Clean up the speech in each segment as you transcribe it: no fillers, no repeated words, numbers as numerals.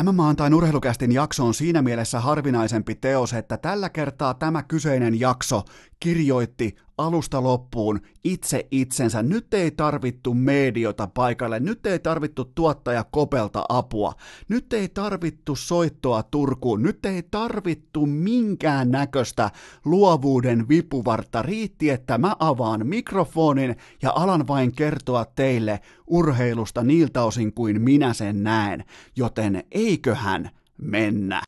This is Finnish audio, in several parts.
Tämä maanantain Urheilukästin jakso on siinä mielessä harvinaisempi teos, että tällä kertaa tämä kyseinen jakso kirjoitti alusta loppuun itse itsensä. Nyt ei tarvittu mediota paikalle, nyt ei tarvittu tuottaja Kopelta apua, nyt ei tarvittu soittoa Turkuun, nyt ei tarvittu minkään näköistä luovuuden vipuvartta. Riitti, että mä avaan mikrofonin ja alan vain kertoa teille urheilusta niiltä osin kuin minä sen näen, joten eiköhän mennä.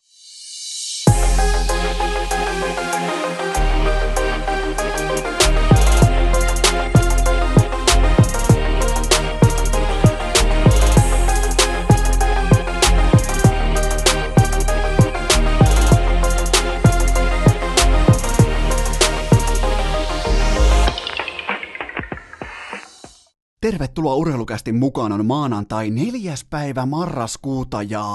Tervetuloa Urheilukästin mukaan, on maanantai 4. päivä marraskuuta ja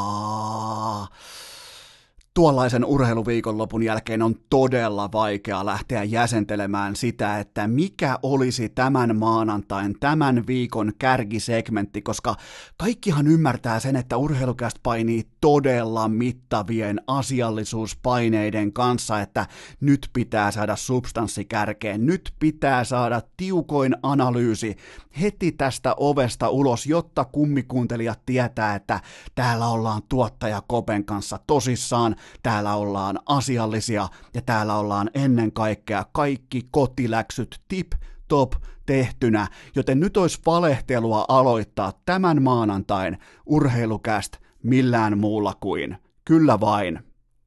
tuollaisen urheiluviikonlopun jälkeen on todella vaikea lähteä jäsentelemään sitä, että mikä olisi tämän maanantain, tämän viikon kärkisegmentti, koska kaikkihan ymmärtää sen, että Urheilukäst painii todella mittavien asiallisuuspaineiden kanssa, että nyt pitää saada substanssi kärkeen, nyt pitää saada tiukoin analyysi heti tästä ovesta ulos, jotta kummikuuntelijat tietää, että täällä ollaan tuottaja Kopen kanssa tosissaan, täällä ollaan asiallisia ja täällä ollaan ennen kaikkea kaikki kotiläksyt tip-top tehtynä, joten nyt olisi valehtelua aloittaa tämän maanantain Urheilukäst millään muulla kuin kyllä vain.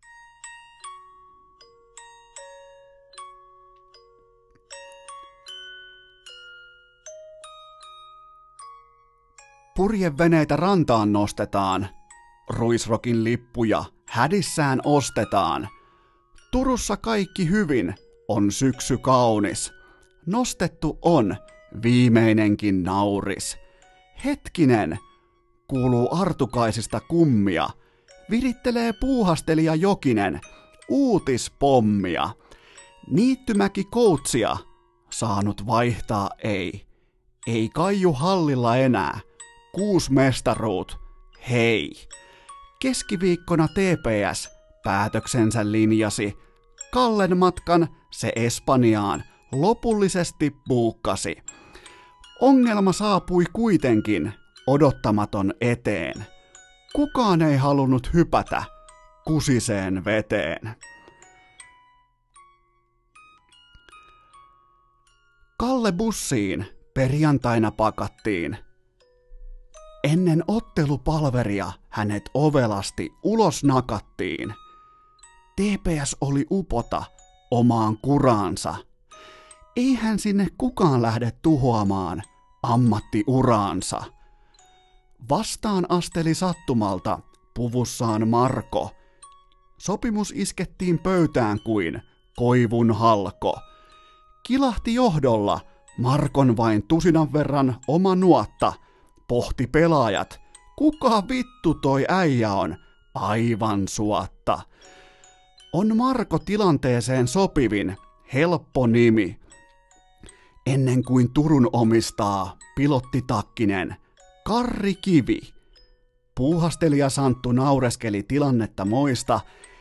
Purjeveneitä rantaan nostetaan, Ruisrokin lippuja hädissään ostetaan. Turussa kaikki hyvin, on syksy kaunis. Nostettu on viimeinenkin nauris. Hetkinen, kuuluu Artukaisista kummia. Virittelee puuhastelija Jokinen, uutispommia. Niittymäki koutsia, saanut vaihtaa ei. Ei Kaiju Hallilla enää, 6 mestaruut, hei. Keskiviikkona TPS päätöksensä linjasi. Kallen matkan se Espanjaan lopullisesti buukkasi. Ongelma saapui kuitenkin odottamaton eteen. Kukaan ei halunnut hypätä kusiseen veteen. Kalle bussiin perjantaina pakattiin. Ennen ottelupalveria hänet ovelasti ulos nakattiin. TPS oli upota omaan kuraansa. Eihän sinne kukaan lähde tuhoamaan ammattiuraansa. Vastaan asteli sattumalta puvussaan Marko. Sopimus iskettiin pöytään kuin koivun halko. Kilahti johdolla Markon vain tusinan verran oma nuotta. Pohti pelaajat, kuka vittu toi äijä on, aivan suotta. On Marko tilanteeseen sopivin, helppo nimi. Ennen kuin Turun omistaa pilottitakkinen Karri Kivi. Puuhastelija Santtu naureskeli tilannetta moista.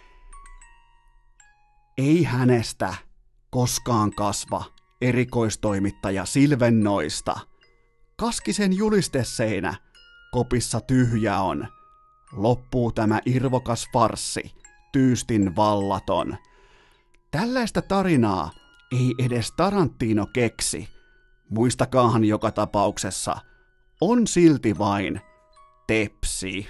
Ei hänestä koskaan kasva erikoistoimittaja Silvennoista. Kaskisen julisteseinä, kopissa tyhjä on. Loppuu tämä irvokas farssi, tyystin vallaton. Tällaista tarinaa ei edes Tarantino keksi. Muistakaahan joka tapauksessa, on silti vain tepsi.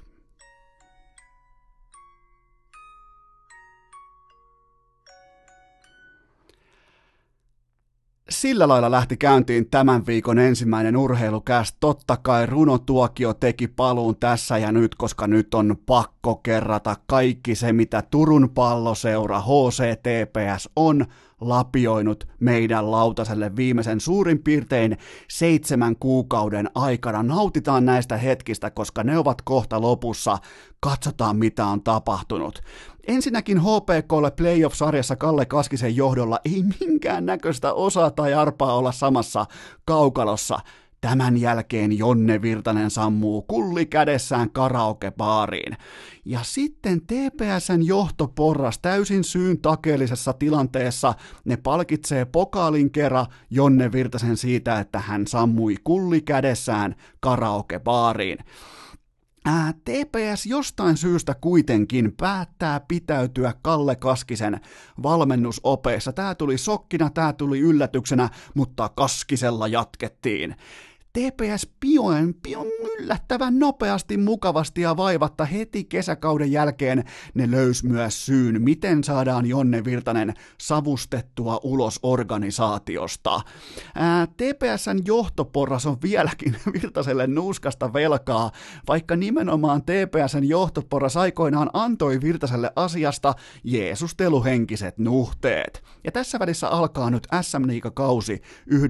Sillä lailla lähti käyntiin tämän viikon ensimmäinen Urheilukäst. Totta kai runotuokio teki paluun tässä ja nyt, koska nyt on pakko kerrata kaikki se, mitä Turun Palloseura HCTPS on lapioinut meidän lautaselle viimeisen suurin piirtein 7 kuukauden aikana. Nautitaan näistä hetkistä, koska ne ovat kohta lopussa. Katsotaan, mitä on tapahtunut. Ensinnäkin HPK:lle playoff-sarjassa Kalle Kaskisen johdolla ei minkään näköistä osaa tai arpaa olla samassa kaukalossa. Tämän jälkeen Jonne Virtanen sammuu kulli kädessään karaokebaariin. Ja sitten TPS:n johtoporras täysin syyn takeellisessa tilanteessa, ne palkitsee pokaalin kerran Jonne Virtasen siitä, että hän sammui kulli kädessään karaokebaariin. TPS jostain syystä kuitenkin päättää pitäytyä Kalle Kaskisen valmennusopeissa. Tämä tuli shokkina, tämä tuli yllätyksenä, mutta Kaskisella jatkettiin. TPS pion yllättävän nopeasti, mukavasti ja vaivatta heti kesäkauden jälkeen ne löys myös syyn, miten saadaan Jonne Virtanen savustettua ulos organisaatiosta. TPSn johtoporras on vieläkin Virtaselle nuuskasta velkaa, vaikka nimenomaan TPSn johtoporras aikoinaan antoi Virtaselle asiasta jeesusteluhenkiset nuhteet. Ja tässä välissä alkaa nyt SM-liigakausi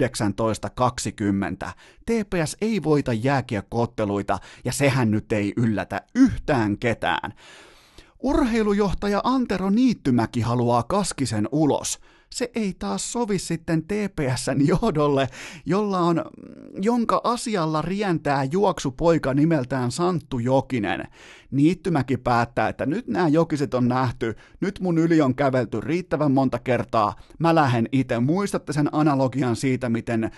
1920. TPS ei voita jääkiekko-otteluita, ja sehän nyt ei yllätä yhtään ketään. Urheilujohtaja Antero Niittymäki haluaa Kaskisen ulos. Se ei taas sovi sitten TPS:n johdolle, jonka asialla rientää juoksupoika nimeltään Santtu Jokinen. Niittymäki päättää, että nyt nämä Jokiset on nähty, nyt mun yli on kävelty riittävän monta kertaa, mä lähden itse. Muistatte sen analogian siitä, miten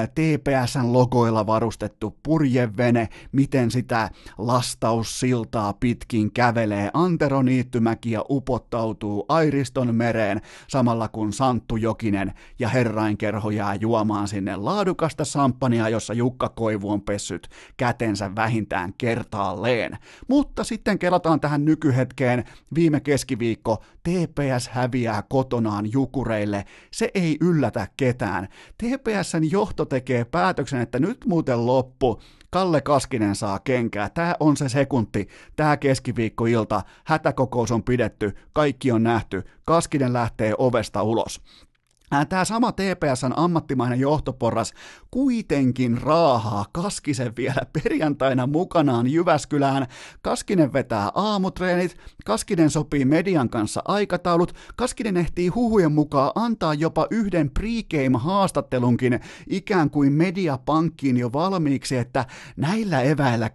TPS:n logoilla varustettu purjevene, miten sitä lastaussiltaa pitkin kävelee Antero Niittymäki ja upottautuu Airiston mereen samalla kun Santtu Jokinen ja herrainkerho jää juomaan sinne laadukasta samppania, jossa Jukka Koivu on pessyt kätensä vähintään kertaalleen. Mutta sitten kelataan tähän nykyhetkeen. Viime keskiviikko TPS häviää kotonaan Jukureille. Se ei yllätä ketään. TPS:n johto tekee päätöksen, että nyt muuten loppu. Kalle Kaskinen saa kenkää. Tämä on se sekunti. Tämä keskiviikkoilta. Hätäkokous on pidetty. Kaikki on nähty. Kaskinen lähtee ovesta ulos. Tämä sama TPS:n ammattimainen johtoporras kuitenkin raahaa Kaskisen vielä perjantaina mukanaan Jyväskylään. Kaskinen vetää aamutreenit, Kaskinen sopii median kanssa aikataulut, Kaskinen ehtii huhujen mukaan antaa jopa yhden pregame-haastattelunkin ikään kuin mediapankkiin jo valmiiksi, että näillä eväillä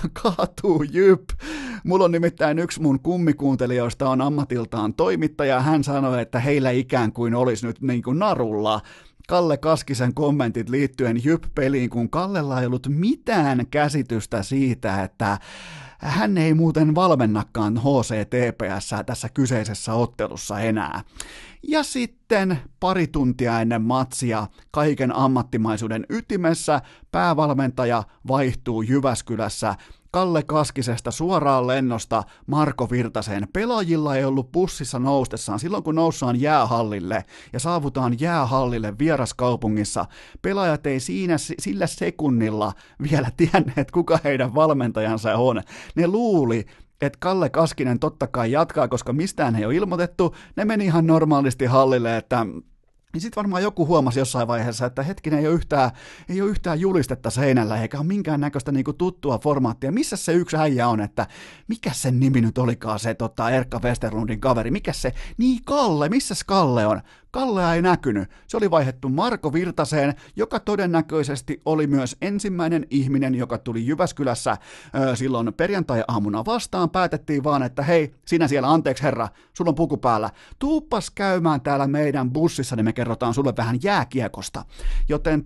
kaatuu Jyp. Mulla on nimittäin yksi mun kummikuuntelijoista on ammatiltaan toimittaja, hän sanoi, että heillä ikään kuin olisi nyt niin kuin narulla Kalle Kaskisen kommentit liittyen Jyp-peliin, kun Kallella ei ollut mitään käsitystä siitä, että hän ei muuten valmennakaan HC-TPS:ää tässä kyseisessä ottelussa enää. Ja sitten pari tuntia ennen matsia kaiken ammattimaisuuden ytimessä päävalmentaja vaihtuu Jyväskylässä Kalle Kaskisesta suoraan lennosta Marko Virtaseen. Pelaajilla ei ollut bussissa noustessaan. Silloin kun noussaan jäähallille ja saavutaan jäähallille vieraskaupungissa, pelaajat ei sillä sekunnilla vielä tienneet, kuka heidän valmentajansa on. Ne luuli, että Kalle Kaskinen totta kai jatkaa, koska mistään ei ole ilmoitettu. Ne meni ihan normaalisti hallille, että niin sitten varmaan joku huomasi jossain vaiheessa, että hetkinen ei ole yhtään julistetta seinällä, eikä ole minkäännäköistä niinku tuttua formaattia. Missä se yksi äijä on, että mikä sen nimi nyt olikaan se Erkka Westerlundin kaveri, mikä se, niin Kalle, missäs Kalle on? Kallea ei näkynyt. Se oli vaihdettu Marko Virtaseen, joka todennäköisesti oli myös ensimmäinen ihminen, joka tuli Jyväskylässä silloin perjantai-aamuna vastaan. Päätettiin vaan, että hei, sinä siellä, anteeksi herra, sulla on puku päällä. Tuuppas käymään täällä meidän bussissa, niin me kerrotaan sulle vähän jääkiekosta. Joten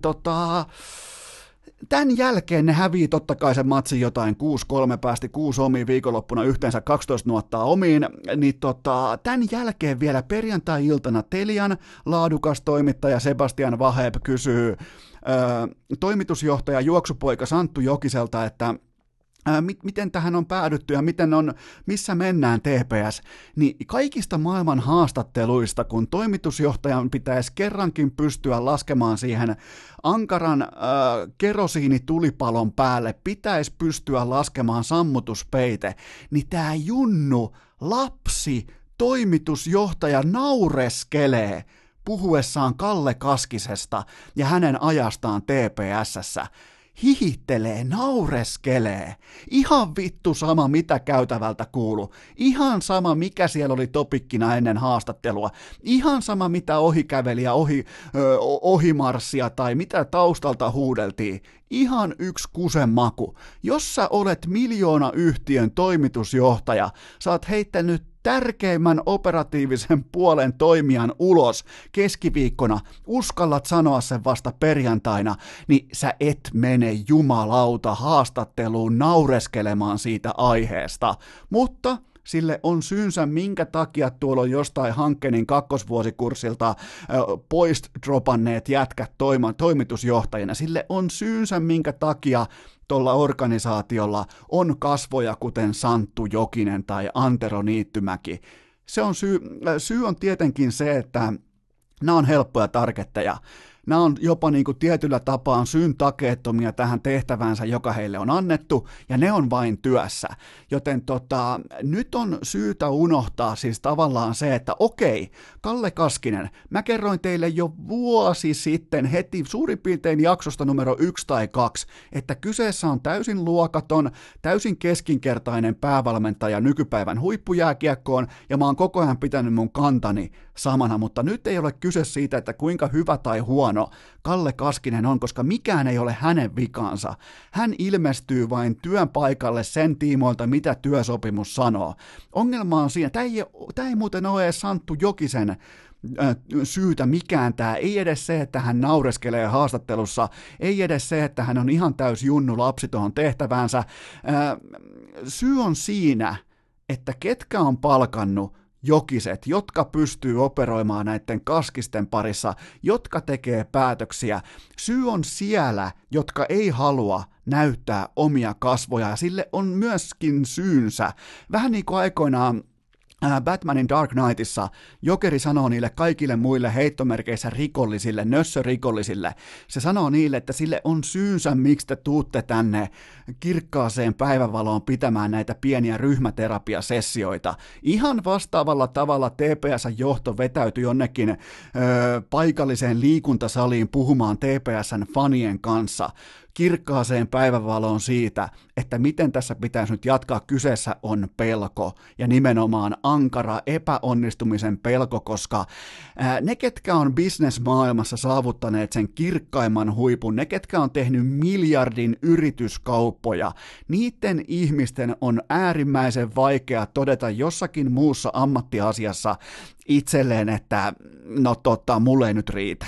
tämän jälkeen ne hävii totta kai sen matsin jotain 6-3, päästi 6 omiin viikonloppuna yhteensä 12 nuottaa omiin, niin tämän jälkeen vielä perjantai-iltana Telian laadukas toimittaja Sebastian Vaheb kysyy toimitusjohtaja juoksupoika Santtu Jokiselta, että miten tähän on päädytty ja missä mennään TPS, niin kaikista maailman haastatteluista, kun toimitusjohtajan pitäisi kerrankin pystyä laskemaan siihen ankaran kerosiinitulipalon päälle, pitäisi pystyä laskemaan sammutuspeite, niin tämä junnu, lapsi, toimitusjohtaja naureskelee puhuessaan Kalle Kaskisesta ja hänen ajastaan TPS:ssä. hihittelee, naureskelee. Ihan vittu sama, mitä käytävältä kuuluu. Ihan sama, mikä siellä oli topikkina ennen haastattelua. Ihan sama, mitä ohikäveli ja ohimarssia tai mitä taustalta huudeltiin. Ihan yksi kusen maku. Jos sä olet miljoonayhtiön toimitusjohtaja, sä oot heittänyt tärkeimmän operatiivisen puolen toimijan ulos keskiviikkona, uskallat sanoa sen vasta perjantaina, niin sä et mene jumalauta haastatteluun naureskelemaan siitä aiheesta. Mutta sille on syynsä, minkä takia tuolla on jostain Hankkenin kakkosvuosikurssilta pois dropanneet jätkät toimitusjohtajina. Sille on syynsä, minkä takia tuolla organisaatiolla on kasvoja kuten Santtu Jokinen tai Antero Niittymäki. Syy on tietenkin se, että nämä on helppoja targetteja. Nämä on jopa niin kuin tietyllä tapaa syyntakeettomia tähän tehtävänsä, joka heille on annettu, ja ne on vain työssä. Joten nyt on syytä unohtaa siis tavallaan se, että okei, Kalle Kaskinen, mä kerroin teille jo vuosi sitten heti suurin piirtein jaksosta numero 1 tai 2, että kyseessä on täysin luokaton, täysin keskinkertainen päävalmentaja nykypäivän huippujääkiekkoon, ja mä oon koko ajan pitänyt mun kantani samana, mutta nyt ei ole kyse siitä, että kuinka hyvä tai huono Kalle Kaskinen on, koska mikään ei ole hänen vikansa. Hän ilmestyy vain työn paikalle sen tiimoilta, mitä työsopimus sanoo. Ongelma on siinä, tämä ei muuten ole edes Santtu Jokisen syytä mikään tämä, ei edes se, että hän naureskelee haastattelussa, ei edes se, että hän on ihan täys junnu lapsi tuohon tehtäväänsä. Syy on siinä, että ketkä on palkannut Jokiset, jotka pystyy operoimaan näiden Kaskisten parissa, jotka tekee päätöksiä. Syy on siellä, jotka ei halua näyttää omia kasvoja, ja sille on myöskin syynsä. Vähän niin kuin aikoinaan Batmanin Dark Knightissa Jokeri sanoo niille kaikille muille heittomerkeissä rikollisille, nössörikollisille, se sanoo niille, että sille on syynsä, miksi te tuutte tänne kirkkaaseen päivänvaloon pitämään näitä pieniä ryhmäterapiasessioita. Ihan vastaavalla tavalla TPS:n johto vetäytyi jonnekin paikalliseen liikuntasaliin puhumaan TPS:n fanien kanssa kirkkaaseen päivänvaloon siitä, että miten tässä pitäisi nyt jatkaa. Kyseessä on pelko ja nimenomaan ankara epäonnistumisen pelko, koska ne, ketkä on bisnesmaailmassa saavuttaneet sen kirkkaimman huipun, ne, ketkä on tehnyt miljardin yrityskauppoja, niiden ihmisten on äärimmäisen vaikea todeta jossakin muussa ammattiasiassa itselleen, että no mulle ei nyt riitä.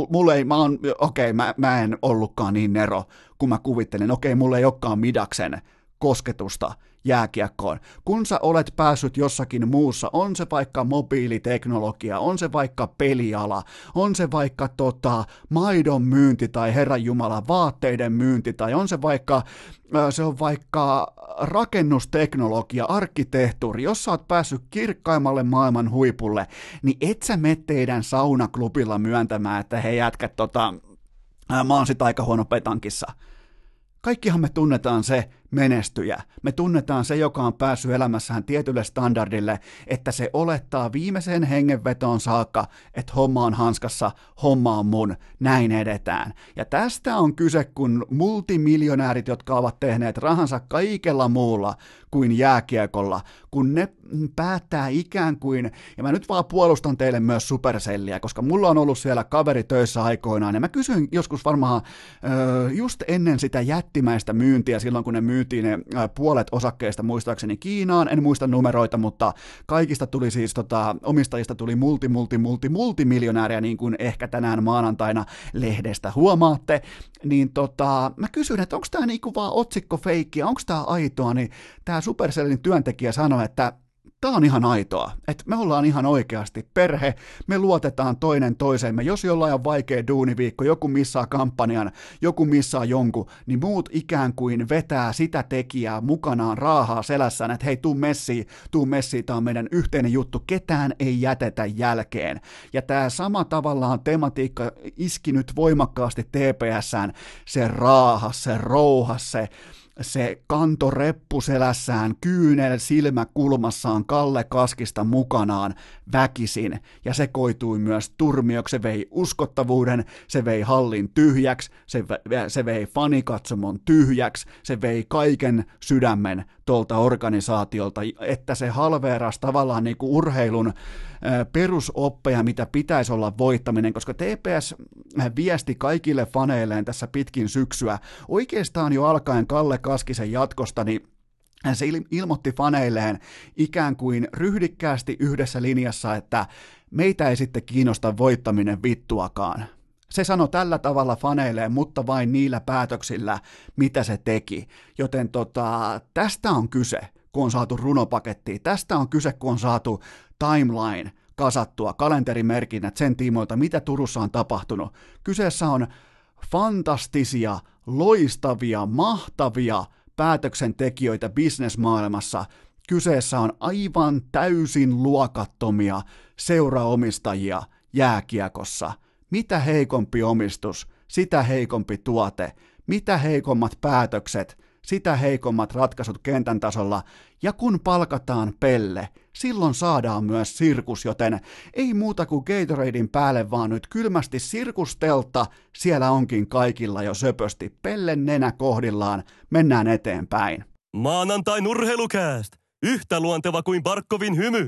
Mä en ollutkaan niin nero, kun mä kuvittelin. Mulle ei olekaan Midaksen kosketusta jääkiekkoon. Kun sä olet päässyt jossakin muussa, on se vaikka mobiiliteknologia, on se vaikka peliala, on se vaikka maidon myynti tai herranjumala vaatteiden myynti tai on se vaikka rakennusteknologia, arkkitehtuuri, jos sä oot päässyt kirkkaimmalle maailman huipulle, niin et sä mene teidän saunaklubilla myöntämään, että hei jätkät, mä oon sit aika huono petankissa. Kaikkihan me tunnetaan se menestyjä. Me tunnetaan se, joka on päässyt elämässään tietylle standardille, että se olettaa viimeiseen hengenvetoon saakka, että homma on hanskassa, homma on mun, näin edetään. Ja tästä on kyse, kun multimiljonäärit, jotka ovat tehneet rahansa kaikella muulla kuin jääkiekolla, kun ne päättää ikään kuin, ja mä nyt vaan puolustan teille myös Supercellia, koska mulla on ollut siellä kaveri töissä aikoinaan, ja mä kysyin joskus varmaan just ennen sitä jättimäistä myyntiä, silloin kun ne myytiin ne puolet osakkeista muistaakseni Kiinaan, en muista numeroita, mutta kaikista tuli siis omistajista tuli multimiljonääriä, niin kuin ehkä tänään maanantaina lehdestä huomaatte, niin mä kysyin, että onko tämä niinku vaan otsikkofeikkiä, onko tämä aitoa, niin tämä Supercellin työntekijä sanoi, että tämä on ihan aitoa, että me ollaan ihan oikeasti perhe, me luotetaan toinen toisemme, jos jollain on vaikea duuniviikko, joku missaa kampanjan, joku missaa jonkun, niin muut ikään kuin vetää sitä tekijää mukanaan raahaa selässään, että hei, tuu messiin, tämä on meidän yhteinen juttu, ketään ei jätetä jälkeen. Ja tämä sama tavallaan tematiikka iski nyt voimakkaasti TPS:ään, se raahas, se rouhas, se se kanto reppuselässään, kyynel silmäkulmassaan Kalle Kaskista mukanaan väkisin, ja se koitui myös turmioksi, se vei uskottavuuden, se vei hallin tyhjäksi, se vei fanikatsomon tyhjäksi, se vei kaiken sydämen tuolta organisaatiolta, että se halveerasi tavallaan niin kuin urheilun perusoppeja, mitä pitäisi olla voittaminen, koska TPS viesti kaikille faneilleen tässä pitkin syksyä, oikeastaan jo alkaen Kalle Kaskisen jatkosta, niin se ilmoitti faneilleen ikään kuin ryhdikkäästi yhdessä linjassa, että meitä ei sitten kiinnosta voittaminen vittuakaan. Se sanoi tällä tavalla faneilleen, mutta vain niillä päätöksillä, mitä se teki. Joten tästä on kyse, kun on saatu runopakettia. Tästä on kyse, kun on saatu timeline kasattua, kalenterimerkinnät sen tiimoilta, mitä Turussa on tapahtunut. Kyseessä on fantastisia, loistavia, mahtavia päätöksentekijöitä bisnesmaailmassa. Kyseessä on aivan täysin luokattomia seuraomistajia jääkiekossa. Mitä heikompi omistus, sitä heikompi tuote. Mitä heikommat päätökset, sitä heikommat ratkaisut kentän tasolla. Ja kun palkataan pelle, silloin saadaan myös sirkus, joten ei muuta kuin Gatoradein päälle, vaan nyt kylmästi sirkustelta. Siellä onkin kaikilla jo söpösti pellen nenä kohdillaan. Mennään eteenpäin. Maanantain urheilukääst! Yhtä luonteva kuin Barkovin hymy!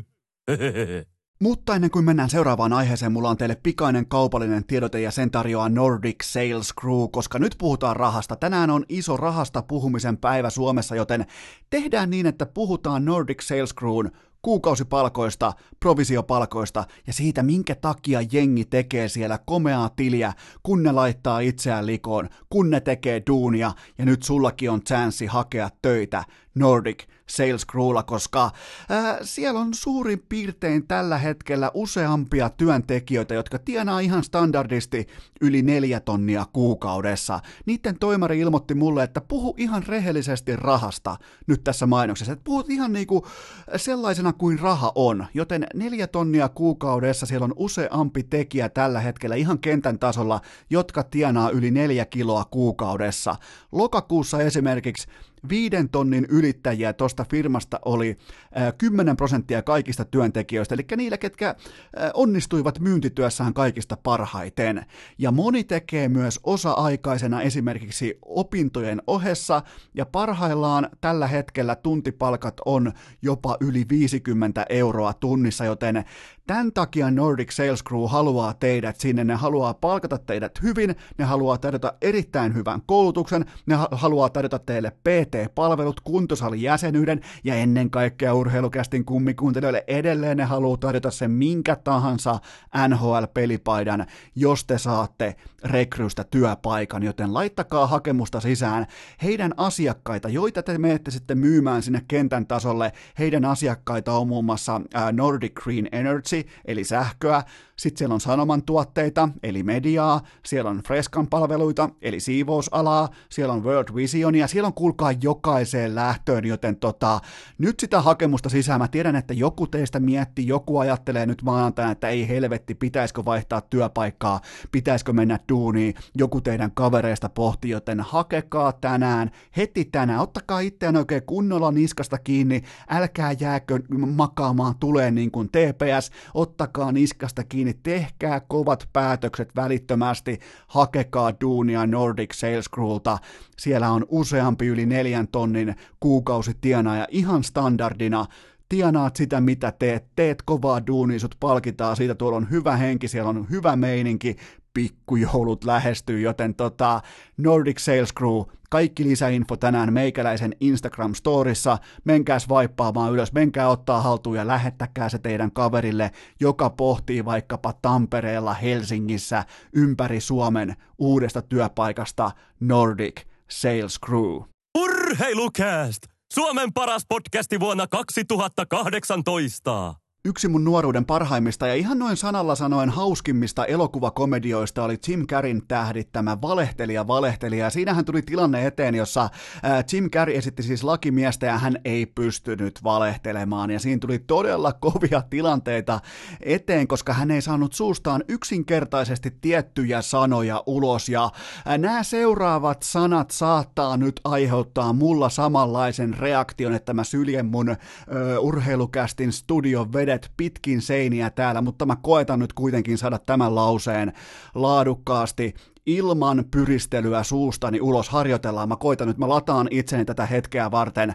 Mutta ennen kuin mennään seuraavaan aiheeseen, mulla on teille pikainen kaupallinen tiedote ja sen tarjoaa Nordic Sales Crew, koska nyt puhutaan rahasta. Tänään on iso rahasta puhumisen päivä Suomessa, joten tehdään niin, että puhutaan Nordic Sales Crewn kuukausipalkoista, provisiopalkoista ja siitä, minkä takia jengi tekee siellä komeaa tiliä, kun ne laittaa itseään likoon, kun ne tekee duunia ja nyt sullakin on chanssi hakea töitä Nordic Sales Crewlla, koska siellä on suurin piirtein tällä hetkellä useampia työntekijöitä, jotka tienaa ihan standardisti yli 4 tonnia kuukaudessa. Niiden toimari ilmoitti mulle, että puhu ihan rehellisesti rahasta nyt tässä mainoksessa, että puhut ihan niinku sellaisena kuin raha on, joten 4 tonnia kuukaudessa siellä on useampi tekijä tällä hetkellä ihan kentän tasolla, jotka tienaa yli 4 kiloa kuukaudessa. Lokakuussa esimerkiksi 5 tonnin ylittäjiä tuosta firmasta oli 10% kaikista työntekijöistä, eli niillä, ketkä onnistuivat myyntityössään kaikista parhaiten. Ja moni tekee myös osa-aikaisena esimerkiksi opintojen ohessa, ja parhaillaan tällä hetkellä tuntipalkat on jopa yli 50 euroa tunnissa, joten tämän takia Nordic Sales Crew haluaa teidät sinne, ne haluaa palkata teidät hyvin, ne haluaa tarjota erittäin hyvän koulutuksen, ne haluaa tarjota teille PT-palvelut, kuntosalijäsenyyden ja ennen kaikkea urheilukästin kummikuuntelijoille edelleen ne haluaa tarjota sen minkä tahansa NHL-pelipaidan, jos te saatte rekrystä työpaikan, joten laittakaa hakemusta sisään heidän asiakkaita, joita te menette sitten myymään sinne kentän tasolle. Heidän asiakkaita on muun muassa Nordic Green Energy, eli sähköä, sitten siellä on sanomantuotteita, eli mediaa, siellä on Freskan palveluita, eli siivousalaa, siellä on World Visionia, siellä on kuulkaa jokaiseen lähtöön, joten nyt sitä hakemusta sisään. Mä tiedän, että joku teistä miettii, joku ajattelee nyt maanantaina, että ei helvetti, pitäisikö vaihtaa työpaikkaa, pitäisikö mennä duuniin, joku teidän kavereista pohtii, joten hakekaa tänään, heti tänään, ottakaa itseään oikein kunnolla niskasta kiinni, älkää jääkö makaamaan tuleen niin kuin TPS, ottakaa niskasta kiinni, tehkää kovat päätökset välittömästi, hakekaa duunia Nordic Sales Crewlta, siellä on useampi yli 4 tonnin kuukausitienaaja ihan standardina, tienaat sitä mitä teet kovaa duunia, sut palkitaan siitä, tuolla on hyvä henki, siellä on hyvä meininki, pikkujoulut lähestyy, joten Nordic Sales Crew, kaikki lisäinfo tänään meikäläisen Instagram-storissa, menkääs vaippaamaan ylös, menkää ottaa haltuun ja lähettäkää se teidän kaverille, joka pohtii vaikkapa Tampereella, Helsingissä, ympäri Suomen uudesta työpaikasta Nordic Sales Crew. Urheilukääst! Suomen paras podcasti vuonna 2018! yksi mun nuoruuden parhaimmista ja ihan noin sanalla sanoen hauskimmista elokuvakomedioista oli Jim Carreyn tähdittämä Valehtelija. Ja siinähän tuli tilanne eteen, jossa Jim Carrey esitti siis lakimiestä ja hän ei pystynyt valehtelemaan. Ja siinä tuli todella kovia tilanteita eteen, koska hän ei saanut suustaan yksinkertaisesti tiettyjä sanoja ulos. Ja nämä seuraavat sanat saattaa nyt aiheuttaa mulla samanlaisen reaktion, että mä syljen mun urheilukästin studion vedet pitkin seiniä täällä, mutta mä koetan nyt kuitenkin saada tämän lauseen laadukkaasti ilman pyristelyä suustani ulos. Harjoitellaan, mä koitan nyt, mä lataan itseni tätä hetkeä varten.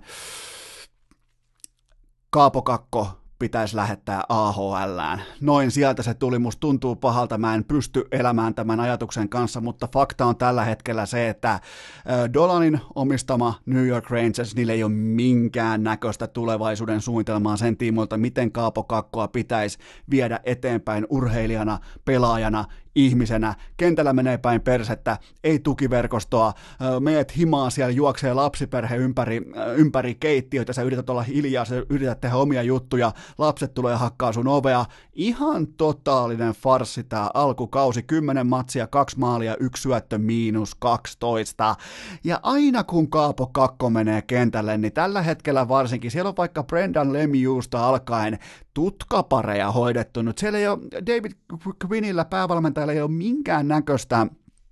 Kaapo Kakko pitäisi lähettää AHL:ään. Noin sieltä se tuli, musta tuntuu pahalta, mä en pysty elämään tämän ajatuksen kanssa, mutta fakta on tällä hetkellä se, että Dolanin omistama New York Rangers, niillä ei ole minkään näköistä tulevaisuuden suunnitelmaa sen tiimoilta, miten Kaapo Kakkoa pitäisi viedä eteenpäin urheilijana, pelaajana, ihmisenä, kentällä menee päin persettä, ei tukiverkostoa, meet himaa siellä, juoksee lapsiperhe ympäri keittiöitä, sä yrität olla hiljaa, sä yrität tehdä omia juttuja, lapset tulee hakkaa sun ovea, ihan totaalinen farssi tää alkukausi, 10 matsia, 2 maalia, 1 syöttö, -12, ja aina kun Kaapo Kakko menee kentälle, niin tällä hetkellä varsinkin, siellä on vaikka Brendan Lemieuxsta alkaen tutkapareja hoidettu, nyt siellä ei ole David Quinnillä päävalmentajalla ei ole minkään näköistä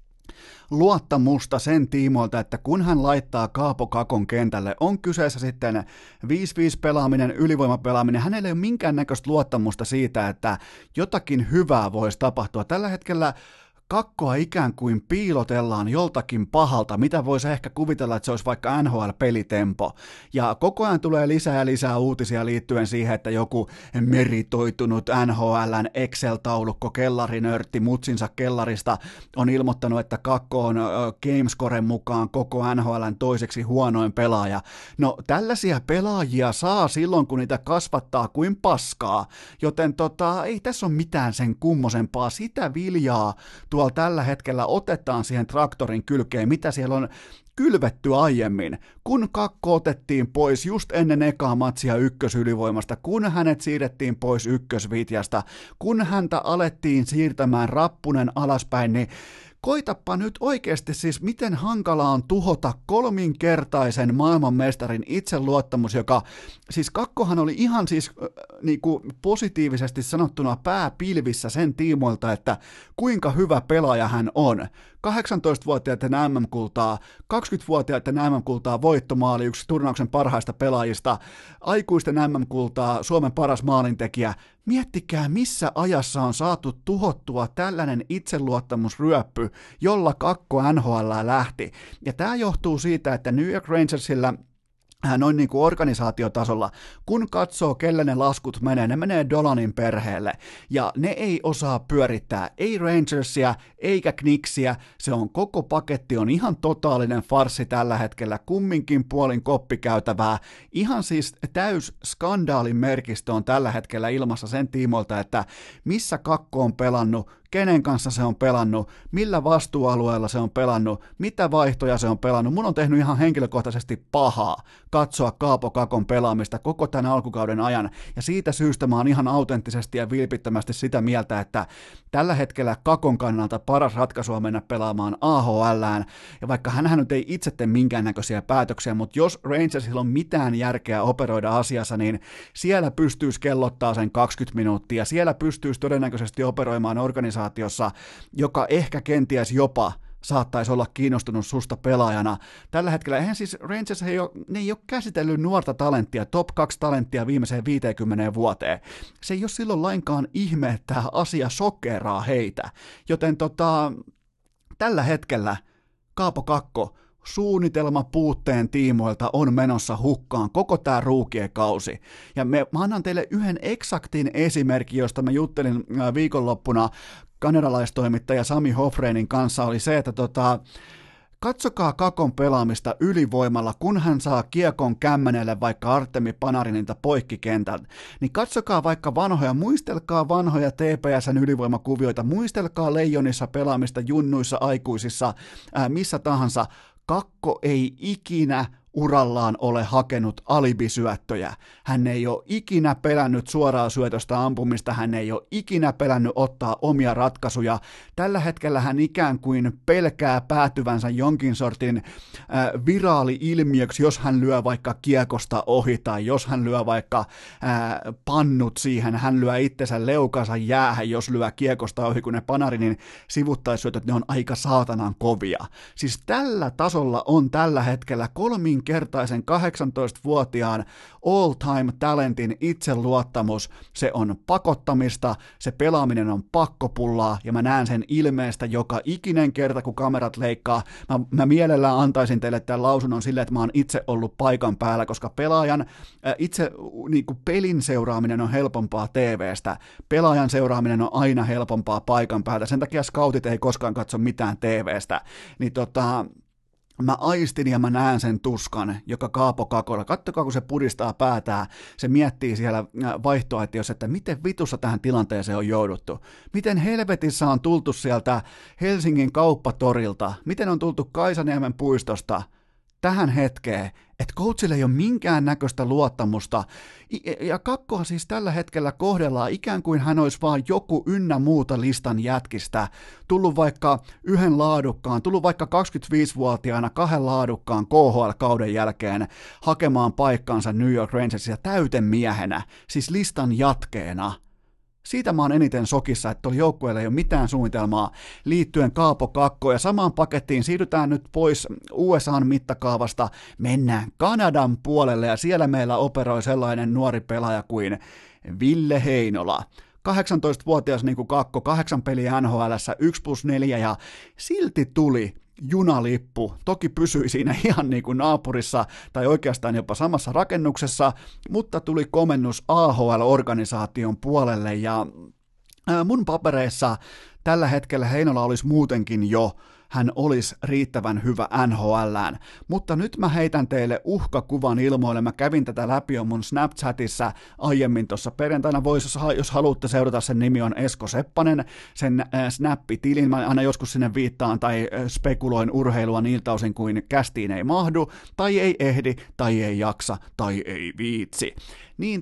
luottamusta sen tiimoilta, että kun hän laittaa Kaapo Kakon kentälle, on kyseessä sitten 5-5 pelaaminen, ylivoimapelaaminen, hänellä ei ole minkään näköistä luottamusta siitä, että jotakin hyvää voisi tapahtua. Tällä hetkellä Kakkoa ikään kuin piilotellaan joltakin pahalta, mitä voisi ehkä kuvitella, että se olisi vaikka NHL-pelitempo. Ja koko ajan tulee lisää ja lisää uutisia liittyen siihen, että joku meritoitunut NHL:n Excel-taulukko kellarinörtti mutsinsa kellarista on ilmoittanut, että Kakko on Gamescoren mukaan koko NHL:n toiseksi huonoin pelaaja. No tällaisia pelaajia saa silloin, kun niitä kasvattaa kuin paskaa, joten ei tässä ole mitään sen kummosempaa. Sitä viljaa tuolla tällä hetkellä otetaan siihen traktorin kylkeen, mitä siellä on kylvetty aiemmin, kun Kakko otettiin pois just ennen ekaa matsia ykkösylivoimasta, kun hänet siirrettiin pois ykkösvitjasta, kun häntä alettiin siirtämään rappunen alaspäin, niin koitappa nyt oikeasti siis, miten hankalaa on tuhota kolminkertaisen maailmanmestarin itseluottamus, joka, siis Kakkohan oli ihan siis niinku positiivisesti sanottuna pääpilvissä sen tiimoilta, että kuinka hyvä pelaaja hän on. 18-vuotiaiden MM-kultaa, 20-vuotiaiden MM-kultaa voittomaali, yksi turnauksen parhaista pelaajista, aikuisten MM-kultaa, Suomen paras maalintekijä. Miettikää, missä ajassa on saatu tuhottua tällainen itseluottamusryöppy, jolla Kakko NHL lähti. Ja tämä johtuu siitä, että New York Rangersillä noin niin kuin organisaatiotasolla, kun katsoo, kelle ne laskut menee, ne menee Dolanin perheelle, ja ne ei osaa pyörittää, ei Rangersia, eikä Knicksiä, se on koko paketti, on ihan totaalinen farssi tällä hetkellä, kumminkin puolin koppikäytävää, ihan siis täys skandaalin merkistö on tällä hetkellä ilmassa sen tiimoilta, että missä Kakko on pelannut, kenen kanssa se on pelannut, millä vastuualueella se on pelannut, mitä vaihtoja se on pelannut. Mun on tehnyt ihan henkilökohtaisesti pahaa katsoa Kaapo Kakon pelaamista koko tämän alkukauden ajan, ja siitä syystä mä oon ihan autenttisesti ja vilpittömästi sitä mieltä, että tällä hetkellä Kakon kannalta paras ratkaisu on mennä pelaamaan AHL:ään, ja vaikka hänhän nyt ei itse tee minkäännäköisiä päätöksiä, mutta jos Rangersilla on mitään järkeä operoida asiassa, niin siellä pystyisi kellottaa sen 20 minuuttia, siellä pystyisi todennäköisesti operoimaan organisaatiossa, joka ehkä kenties jopa saattaisi olla kiinnostunut susta pelaajana. Tällä hetkellä eihän siis Rangers ne ei ole käsitellyt nuorta talenttia, top 2 talenttia viimeiseen 50 vuoteen. Se ei ole silloin lainkaan ihme, että tämä asia sokeraa heitä. Joten tällä hetkellä Kaapo Kakko suunnitelma puutteen tiimoilta on menossa hukkaan koko tämä ruukiekausi. Ja mä annan teille yhden eksaktin esimerkin, josta mä juttelin viikonloppuna kanadalaistoimittaja Sami Hofreinin kanssa, oli se, että katsokaa Kakon pelaamista ylivoimalla, kun hän saa kiekon kämmenelle vaikka Artemi Panarinilta poikkikentältä, niin katsokaa vaikka muistelkaa vanhoja TPS:n ylivoimakuvioita, muistelkaa Leijonissa pelaamista junnuissa, aikuisissa, missä tahansa. Kakko ei ikinä urallaan ole hakenut alibisyöttöjä. Hän ei ole ikinä pelännyt suoraa syötöstä ampumista, hän ei ole ikinä pelännyt ottaa omia ratkaisuja. Tällä hetkellä hän ikään kuin pelkää päätyvänsä jonkin sortin viraali-ilmiöksi, jos hän lyö vaikka kiekosta ohi tai jos hän lyö vaikka pannut siihen, hän lyö itsensä leukansa jäähän, jos lyö kiekosta ohi, kun ne Panarinin sivuttaissyötöt, ne on aika saatanan kovia. Siis tällä tasolla on tällä hetkellä kolminkertaisen 18-vuotiaan all-time talentin itseluottamus. Se on pakottamista, se pelaaminen on pakkopullaa, ja mä näen sen ilmeestä joka ikinen kerta, kun kamerat leikkaa. Mä mielellään antaisin teille tämän lausunnon silleen, että mä oon itse ollut paikan päällä, koska pelaajan itse niin kuin pelin seuraaminen on helpompaa TV:stä. Pelaajan seuraaminen on aina helpompaa paikan päältä. Sen takia scoutit ei koskaan katso mitään TV:stä. Niin mä aistin ja mä näen sen tuskan, joka Kaapo Kakola, kattokaa kun se pudistaa päätään, se miettii siellä vaihtoaitiossa, että miten vitussa tähän tilanteeseen on jouduttu. Miten helvetissä on tultu sieltä Helsingin kauppatorilta, miten on tultu Kaisaniemen puistosta tähän hetkeen, että coachille ei ole minkään näköistä luottamusta, ja Kakkoa siis tällä hetkellä kohdellaan ikään kuin hän olisi vaan joku ynnä muuta listan jätkistä, tullut vaikka yhden laadukkaan, tullut vaikka 25-vuotiaana kahden laadukkaan KHL-kauden jälkeen hakemaan paikkansa New York Rangersissa täytemiehenä, siis listan jatkeena. Siitä mä oon eniten sokissa, että tuolla joukkueella ei ole mitään suunnitelmaa liittyen Kaapo Kakkoon, ja samaan pakettiin siirrytään nyt pois USAn mittakaavasta, mennään Kanadan puolelle, ja siellä meillä operoi sellainen nuori pelaaja kuin Ville Heinola. 18-vuotias niin kuin Kakko, 8 peliä NHL:ssä, 1+4, ja silti tuli junalippu, toki pysyi siinä ihan niin kuin naapurissa tai oikeastaan jopa samassa rakennuksessa, mutta tuli komennus AHL-organisaation puolelle, ja mun papereissa tällä hetkellä Heinola olisi muutenkin jo, hän olisi riittävän hyvä NHL:ään, mutta nyt mä heitän teille uhkakuvan ilmoille, mä kävin tätä läpi jo mun Snapchatissa aiemmin tuossa perjantaina, jos haluatte seurata, sen nimi on Esko Seppanen, sen Snappi-tilin, mä aina joskus sinne viittaan tai spekuloin urheilua niiltä osin kuin kästiin ei mahdu, tai ei ehdi, tai ei jaksa, tai ei viitsi, niin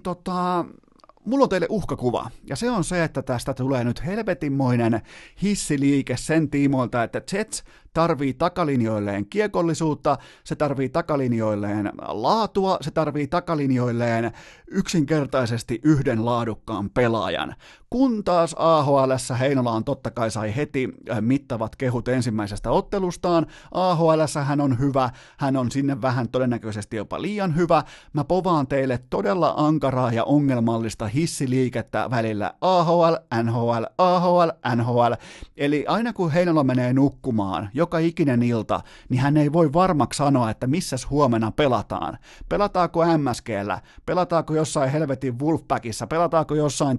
mulla on teille uhkakuva, ja se on se, että tästä tulee nyt helvetinmoinen hissiliike sen tiimoilta, että Jets tarvii takalinjoilleen kiekollisuutta, se tarvii takalinjoilleen laatua, se tarvii takalinjoilleen yksinkertaisesti yhden laadukkaan pelaajan. Kun taas AHL:ssä Heinola totta kai sai heti mittavat kehut ensimmäisestä ottelustaan, AHL:ssä hän on hyvä, hän on sinne vähän todennäköisesti jopa liian hyvä, mä povaan teille todella ankaraa ja ongelmallista hissiliikettä välillä AHL, NHL, AHL, NHL, eli aina kun Heinola menee nukkumaan, joka ikinen ilta, niin hän ei voi varmaksi sanoa, että missäs huomenna pelataan. Pelataanko MSG:llä, pelataanko jossain helvetin Wolfpackissa, pelataanko jossain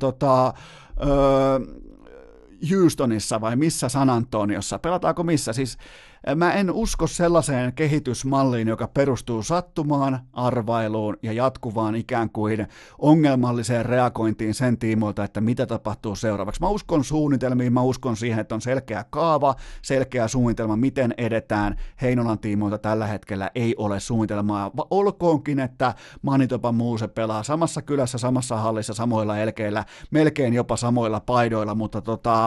Houstonissa vai missä San Antoniossa, pelataanko missä, siis mä en usko sellaiseen kehitysmalliin, joka perustuu sattumaan, arvailuun ja jatkuvaan ikään kuin ongelmalliseen reagointiin sen tiimoilta, että mitä tapahtuu seuraavaksi. Mä uskon suunnitelmiin, mä uskon siihen, että on selkeä kaava, selkeä suunnitelma, miten edetään. Heinolan tiimoilta tällä hetkellä ei ole suunnitelmaa. Olkoonkin, että Manitoba Moose pelaa samassa kylässä, samassa hallissa, samoilla elkeillä, melkein jopa samoilla paidoilla, mutta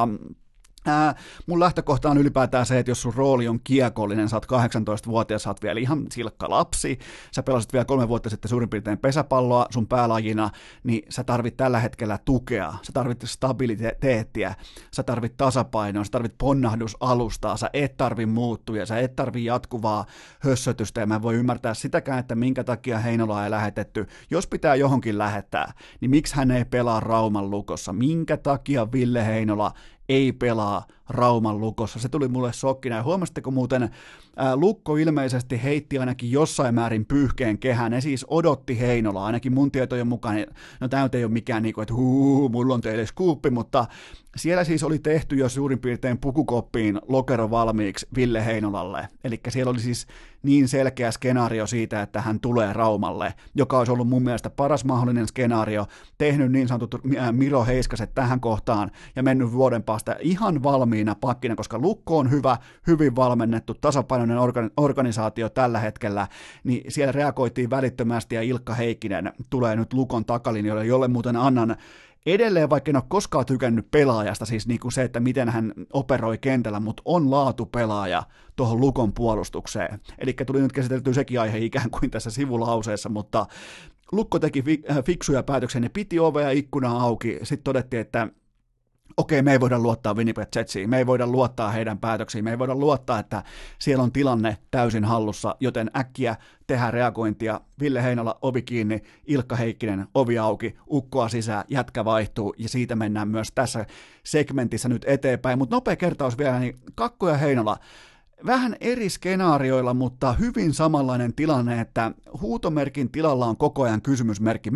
mun lähtökohta on ylipäätään se, että jos sun rooli on kiekollinen, sä oot 18-vuotias, sä oot vielä ihan silkka lapsi, sä pelasit vielä 3 vuotta sitten suurin piirtein pesäpalloa sun päälajina, niin sä tarvit tällä hetkellä tukea, sä tarvit stabiliteettiä, sä tarvit tasapainoa, sä tarvit ponnahdusalustaa, sä et tarvi muuttuja, sä et tarvi jatkuvaa hössötystä, ja mä en voi ymmärtää sitäkään, että minkä takia Heinola ei lähetetty. Jos pitää johonkin lähettää, niin miksi hän ei pelaa Rauman Lukossa? Minkä takia Ville Heinola ei pelaa Rauman Lukossa? Se tuli mulle shokkina. Ja huomasitteko muuten, Lukko ilmeisesti heitti ainakin jossain määrin pyyhkeen kehän. Ne siis odotti Heinolaa, ainakin mun tietojen mukaan. No tämä ei ole mikään, niin kuin, että mulla on teille skuuppi, mutta siellä siis oli tehty jo suurin piirtein pukukoppiin lokero valmiiksi Ville Heinolalle. Eli siellä oli siis niin selkeä skenaario siitä, että hän tulee Raumalle, joka olisi ollut mun mielestä paras mahdollinen skenaario, tehnyt niin sanotut Miro Heiskaset tähän kohtaan ja mennyt vuoden päästä ihan valmiina solid pakkina, koska Lukko on hyvä, hyvin valmennettu, tasapainoinen organisaatio tällä hetkellä, niin siellä reagoitiin välittömästi ja Ilkka Heikkinen tulee nyt Lukon takalinjoille, jolle muuten annan edelleen, vaikka en ole koskaan tykännyt pelaajasta, siis niin kuin se, että miten hän operoi kentällä, mutta on laatupelaaja tuohon Lukon puolustukseen. Eli tuli nyt käsiteltyä sekin aihe ikään kuin tässä sivulauseessa, mutta Lukko teki fiksuja päätöksiä, ne piti ovea ja ikkunaa auki, sitten todettiin, että okei, me ei voida luottaa Winnipeg Jetsiin, me ei voida luottaa heidän päätöksiin, me ei voida luottaa, että siellä on tilanne täysin hallussa, joten äkkiä tehdään reagointia, Ville Heinola ovi kiinni, Ilkka Heikkinen ovi auki, ukkoa sisään, jätkä vaihtuu ja siitä mennään myös tässä segmentissä nyt eteenpäin, mutta nopea kertaus vielä, niin Kakko ja Heinola, vähän eri skenaarioilla, mutta hyvin samanlainen tilanne, että huutomerkin tilalla on koko ajan kysymysmerkki.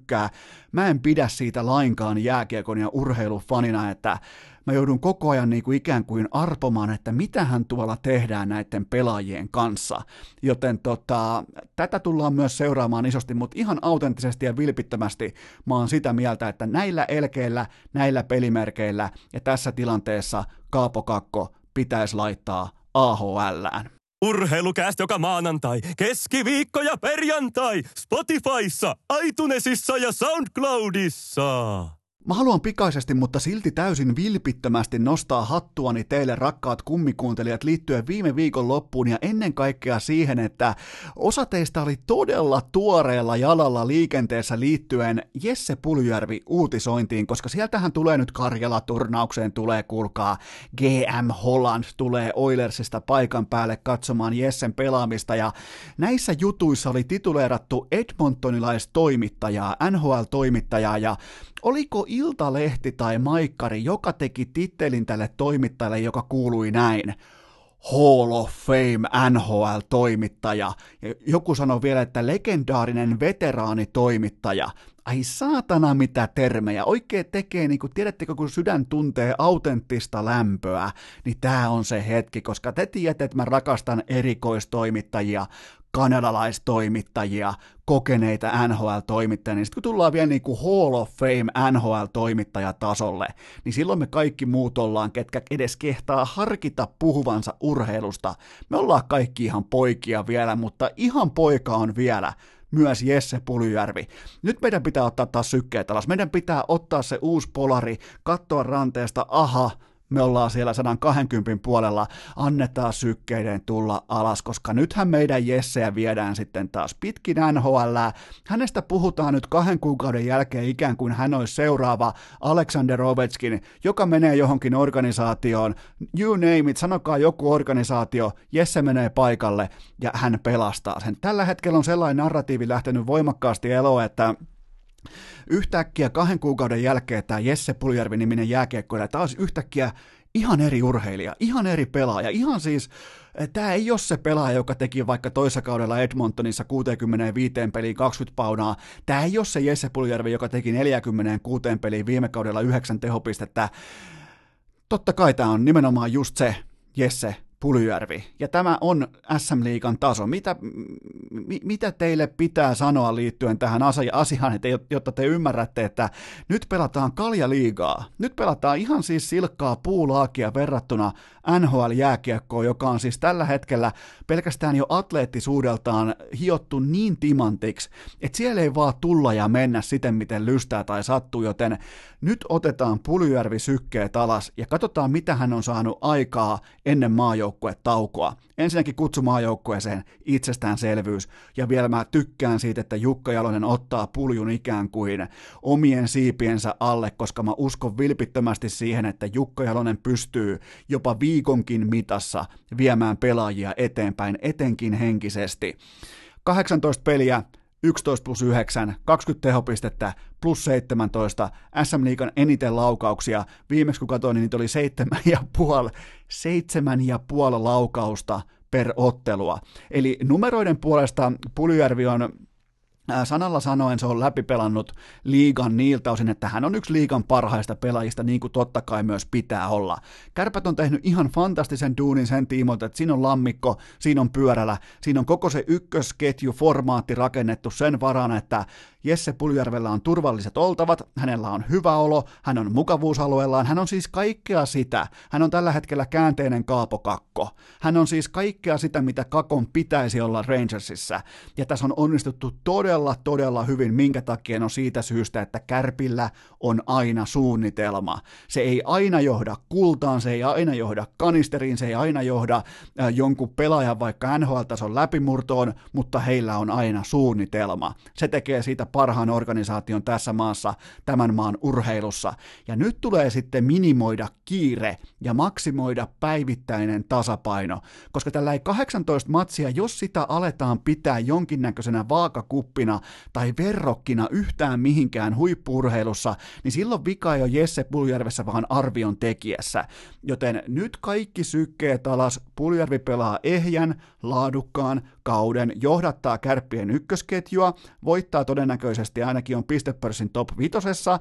Mä en pidä siitä lainkaan jääkiekon ja urheilufanina, että mä joudun koko ajan niin kuin ikään kuin arpomaan, että mitähän tuolla tehdään näiden pelaajien kanssa. Joten tätä tullaan myös seuraamaan isosti, mutta ihan autenttisesti ja vilpittömästi mä oon sitä mieltä, että näillä elkeillä, näillä pelimerkeillä ja tässä tilanteessa Kaapo Kakko pitäisi laittaa AHL:ään. Urheilukääst joka maanantai, keskiviikko ja perjantai, Spotifyssa, iTunesissa ja SoundCloudissa. Mä haluan pikaisesti, mutta silti täysin vilpittömästi nostaa hattuani teille rakkaat kummikuuntelijat liittyen viime viikon loppuun ja ennen kaikkea siihen, että osa teistä oli todella tuoreella jalalla liikenteessä liittyen Jesse Puljujärvi uutisointiin, koska sieltähän tulee nyt Karjala-turnaukseen, tulee kuulkaa GM Holland, tulee Oilersista paikan päälle katsomaan Jessen pelaamista ja näissä jutuissa oli tituleerattu edmontonilaistoimittajaa, NHL-toimittajaa ja oliko Iltalehti tai Maikkari, joka teki tittelin tälle toimittajalle, joka kuului näin? Hall of Fame NHL-toimittaja. Ja joku sanoi vielä, että legendaarinen veteraanitoimittaja. Ai saatana mitä termejä. Oikein tekee, niin kuin, tiedättekö, kun sydän tuntee autenttista lämpöä, niin tää on se hetki, koska te tiedätte, että mä rakastan erikoistoimittajia, kanadalaistoimittajia, kokeneita NHL-toimittajia, niin sitten kun tullaan vielä niin kuin Hall of Fame NHL-toimittajatasolle, niin silloin me kaikki muut ollaan, ketkä edes kehtaa harkita puhuvansa urheilusta. Me ollaan kaikki ihan poikia vielä, mutta ihan poika on vielä myös Jesse Puljujärvi. Nyt meidän pitää ottaa taas sykkeet alas. Meidän pitää ottaa se uusi polari, katsoa ranteesta, aha, me ollaan siellä 120 puolella, annetaan sykkeiden tulla alas, koska nythän meidän Jesseä viedään sitten taas pitkin NHL. Hänestä puhutaan nyt 2 kuukauden jälkeen ikään kuin hän olisi seuraava Alexander Ovechkin, joka menee johonkin organisaatioon, you name it, sanokaa joku organisaatio, Jesse menee paikalle ja hän pelastaa sen. Tällä hetkellä on sellainen narratiivi lähtenyt voimakkaasti eloon, että yhtäkkiä 2 kuukauden jälkeen tämä Jesse Puljujärvi-niminen jääkiekkoilija taas yhtäkkiä ihan eri urheilija, ihan eri pelaaja, ihan siis, tämä ei ole se pelaaja, joka teki vaikka toissa kaudella Edmontonissa 65 peliin 20 paunaa, tämä ei ole se Jesse Puljujärvi, joka teki 46 peliin viime kaudella 9 tehopistettä, totta kai tämä on nimenomaan just se Jesse Puljujärvi. Ja tämä on SM-liigan taso. Mitä teille pitää sanoa liittyen tähän asiaan, jotta te ymmärrätte, että nyt pelataan kaljaliigaa. Nyt pelataan ihan siis silkkaa puulaakia verrattuna NHL-jääkiekkoon, joka on siis tällä hetkellä pelkästään jo atleettisuudeltaan hiottu niin timantiksi, että siellä ei vaan tulla ja mennä siten, miten lystää tai sattuu, joten nyt otetaan Puljujärvi sykkeet alas ja katsotaan, mitä hän on saanut aikaa ennen maajoukkuetaukoa. Ensinnäkin kutsu maajoukkueeseen, itsestäänselvyys, ja vielä mä tykkään siitä, että Jukka Jalonen ottaa Puljun ikään kuin omien siipiensä alle, koska mä uskon vilpittömästi siihen, että Jukka Jalonen pystyy jopa viikonkin mitassa viemään pelaajia eteenpäin, etenkin henkisesti. 18 peliä, 11+9, 20 tehopistettä, +17, SM-liigan eniten laukauksia. Viimeksi kun katsoin, niin niitä oli 7,5 laukausta per ottelua. Eli numeroiden puolesta Puljujärvi on Sanalla sanoen se on läpipelannut liigan niiltä osin, että hän on yksi liigan parhaista pelaajista, niin kuin totta kai myös pitää olla. Kärpät on tehnyt ihan fantastisen duunin sen tiimoilta, että siinä on Lammikko, siinä on Pyörälä, siinä on koko se ykkösketjuformaatti rakennettu sen varaan, että Jesse Puljujärvellä on turvalliset oltavat, hänellä on hyvä olo, hän on mukavuusalueellaan, hän on siis kaikkea sitä. Hän on tällä hetkellä käänteinen Kaapo Kakko. Hän on siis kaikkea sitä, mitä Kakon pitäisi olla Rangersissa. Ja tässä on onnistuttu todella hyvin, minkä takia no siitä syystä, että Kärpillä on aina suunnitelma. Se ei aina johda kultaan, se ei aina johda kanisteriin, se ei aina johda jonkun pelaajan vaikka NHL-tason läpimurtoon, mutta heillä on aina suunnitelma. Se tekee siitä parhaan organisaation tässä maassa, tämän maan urheilussa. Ja nyt tulee sitten minimoida kiire ja maksimoida päivittäinen tasapaino, koska tällä ei 18 matsia, jos sitä aletaan pitää jonkinnäköisenä vaakakuppina tai verrokkina yhtään mihinkään huippu-urheilussa, niin silloin vika ei ole Jesse Puljujärvessä, vaan arvion tekijässä. Joten nyt kaikki sykkeet alas, Puljujärvi pelaa ehjän, laadukkaan kauden, johdattaa Kärppien ykkösketjua, voittaa todennäköisesti ainakin on pistepörssin top 5,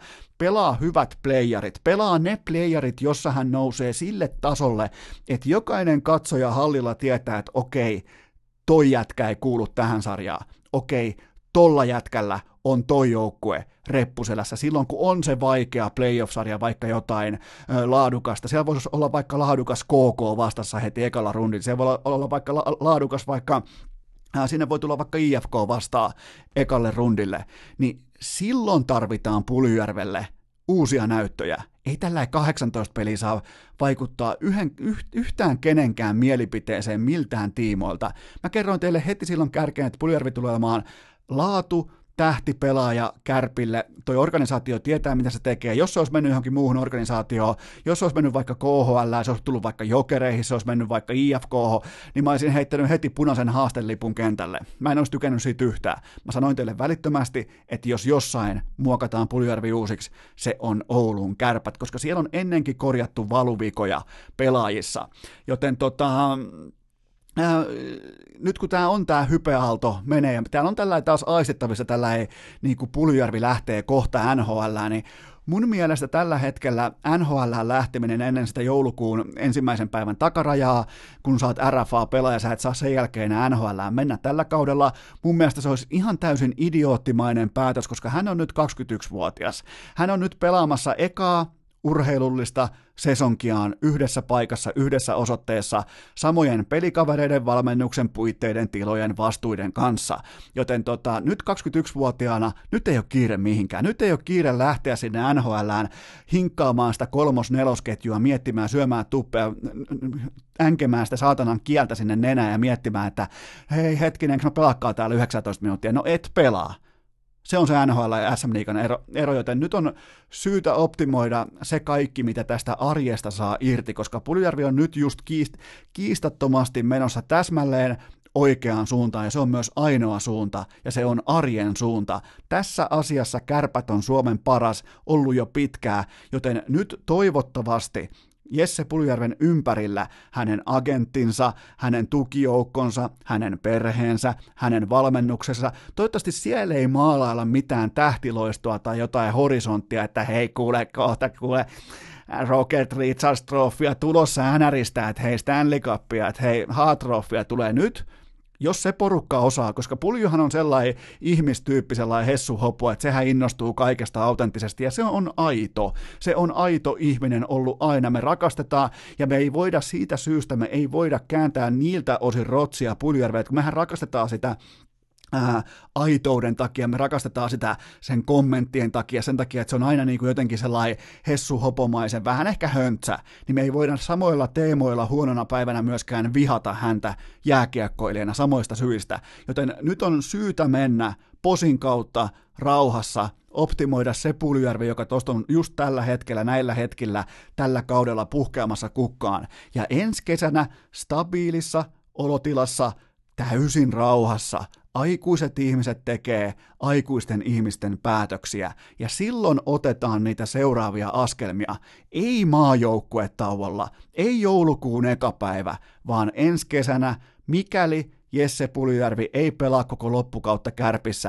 pelaa hyvät playerit, pelaa ne playerit, jossa hän nousee sille tasolle, että jokainen katsoja hallilla tietää, että okei, toi jätkä ei kuulu tähän sarjaan, okei, tolla jätkällä on toi joukkue reppuselässä silloin, kun on se vaikea playoff-sarja, vaikka jotain laadukasta. Siellä voisi olla vaikka laadukas KK vastassa heti ekalla rundilla. Siellä voi olla vaikka laadukas vaikka, sinne voi tulla vaikka IFK vastaan ekalle rundille. Niin silloin tarvitaan Puljujärvelle uusia näyttöjä. Ei tällä 18 peliä saa vaikuttaa yhtään kenenkään mielipiteeseen miltään tiimoilta. Mä kerroin teille heti silloin kärkeen, että Puljujärvi tulee olemaan laatu, tähtipelaaja Kärpille, toi organisaatio tietää, mitä se tekee, jos se olisi mennyt johonkin muuhun organisaatioon, jos se olisi mennyt vaikka KHL, se olisi tullut vaikka Jokereihin, se olisi mennyt vaikka IFK, niin mä olisin heittänyt heti punaisen haastelipun kentälle. Mä en olisi tykännyt siitä yhtään. Mä sanoin teille välittömästi, että jos jossain muokataan Puljujärvi uusiksi, se on Oulun Kärpät, koska siellä on ennenkin korjattu valuvikoja pelaajissa, joten nyt kun tämä on tämä hypeaalto menee, ja täällä on tällainen taas aistettavissa tällainen, niin kuin Puljujärvi lähtee kohta NHL, niin mun mielestä tällä hetkellä NHL lähteminen ennen sitä joulukuun 1. päivän takarajaa, kun sä oot RFA-pelaaja, sä et saa sen jälkeen NHL mennä tällä kaudella, mun mielestä se olisi ihan täysin idioottimainen päätös, koska hän on nyt 21-vuotias. Hän on nyt pelaamassa ekaa urheilullista sesonkiaan yhdessä paikassa, yhdessä osoitteessa, samojen pelikavereiden, valmennuksen, puitteiden, tilojen, vastuiden kanssa. Joten nyt 21-vuotiaana, nyt ei ole kiire mihinkään. Nyt ei ole kiire lähteä sinne NHLään hinkkaamaan sitä 3-4-ketjua, miettimään, syömään tuppea, änkemään sitä saatanan kieltä sinne nenään ja miettimään, että hei hetkinen, eikö mä pelaakaan täällä 19 minuuttia? No et pelaa. Se on se NHL ja SM-liigan ero, joten nyt on syytä optimoida se kaikki, mitä tästä arjesta saa irti, koska Puljujärvi on nyt just kiistattomasti menossa täsmälleen oikeaan suuntaan, ja se on myös ainoa suunta, ja se on arjen suunta. Tässä asiassa Kärpät on Suomen paras, ollut jo pitkään, joten nyt toivottavasti Jesse Puljujärven ympärillä hänen agenttinsa, hänen tukijoukkonsa, hänen perheensä, hänen valmennuksensa. Toivottavasti siellä ei maalailla mitään tähtiloistoa tai jotain horisonttia, että hei kuule Rocket Richards Trophya tulossa NRistä, että hei Stanley Cupia, että hei Hart Trophya tulee nyt. Jos se porukka osaa, koska Puljuhan on sellainen ihmistyyppi, sellainen hessuhopo, että sehän innostuu kaikesta autenttisesti, ja se on aito ihminen ollut aina, me rakastetaan, ja me ei voida siitä syystä, me ei voida kääntää niiltä osin rotsia Puljujärveä, kun mehän rakastetaan sitä aitouden takia, me rakastetaan sitä sen kommenttien takia, sen takia, että se on aina niin kuin jotenkin sellainen hessuhopomaisen, vähän ehkä höntsä, niin me ei voida samoilla teemoilla huonona päivänä myöskään vihata häntä jääkiekkoilijana samoista syistä, joten nyt on syytä mennä posin kautta rauhassa, optimoida se Puljujärvi, joka tuosta on just tällä hetkellä, näillä hetkillä, tällä kaudella puhkeamassa kukkaan, ja ensi kesänä stabiilissa olotilassa, täysin rauhassa, aikuiset ihmiset tekee aikuisten ihmisten päätöksiä, ja silloin otetaan niitä seuraavia askelmia, ei maajoukkuetauolla, ei joulukuun eka päivä, vaan ensi kesänä, mikäli Jesse Puljujärvi ei pelaa koko loppukautta Kärpissä,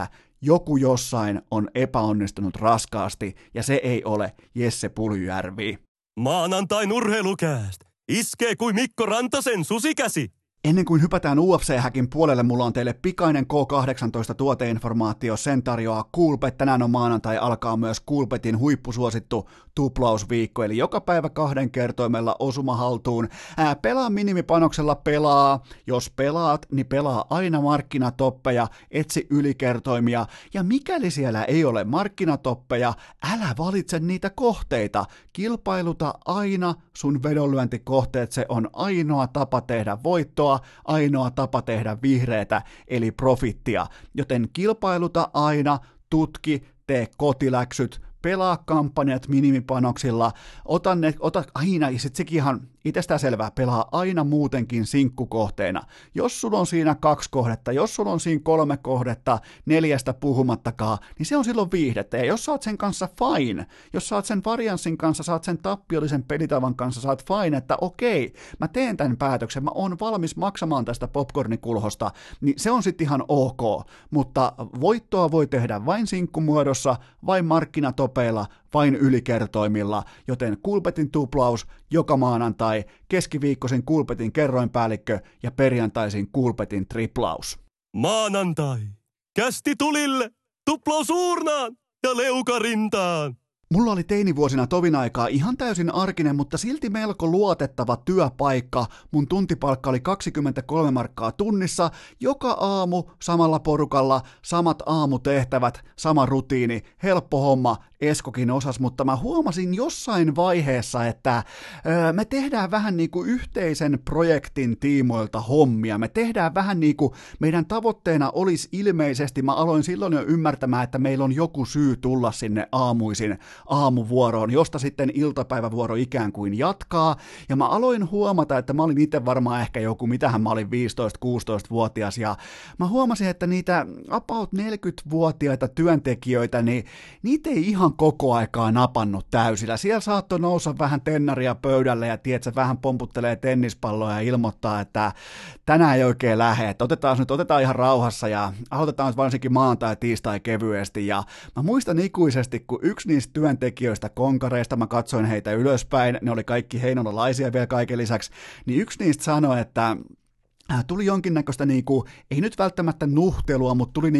joku jossain on epäonnistunut raskaasti, ja se ei ole Jesse Puljujärvi. Maanantain urheilukääst. Iskee kuin Mikko Rantasen susikäsi. Ennen kuin hypätään UFC-häkin puolelle, mulla on teille pikainen K18-tuoteinformaatio, sen tarjoaa Coolbet. Tänään on maanantai, alkaa myös Coolbetin huippusuosittu tuplausviikko, eli joka päivä 2 kertoimella osuma haltuun. Pelaa minimipanoksella, pelaa. Jos pelaat, niin pelaa aina markkinatoppeja, etsi ylikertoimia, ja mikäli siellä ei ole markkinatoppeja, älä valitse niitä kohteita. Kilpailuta aina sun vedonlyöntikohteet, se on ainoa tapa tehdä voittoa, ainoa tapa tehdä vihreätä, eli profittia. Joten kilpailuta aina, tutki, tee kotiläksyt, pelaa kampanjat minimipanoksilla, ota aina, ja sit sekin ihan itsestään selvää, pelaa aina muutenkin sinkkukohteena. Jos sulla on siinä 2 kohdetta, jos sulla on siinä 3 kohdetta, 4 puhumattakaan, niin se on silloin viihdettä. Ja jos sä oot sen kanssa fine, jos sä oot sen varianssin kanssa, sä oot sen tappiollisen pelitavan kanssa, sä oot fine, että okei, mä teen tämän päätöksen, mä oon valmis maksamaan tästä popcornikulhosta, niin se on sitten ihan ok. Mutta voittoa voi tehdä vain sinkkumuodossa, vain markkinatopeilla, vain ylikertoimilla, joten Coolbetin tuplaus joka maanantai, keskiviikkoisin Coolbetin kerroinpäällikkö ja perjantaisin Coolbetin triplaus. Maanantai. Kästi tulille, tuplaus uurnaan ja leukarintaan. Mulla oli teinivuosina tovin aikaa ihan täysin arkinen, mutta silti melko luotettava työpaikka. Mun tuntipalkka oli 23 markkaa tunnissa, joka aamu samalla porukalla, samat aamutehtävät, sama rutiini, helppo homma, Eskokin osas, mutta mä huomasin jossain vaiheessa, että me tehdään vähän niin kuin yhteisen projektin tiimoilta hommia. Me tehdään vähän niin kuin meidän tavoitteena olisi ilmeisesti, mä aloin silloin jo ymmärtämään, että meillä on joku syy tulla sinne aamuisin aamuvuoroon, josta sitten iltapäivävuoro ikään kuin jatkaa, ja mä aloin huomata, että mä olin itse varmaan ehkä joku, mitähän mä olin 15-16-vuotias, ja mä huomasin, että niitä about 40-vuotiaita työntekijöitä, niin niitä ei ihan koko aikaa napannut täysillä. Siellä saattoi nousta vähän tennaria pöydälle ja tiedätkö, vähän pomputtelee tennispalloa ja ilmoittaa, että tänään ei oikein lähde, että otetaan ihan rauhassa ja aloitetaan varsinkin maanantai, tiistai kevyesti, ja mä muistan ikuisesti, kun yksi niistä työntekijöistä konkareista, mä katsoin heitä ylöspäin, ne oli kaikki heinolalaisia vielä kaiken lisäksi, niin yksi niistä sanoi, että tuli jonkinnäköistä, ei nyt välttämättä nuhtelua, mutta tuli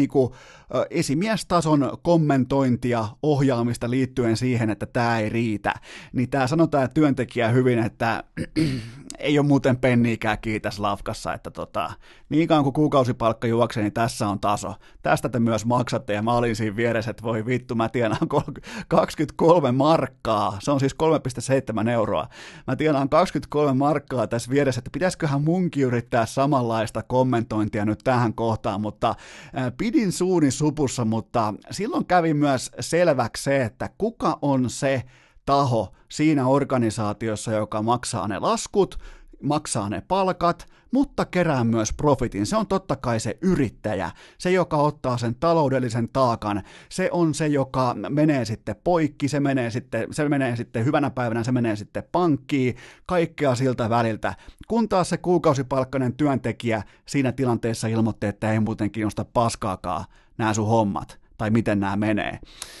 esimiestason kommentointia, ohjaamista liittyen siihen, että tämä ei riitä. Niin tämä sanotaan työntekijä hyvin, että ei ole muuten penniikään kiitos lafkassa, että niin kauan kuin kuukausipalkka juoksee, niin tässä on taso. Tästä te myös maksatte, ja mä olin siinä vieressä, että voi vittu, mä tienaan 23 markkaa, se on siis 3,7 euroa. Mä tienaan 23 markkaa tässä vieressä, että pitäisiköhän munkin yrittää samanlaista kommentointia nyt tähän kohtaan, mutta pidin suuni supussa, mutta silloin kävi myös selväksi se, että kuka on se taho siinä organisaatiossa, joka maksaa ne laskut, maksaa ne palkat, mutta kerää myös profitin. Se on totta kai se yrittäjä, se joka ottaa sen taloudellisen taakan, se on se, joka menee sitten poikki, se menee sitten hyvänä päivänä, se menee sitten pankkiin, kaikkea siltä väliltä. Kun taas se kuukausipalkkainen työntekijä siinä tilanteessa ilmoitti, että ei muuten kiinnosta paskaakaan nämä sun hommat, tai miten nämä menee.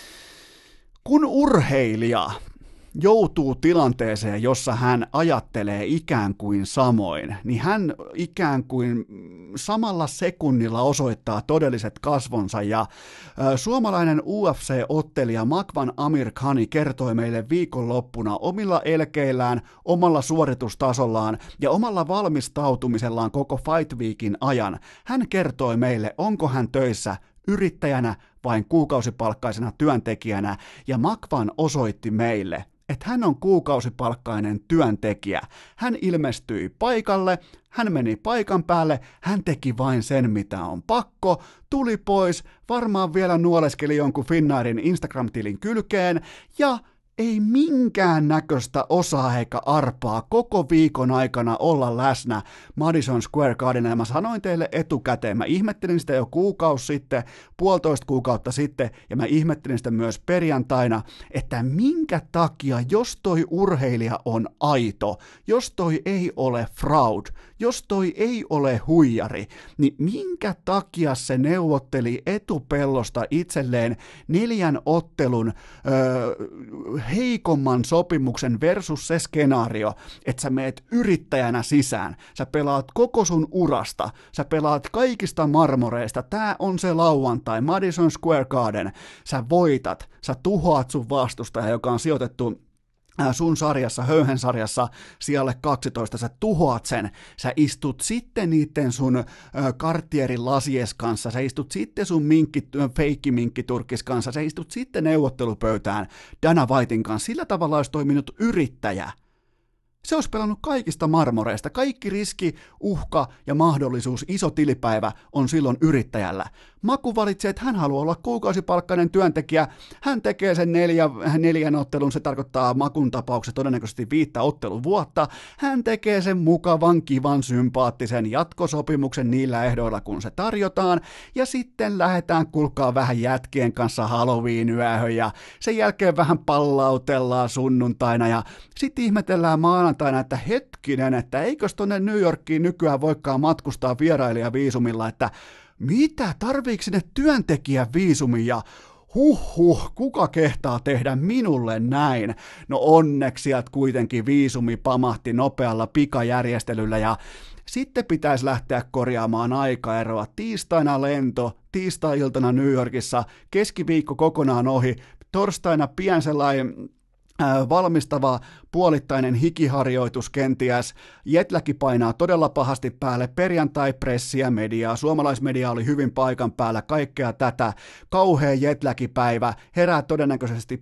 Kun urheilija joutuu tilanteeseen, jossa hän ajattelee ikään kuin samoin, niin hän ikään kuin samalla sekunnilla osoittaa todelliset kasvonsa, ja suomalainen UFC-ottelija Makwan Amirkhani kertoi meille viikonloppuna omilla elkeillään, omalla suoritustasollaan ja omalla valmistautumisellaan koko Fight Weekin ajan. Hän kertoi meille, onko hän töissä yrittäjänä vai kuukausipalkkaisena työntekijänä, ja Makwan osoitti meille, että hän on kuukausipalkkainen työntekijä. Hän ilmestyi paikalle, hän meni paikan päälle, hän teki vain sen, mitä on pakko, tuli pois, varmaan vielä nuoleskeli jonkun Finnairin Instagram-tilin kylkeen, ja ei minkään näköistä osaa eikä arpaa koko viikon aikana olla läsnä Madison Square Gardenilla. Ja mä sanoin teille etukäteen, mä ihmettelin sitä jo kuukausi sitten, 1,5 kuukautta sitten, ja mä ihmettelin sitä myös perjantaina, että minkä takia, jos toi urheilija on aito, jos toi ei ole fraud, jos toi ei ole huijari, niin minkä takia se neuvotteli etupellosta itselleen 4 ottelun heikomman sopimuksen versus se skenaario, että sä meet yrittäjänä sisään, sä pelaat koko sun urasta, sä pelaat kaikista marmoreista, tää on se lauantai, Madison Square Garden, sä voitat, sä tuhoat sun vastustaja, joka on sijoitettu sun sarjassa, höyhen sarjassa, sijalle 12, sä tuhoat sen, sä istut sitten niitten sun Cartierin lasies kanssa, sä istut sitten sun feikki-minkkiturkis kanssa, sä istut sitten neuvottelupöytään Dana Whiten kanssa, sillä tavalla olisi toiminut yrittäjä. Se olisi pelannut kaikista marmoreista. Kaikki riski, uhka ja mahdollisuus, iso tilipäivä on silloin yrittäjällä. Maku valitsee, että hän haluaa olla kuukausipalkkainen työntekijä. Hän tekee sen 4 ottelun, se tarkoittaa Makun tapauksessa todennäköisesti 5 otteluvuotta. Hän tekee sen mukavan, kivan, sympaattisen jatkosopimuksen niillä ehdoilla, kun se tarjotaan. Ja sitten lähdetään kulkaa vähän jätkien kanssa Halloween-yöhön ja sen jälkeen vähän pallautellaan sunnuntaina ja sitten ihmetellään maanantaina, että hetkinen, että eikös tonne New Yorkiin nykyään voikaan matkustaa vierailijaviisumilla, että mitä, tarviiko sinne työntekijäviisumi ja kuka kehtaa tehdä minulle näin? No onneksi sieltä kuitenkin viisumi pamahti nopealla pikajärjestelyllä ja sitten pitäisi lähteä korjaamaan aikaeroa. Tiistaina lento, tiistai-iltana New Yorkissa, keskiviikko kokonaan ohi, torstaina pian sellainen valmistava puolittainen hikiharjoitus kenties, jetläki painaa todella pahasti päälle, perjantai pressiä mediaa, suomalaismedia oli hyvin paikan päällä, kaikkea tätä, kauhea jetläkipäivä, herää todennäköisesti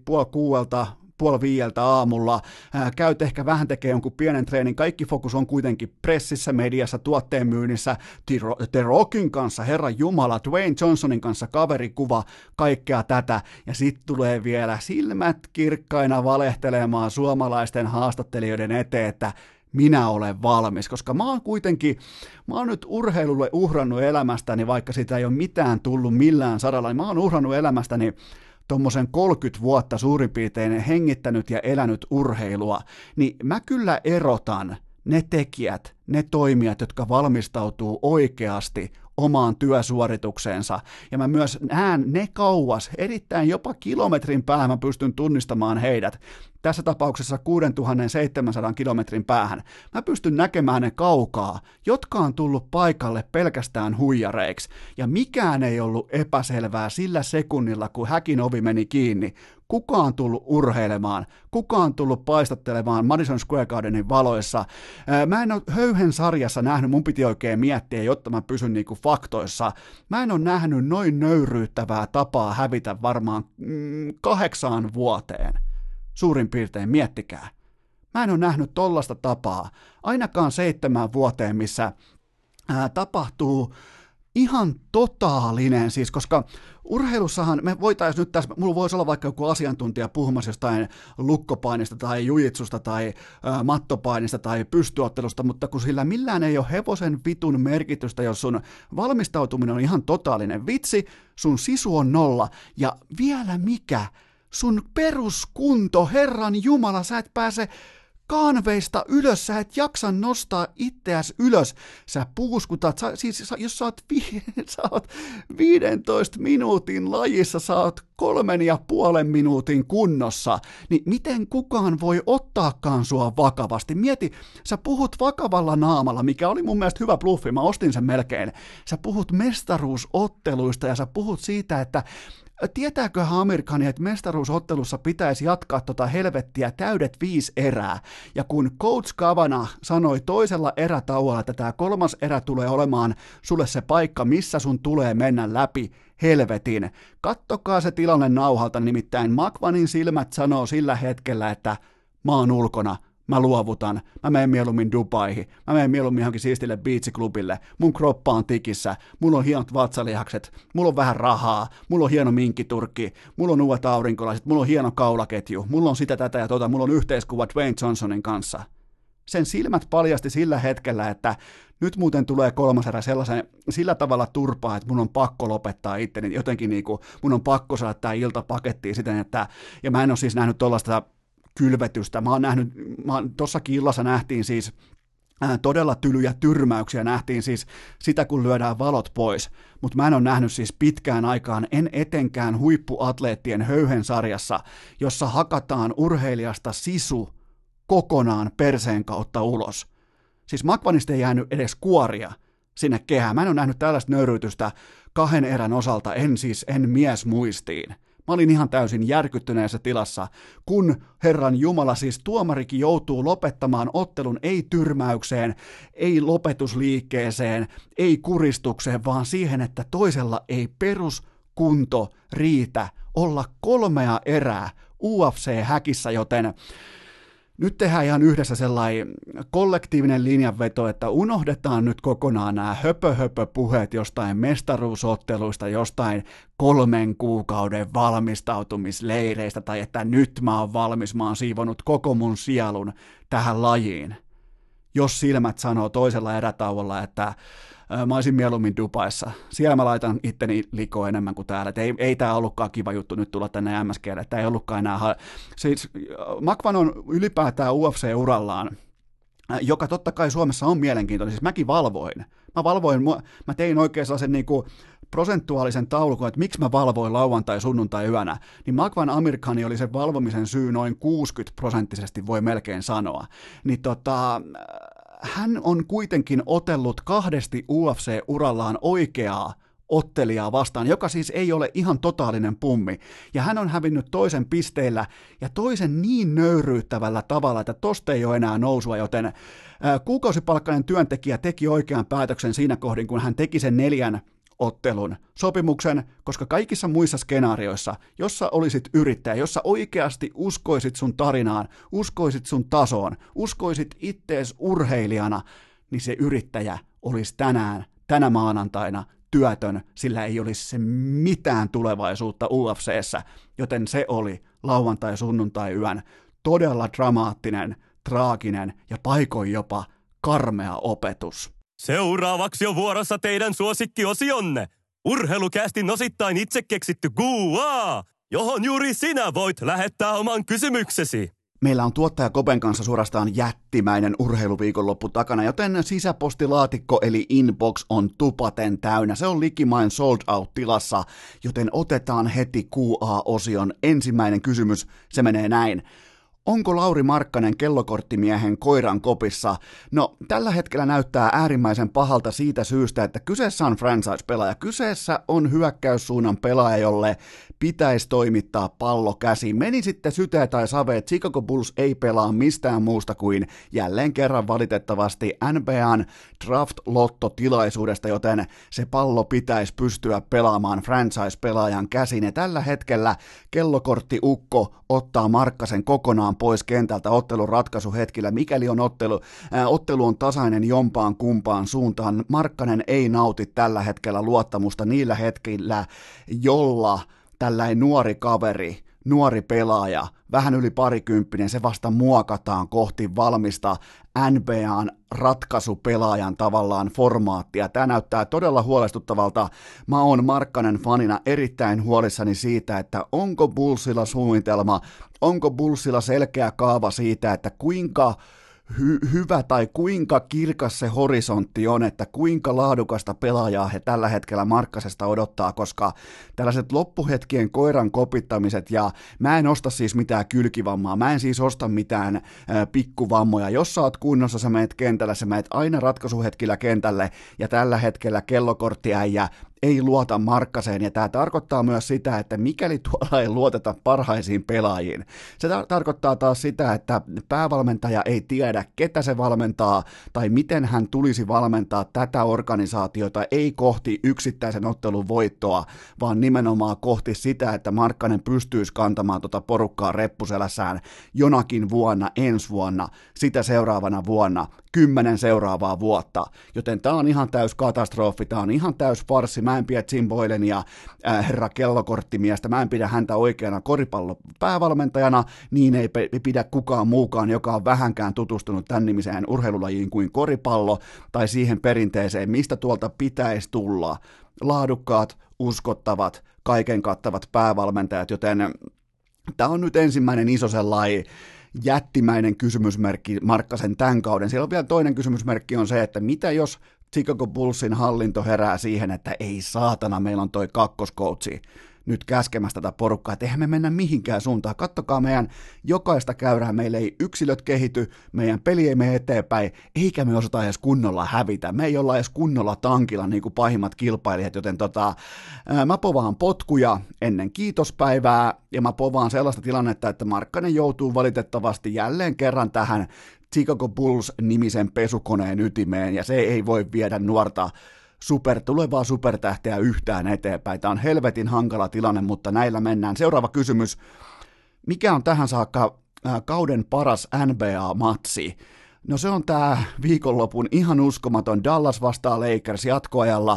4:30 aamulla, käyt ehkä vähän tekee jonkun pienen treenin, kaikki fokus on kuitenkin pressissä, mediassa, tuotteen myynnissä, The Rockin kanssa, Herran Jumala, Dwayne Johnsonin kanssa kaverikuva, kaikkea tätä, ja sitten tulee vielä silmät kirkkaina valehtelemaan suomalaisten haastattelijoiden eteen, että minä olen valmis, koska mä oon nyt urheilulle uhrannut elämästäni, vaikka sitä ei ole mitään tullut millään saralla, niin mä oon uhrannut elämästäni tommosen 30 vuotta suurin piirtein hengittänyt ja elänyt urheilua, niin mä kyllä erotan ne tekijät, ne toimijat, jotka valmistautuu oikeasti omaan työsuoritukseensa, ja mä myös näen ne kauas, erittäin jopa kilometrin päähän mä pystyn tunnistamaan heidät, tässä tapauksessa 6700 kilometrin päähän. Mä pystyn näkemään ne kaukaa, jotka on tullut paikalle pelkästään huijareiksi, ja mikään ei ollut epäselvää sillä sekunnilla, kun häkin ovi meni kiinni. Kuka on tullut urheilemaan? Kuka on tullut paistattelemaan Madison Square Gardenin valoissa? Mä en ole höyhen sarjassa nähnyt, mun piti oikein miettiä, jotta mä pysyn niinku faktoissa. Mä en ole nähnyt noin nöyryyttävää tapaa hävitä varmaan 8 vuoteen. Suurin piirtein, miettikää. Mä en ole nähnyt tollasta tapaa, ainakaan 7 vuoteen, missä tapahtuu ihan totaalinen, siis koska urheilussahan me voitaisiin nyt tässä, mulla voisi olla vaikka joku asiantuntija puhumassa jostain lukkopainista tai jujitsusta tai mattopainista tai pystyottelusta, mutta kun sillä millään ei ole hevosen vitun merkitystä, jos sun valmistautuminen on ihan totaalinen vitsi, sun sisu on 0 ja vielä mikä, sun peruskunto, Herran Jumala, sä et pääse kaanveista ylös, sä et jaksa nostaa itseäsi ylös, sä puuskutat, jos sä oot 15 minuutin lajissa, sä oot 3,5 minuutin kunnossa, niin miten kukaan voi ottaakaan sua vakavasti? Mieti, sä puhut vakavalla naamalla, mikä oli mun mielestä hyvä bluffi, mä ostin sen melkein, sä puhut mestaruusotteluista ja sä puhut siitä, että tietääköhän Amerikani, että mestaruusottelussa pitäisi jatkaa tota helvettiä täydet 5 erää, ja kun Coach Kavana sanoi toisella erätauolla, että tämä 3. erä tulee olemaan sulle se paikka, missä sun tulee mennä läpi helvetin. Kattokaa se tilanne nauhalta, nimittäin McVanin silmät sanoo sillä hetkellä, että mä oon ulkona. Mä luovutan, mä menen mieluummin Dubaihin, mä menen mieluummin johonkin siistille beachiklubille, mun kroppa on tikissä, mulla on hienot vatsalihakset, mulla on vähän rahaa, mulla on hieno minkkiturkki, mulla on uudet aurinkolaiset, mulla on hieno kaulaketju, mulla on sitä, tätä ja tota, mulla on yhteiskuva Dwayne Johnsonin kanssa. Sen silmät paljasti sillä hetkellä, että nyt muuten tulee 3. erä sillä tavalla turpaa, että mun on pakko lopettaa itteni, jotenkin niinku, mun on pakko saada tää ilta pakettiin siten, että, ja mä en ole siis nähnyt tollaista kylvetystä. Tossakin illassa nähtiin siis todella tylyjä tyrmäyksiä nähtiin siis sitä, kun lyödään valot pois, mutta mä en ole nähnyt siis pitkään aikaan, en etenkään huippuatleettien höyhensarjassa, jossa hakataan urheilijasta sisu kokonaan perseen kautta ulos. Siis Makvanista ei jäänyt edes kuoria sinne kehään. Mä en ole nähnyt tällaista nöyryytystä 2 erän osalta, en mies muistiin. Mä olin ihan täysin järkyttyneessä tilassa, kun Herran Jumala, siis tuomarikin joutuu lopettamaan ottelun ei tyrmäykseen, ei lopetusliikkeeseen, ei kuristukseen, vaan siihen, että toisella ei peruskunto riitä olla 3 erää UFC-häkissä, joten nyt tehdään ihan yhdessä sellainen kollektiivinen linjanveto, että unohdetaan nyt kokonaan nämä höpö-höpö-puheet jostain mestaruusotteluista, jostain 3 kuukauden valmistautumisleireistä, tai että nyt mä oon valmis, mä oon siivonut koko mun sielun tähän lajiin. Jos silmät sanoo toisella erätauolla, että mä olisin mieluummin Dubaissa. Siellä mä laitan itteni likoon enemmän kuin täällä. Ei tää ollutkaan kiva juttu nyt tulla tänne MSG:lle. Tää ei ollutkaan enää... Siis Makvan on ylipäätään UFC-urallaan, joka totta kai Suomessa on mielenkiintoinen. Siis mäkin valvoin. Mä tein oikein sellaisen niinku prosentuaalisen taulukon, että miksi mä valvoin lauantai-sunnuntai-yönä, niin Makvan Amir Khan oli sen valvomisen syy noin 60% voi melkein sanoa. Niin hän on kuitenkin otellut 2 UFC-urallaan oikeaa ottelijaa vastaan, joka siis ei ole ihan totaalinen pummi. Ja hän on hävinnyt toisen pisteillä ja toisen niin nöyryyttävällä tavalla, että tosta ei ole enää nousua, joten kuukausipalkkainen työntekijä teki oikean päätöksen siinä kohdin, kun hän teki sen 4 ottelun sopimuksen, koska kaikissa muissa skenaarioissa, jossa olisit yrittäjä, jossa oikeasti uskoisit sun tarinaan, uskoisit sun tasoon, uskoisit ittees urheilijana, niin se yrittäjä olisi tänä maanantaina työtön, sillä ei olisi mitään tulevaisuutta UFC:ssä, joten se oli lauantai-sunnuntai-yön todella dramaattinen, traaginen ja paikoin jopa karmea opetus. Seuraavaksi on vuorossa teidän suosikkiosionne. Urheilukästin osittain itse keksitty Q&A, johon juuri sinä voit lähettää oman kysymyksesi. Meillä on tuottaja Kopen kanssa suorastaan jättimäinen urheiluviikonloppu takana, joten sisäpostilaatikko eli inbox on tupaten täynnä. Se on likimain sold out tilassa, joten otetaan heti Q&A-osion ensimmäinen kysymys. Se menee näin. Onko Lauri Markkanen kellokorttimiehen koiran kopissa? No, tällä hetkellä näyttää äärimmäisen pahalta siitä syystä, että kyseessä on franchise-pelaaja. Kyseessä on hyökkäyssuunnan pelaaja, jolle pitäisi toimittaa pallo käsiin. Meni sitten syte tai save, Chicago Bulls ei pelaa mistään muusta kuin jälleen kerran valitettavasti NBAn draft-lottotilaisuudesta, joten se pallo pitäisi pystyä pelaamaan franchise-pelaajan käsiin. Ja tällä hetkellä kellokortti-ukko ottaa Markkasen kokonaan pois kentältä ottelun ratkaisuhetkillä. Mikäli on ottelu on tasainen jompaan kumpaan suuntaan, Markkanen ei nauti tällä hetkellä luottamusta niillä hetkillä, jolla tällainen nuori kaveri, nuori pelaaja, vähän yli 20, se vasta muokataan kohti valmista NBAn ratkaisupelaajan tavallaan formaattia. Tämä näyttää todella huolestuttavalta. Mä oon Markkanen fanina erittäin huolissani siitä, että onko Bullsilla suunnitelma, onko Bullsilla selkeä kaava siitä, että kuinka hyvä tai kuinka kirkas se horisontti on, että kuinka laadukasta pelaajaa he tällä hetkellä Markkasesta odottaa, koska tällaiset loppuhetkien koiran kopittamiset, ja mä en osta siis mitään kylkivammaa, mä en siis osta mitään pikkuvammoja, jos sä oot kunnossa, sä meet kentälle, sä meet aina ratkaisuhetkillä kentälle, ja tällä hetkellä kellokorttiäijä ei luota Markkaseen, ja tämä tarkoittaa myös sitä, että mikäli tuolla ei luoteta parhaisiin pelaajiin, se tarkoittaa taas sitä, että päävalmentaja ei tiedä, ketä se valmentaa, tai miten hän tulisi valmentaa tätä organisaatiota, ei kohti yksittäisen ottelun voittoa, vaan nimenomaan kohti sitä, että Markkanen pystyisi kantamaan tuota porukkaa reppuselässään jonakin vuonna, ensi vuonna, sitä seuraavana vuonna, 10 seuraavaa vuotta, joten tämä on ihan täys katastrofi, tämä on ihan täys farssi, mä en pidä Jim Boylenia herra kellokorttimiestä, mä en pidä häntä oikeana koripallon päävalmentajana, niin ei pidä kukaan muukaan, joka on vähänkään tutustunut tämän nimiseen urheilulajiin kuin koripallo, tai siihen perinteeseen, mistä tuolta pitäisi tulla laadukkaat, uskottavat, kaiken kattavat päävalmentajat, joten tämä on nyt ensimmäinen iso sellainen jättimäinen kysymysmerkki Markkasen tämän kauden. Siellä on vielä toinen kysymysmerkki on se, että mitä jos Chicago Bullsin hallinto herää siihen, että ei saatana, meillä on toi kakkoskoutsi nyt käskemässä tätä porukkaa, että eihän me mennä mihinkään suuntaan. Kattokaa meidän jokaista käyrää, meillä ei yksilöt kehity, meidän peli ei mene eteenpäin, eikä me osata edes kunnolla hävitä. Me ei olla edes kunnolla tankilla niin kuin pahimmat kilpailijat, joten mä povaan potkuja ennen kiitospäivää, ja mä povaan sellaista tilannetta, että Markkanen joutuu valitettavasti jälleen kerran tähän Chicago Bulls-nimisen pesukoneen ytimeen, ja se ei voi viedä nuorta tulevaa supertähteä yhtään eteenpäin. Tämä on helvetin hankala tilanne, mutta näillä mennään. Seuraava kysymys. Mikä on tähän saakka kauden paras NBA-matsi? No se on tämä viikonlopun ihan uskomaton Dallas vastaa Lakers jatkoajalla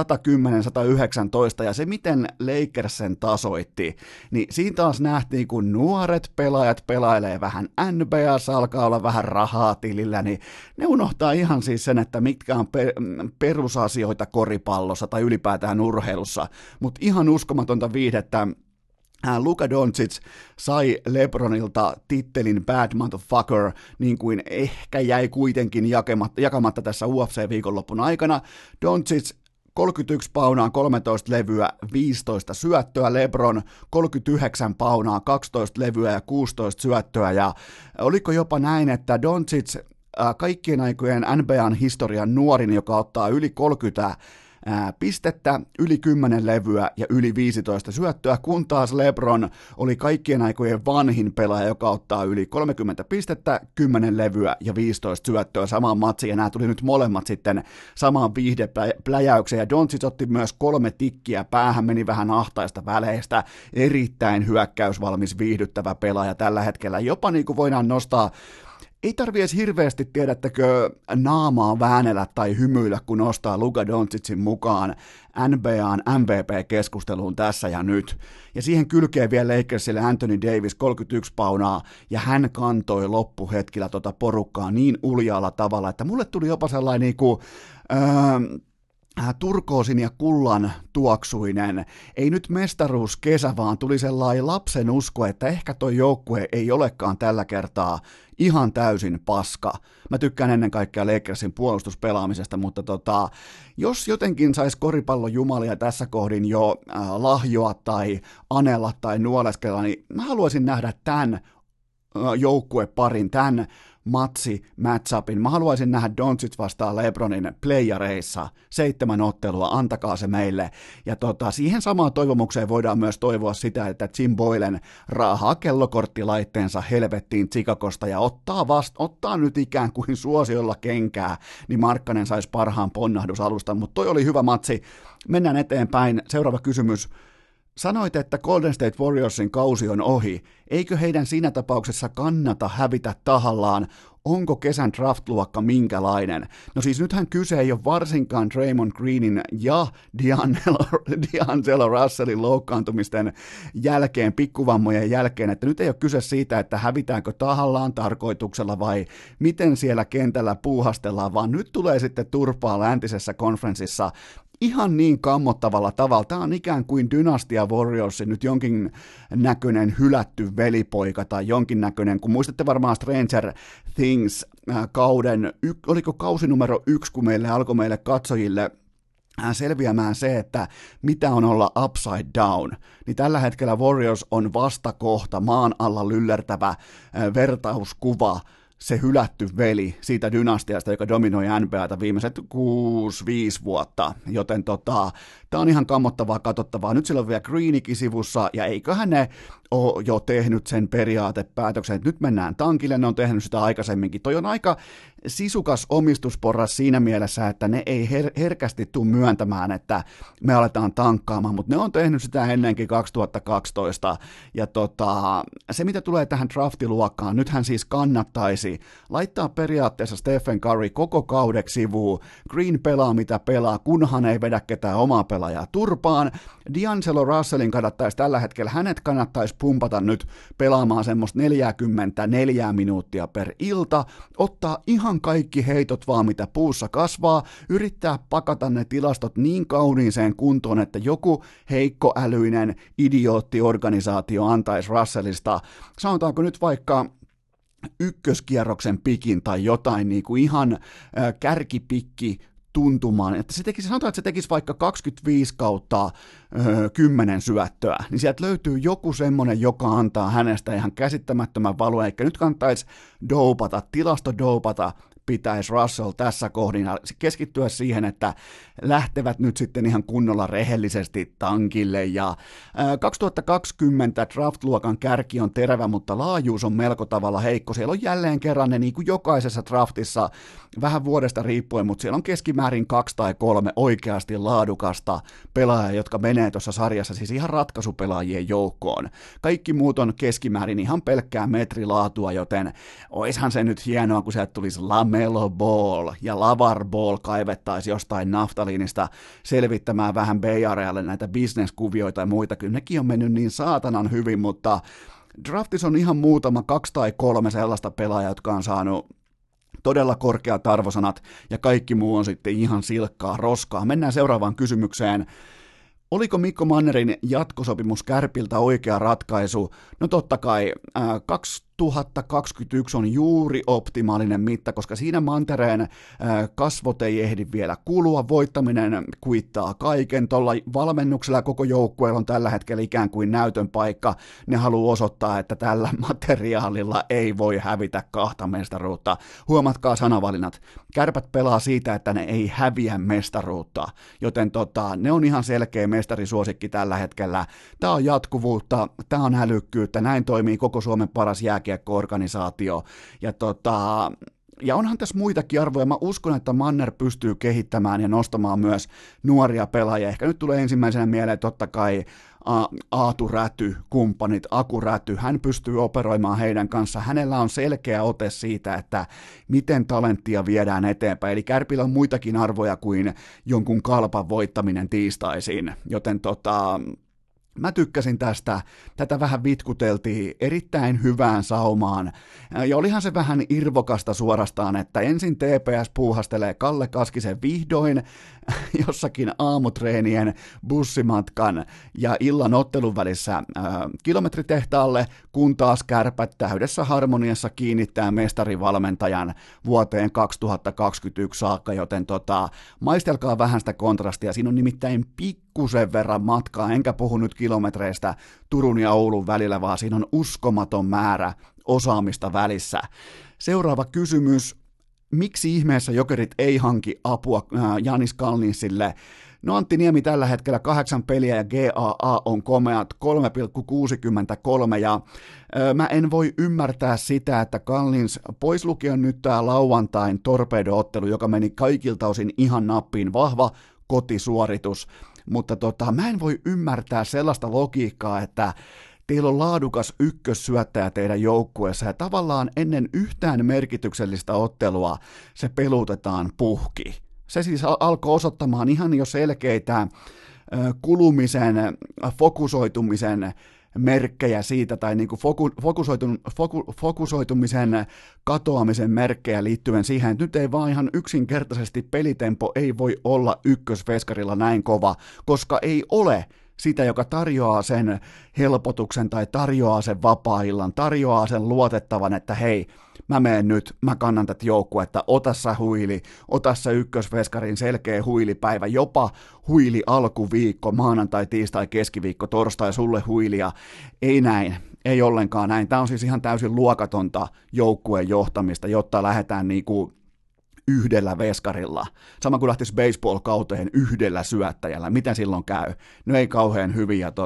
110-119, ja se miten Lakers sen tasoitti, niin siinä taas nähtiin, kun nuoret pelaajat pelailee vähän NBA:ssa, alkaa olla vähän rahaa tilillä, niin ne unohtaa ihan siis sen, että mitkä on perusasioita koripallossa tai ylipäätään urheilussa, mutta ihan uskomatonta viihdettä. Luka Doncic sai LeBronilta tittelin Bad Motherfucker, niin kuin ehkä jäi kuitenkin jakamatta tässä UFC-viikonloppun aikana. Doncic 31 paunaa, 13 levyä, 15 syöttöä, LeBron 39 paunaa, 12 levyä ja 16 syöttöä, ja oliko jopa näin, että Doncic kaikkien aikojen NBAn historian nuorin, joka ottaa yli 30 pistettä, yli 10 levyä ja yli 15 syöttöä, kun taas LeBron oli kaikkien aikojen vanhin pelaaja, joka ottaa yli 30 pistettä, 10 levyä ja 15 syöttöä samaan matsiin, ja nämä tuli nyt molemmat sitten samaan viihdepläjäykseen, ja Doncic otti myös 3 tikkiä päähän, meni vähän ahtaista väleistä, erittäin hyökkäysvalmis, viihdyttävä pelaaja tällä hetkellä, jopa niin kuin voidaan nostaa. Ei tarvitse edes hirveästi tiedättekö naamaa väänellä tai hymyillä, kun nostaa Luka Doncicin mukaan NBAn MVP-keskusteluun tässä ja nyt. Ja siihen kylkee vielä Lakersille Anthony Davis 31 paunaa, ja hän kantoi loppuhetkillä tota porukkaa niin uljaalla tavalla, että mulle tuli jopa sellainen niinku, turkoosin ja kullan tuoksuinen, ei nyt mestaruuskesä, vaan tuli sellainen lapsen usko, että ehkä toi joukkue ei olekaan tällä kertaa ihan täysin paska. Mä tykkään ennen kaikkea Lakersin puolustuspelaamisesta, mutta jos jotenkin sais koripallon jumalia tässä kohdin jo lahjoa tai anella tai nuoleskella, niin mä haluaisin nähdä tämän joukkueparin, tämän matchupin. Mä haluaisin nähdä Doncic vastaan LeBronin playareissa 7 ottelua, antakaa se meille. Ja siihen samaan toivomukseen voidaan myös toivoa sitä, että Jim Boylen raahaa kellokorttilaitteensa helvettiin Chicagosta ja ottaa nyt ikään kuin suosiolla kenkää, niin Markkanen saisi parhaan ponnahdusalustan, mutta toi oli hyvä matsi. Mennään eteenpäin. Seuraava kysymys. Sanoit, että Golden State Warriorsin kausi on ohi. Eikö heidän siinä tapauksessa kannata hävitä tahallaan? Onko kesän draft-luokka minkälainen? No siis nythän kyse ei ole varsinkaan Draymond Greenin ja D'Angelo Russellin loukkaantumisten jälkeen, pikkuvammojen jälkeen, että nyt ei ole kyse siitä, että hävitäänkö tahallaan tarkoituksella vai miten siellä kentällä puuhastellaan, vaan nyt tulee sitten turpaa läntisessä konferenssissa ihan niin kammottavalla tavalla. Tämä on ikään kuin Dynastia Warriors, nyt jonkin näköinen hylätty velipoika tai jonkin näköinen, kun muistatte varmaan Stranger Things kauden, oliko kausi numero 1, kun alkoi meille katsojille selviämään se, että mitä on olla upside down, niin tällä hetkellä Warriors on vastakohta, maan alla lyllertävä vertauskuva, se hylätty veli siitä dynastiasta, joka dominoi NBAta viimeiset 6-5 vuotta, joten tämä on ihan kammottavaa katsottavaa. Nyt sillä on vielä Greenikin sivussa, ja eiköhän ne ole jo tehnyt sen periaatepäätöksen, että nyt mennään tankille, ne on tehnyt sitä aikaisemminkin. Toi on aika sisukas omistusporras siinä mielessä, että ne ei herkästi tule myöntämään, että me aletaan tankkaamaan, mutta ne on tehnyt sitä ennenkin 2012, ja se mitä tulee tähän draftiluokkaan, nythän siis kannattaisi laittaa periaatteessa Stephen Curry koko kaudeksi sivuun, Green pelaa mitä pelaa, kunhan ei vedä ketään omaa pelaajaa turpaan, D'Angelo Russellin kannattaisi tällä hetkellä, hänet kannattaisi pumpata nyt pelaamaan semmoista 44 minuuttia per ilta, ottaa ihan kaikki heitot vaan mitä puussa kasvaa, yrittää pakata ne tilastot niin kauniiseen kuntoon, että joku heikkoälyinen idioottiorganisaatio antaisi Russellista, sanotaanko nyt vaikka ykköskierroksen pikin tai jotain niin kuin ihan kärkipikki tuntumaan, että sanotaan, että se tekisi vaikka 25 kautta 10 syöttöä, niin sieltä löytyy joku semmoinen, joka antaa hänestä ihan käsittämättömän valon, eikä nyt kannattaisi tilastodoupata, pitäisi Russell tässä kohdin keskittyä siihen, että lähtevät nyt sitten ihan kunnolla rehellisesti tankille, ja 2020 draft-luokan kärki on terävä, mutta laajuus on melko tavalla heikko. Siellä on jälleen kerran ne niin kuin jokaisessa draftissa, vähän vuodesta riippuen, mutta siellä on keskimäärin 2 tai 3 oikeasti laadukasta pelaajaa, jotka menee tuossa sarjassa siis ihan ratkaisupelaajien joukkoon. Kaikki muut on keskimäärin ihan pelkkää metrilaatua, joten oishan se nyt hienoa, kun sieltä tulisi LaMelo Ball ja LaVar Ball kaivettaisiin jostain naftaliinista selvittämään vähän Bay Arealle näitä bisneskuvioita ja muita. Kyllä nekin on mennyt niin saatanan hyvin, mutta draftissa on ihan muutama 2 tai 3 sellaista pelaajaa, jotka on saanut todella korkeat arvosanat, ja kaikki muu on sitten ihan silkkaa roskaa. Mennään seuraavaan kysymykseen. Oliko Mikko Mannerin jatkosopimus Kärpiltä oikea ratkaisu? No totta kai, 2021 on juuri optimaalinen mitta, koska siinä Mantereen kasvot ei ehdi vielä kulua, voittaminen kuittaa kaiken, tuolla valmennuksella koko joukkueella on tällä hetkellä ikään kuin näytön paikka, ne haluaa osoittaa, että tällä materiaalilla ei voi hävitä 2 mestaruutta. Huomatkaa sanavalinnat, Kärpät pelaa siitä, että ne ei häviä mestaruutta, joten ne on ihan selkeä mestarisuosikki tällä hetkellä. Tämä on jatkuvuutta, tämä on älykkyyttä, näin toimii koko Suomen paras jääkiekko-organisaatio, ja onhan tässä muitakin arvoja. Mä uskon, että Manner pystyy kehittämään ja nostamaan myös nuoria pelaajia. Ehkä nyt tulee ensimmäisenä mieleen totta kai Aatu Räty, kumppanit, Aku Räty. Hän pystyy operoimaan heidän kanssa. Hänellä on selkeä ote siitä, että miten talenttia viedään eteenpäin. Eli Kärpillä on muitakin arvoja kuin jonkun Kalpan voittaminen tiistaisin. Joten mä tykkäsin tätä vähän vitkuteltiin erittäin hyvään saumaan, ja olihan se vähän irvokasta suorastaan, että ensin TPS puuhastelee Kalle Kaskisen vihdoin jossakin aamutreenien bussimatkan ja illan ottelun välissä kilometritehtaalle, kun taas Kärpät täydessä harmoniassa kiinnittää mestarivalmentajan vuoteen 2021 saakka, joten maistelkaa vähän sitä kontrastia, siinä on nimittäin pikkusen verran matkaa, enkä puhu nyt kilometreistä Turun ja Oulun välillä, vaan siinä on uskomaton määrä osaamista välissä. Seuraava kysymys. Miksi ihmeessä Jokerit ei hanki apua Janis Kalninsille? No Antti Niemi tällä hetkellä 8 peliä ja GAA on komeat 3,63 ja mä en voi ymmärtää sitä, että Kalnins pois lukien nyt tää lauantain torpedo-ottelu, joka meni kaikilta osin ihan nappiin, vahva kotisuoritus, mutta mä en voi ymmärtää sellaista logiikkaa, että teillä on laadukas ykkössyöttäjä teidän joukkueessa ja tavallaan ennen yhtään merkityksellistä ottelua se pelutetaan puhki. Se siis alkoi osoittamaan ihan jo selkeitä kulumisen, fokusoitumisen merkkejä siitä, tai niin kuin fokusoitumisen katoamisen merkkejä liittyen siihen, että nyt ei vaan ihan yksinkertaisesti pelitempo ei voi olla ykkösveskarilla näin kova, koska ei ole sitä, joka tarjoaa sen helpotuksen tai tarjoaa sen vapaa-illan, tarjoaa sen luotettavan, että hei, mä menen nyt, mä kannan tätä joukkuetta, ota sä huili, ota sä ykkösveskarin selkeä huilipäivä, jopa huili alkuviikko, maanantai, tiistai, keskiviikko, torstai, sulle huilia, ei näin, ei ollenkaan näin. Tämä on siis ihan täysin luokatonta joukkueen johtamista, jotta lähdetään niinku yhdellä veskarilla. Sama kuin lähtisi baseball-kauteen yhdellä syöttäjällä. Miten silloin käy? No ei kauhean hyvin. Ja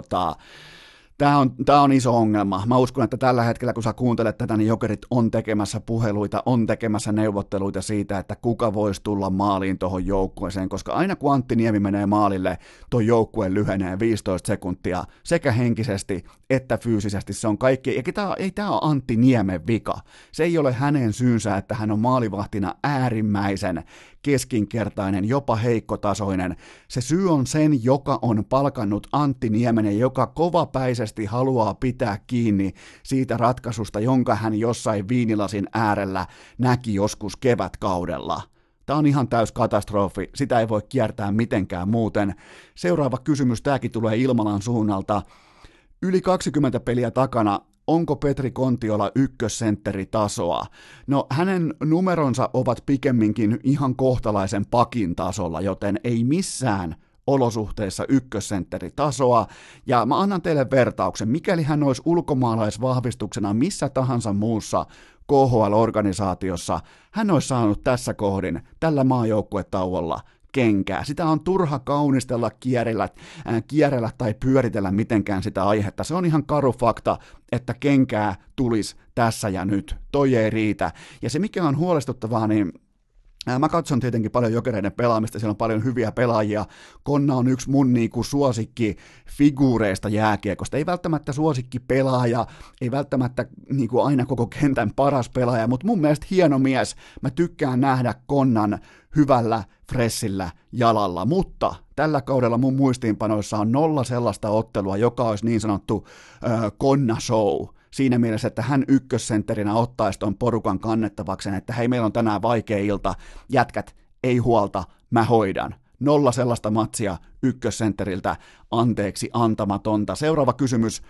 Tämä on iso ongelma. Mä uskon, että tällä hetkellä, kun sä kuuntelet tätä, niin Jokerit on tekemässä puheluita, on tekemässä neuvotteluita siitä, että kuka voisi tulla maaliin tuohon joukkueeseen, koska aina kun Antti Niemi menee maalille, tuo joukkue lyhenee 15 sekuntia sekä henkisesti että fyysisesti. Se on kaikki, ja ei tämä ole Antti Niemen vika. Se ei ole hänen syynsä, että hän on maalivahtina äärimmäisen keskinkertainen, jopa heikkotasoinen. Se syy on sen, joka on palkannut Antti Niemen ja joka kovapäisesti haluaa pitää kiinni siitä ratkaisusta, jonka hän jossain viinilasin äärellä näki joskus kevätkaudella. Tämä on ihan täys katastrofi, sitä ei voi kiertää mitenkään muuten. Seuraava kysymys, tämäkin tulee Ilmalan suunnalta. Yli 20 peliä takana, onko Petri Kontiola ykkössentteritasoa? No hänen numeronsa ovat pikemminkin ihan kohtalaisen pakin tasolla, joten ei missään olosuhteissa ykkössentteritasoa, ja mä annan teille vertauksen, mikäli hän olisi ulkomaalaisvahvistuksena missä tahansa muussa KHL-organisaatiossa, hän olisi saanut tässä kohdin, tällä maajoukkuetauolla, kenkää. Sitä on turha kaunistella, kierrellä tai pyöritellä mitenkään sitä aihetta. Se on ihan karu fakta, että kenkää tulisi tässä ja nyt. Toi ei riitä. Ja se mikä on huolestuttavaa, niin mä katson tietenkin paljon Jokereiden pelaamista, siellä on paljon hyviä pelaajia. Konna on yksi mun suosikki figuureista jääkiekosta. Ei välttämättä suosikki pelaaja, ei välttämättä aina koko kentän paras pelaaja, mutta mun mielestä hieno mies. Mä tykkään nähdä Konnan hyvällä, fressillä jalalla, mutta tällä kaudella mun muistiinpanoissa on 0 sellaista ottelua, joka olisi niin sanottu Konna-show. Siinä mielessä, että hän ykkössentterinä ottaisi ton porukan kannettavakseen, että hei, meillä on tänään vaikea ilta, jätkät, ei huolta, mä hoidan. 0 sellaista matsia ykkössentteriltä, anteeksi antamatonta. Seuraava kysymys.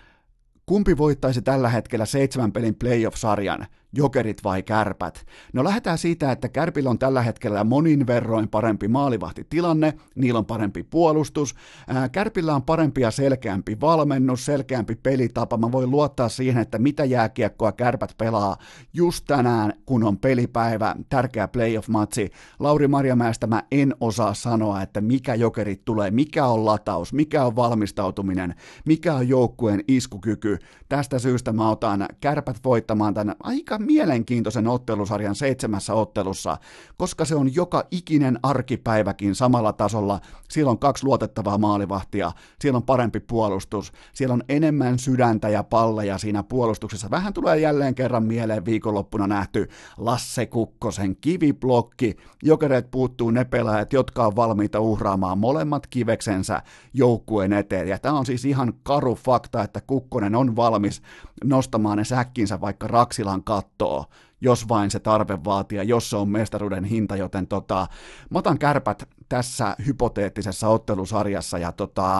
Kumpi voittaisi tällä hetkellä 7 pelin playoff-sarjan, Jokerit vai Kärpät? No lähdetään siitä, että Kärpillä on tällä hetkellä monin verroin parempi maalivahtitilanne, niillä on parempi puolustus, Kärpillä on parempi ja selkeämpi valmennus, selkeämpi pelitapa, mä voin luottaa siihen, että mitä jääkiekkoa Kärpät pelaa just tänään, kun on pelipäivä, tärkeä playoff-matsi. Lauri Marjamäestä mä en osaa sanoa, että mikä Jokerit tulee, mikä on lataus, mikä on valmistautuminen, mikä on joukkueen iskukyky. Tästä syystä mä otan Kärpät voittamaan tämän aika mielenkiintoisen ottelusarjan 7 ottelussa, koska se on joka ikinen arkipäiväkin samalla tasolla. Siellä on 2 luotettavaa maalivahtia, siellä on parempi puolustus, siellä on enemmän sydäntä ja palleja siinä puolustuksessa. Vähän tulee jälleen kerran mieleen viikonloppuna nähty Lasse Kukkosen kiviblokki. Jokereet puuttuu ne pelaajat, jotka on valmiita uhraamaan molemmat kiveksensä joukkueen eteen. Ja tämä on siis ihan karu fakta, että Kukkonen on valmis nostamaan ne säkkinsä vaikka Raksilan kattoon, jos vain se tarve vaatii, jos se on mestaruuden hinta, joten mä otan Kärpät tässä hypoteettisessa ottelusarjassa, ja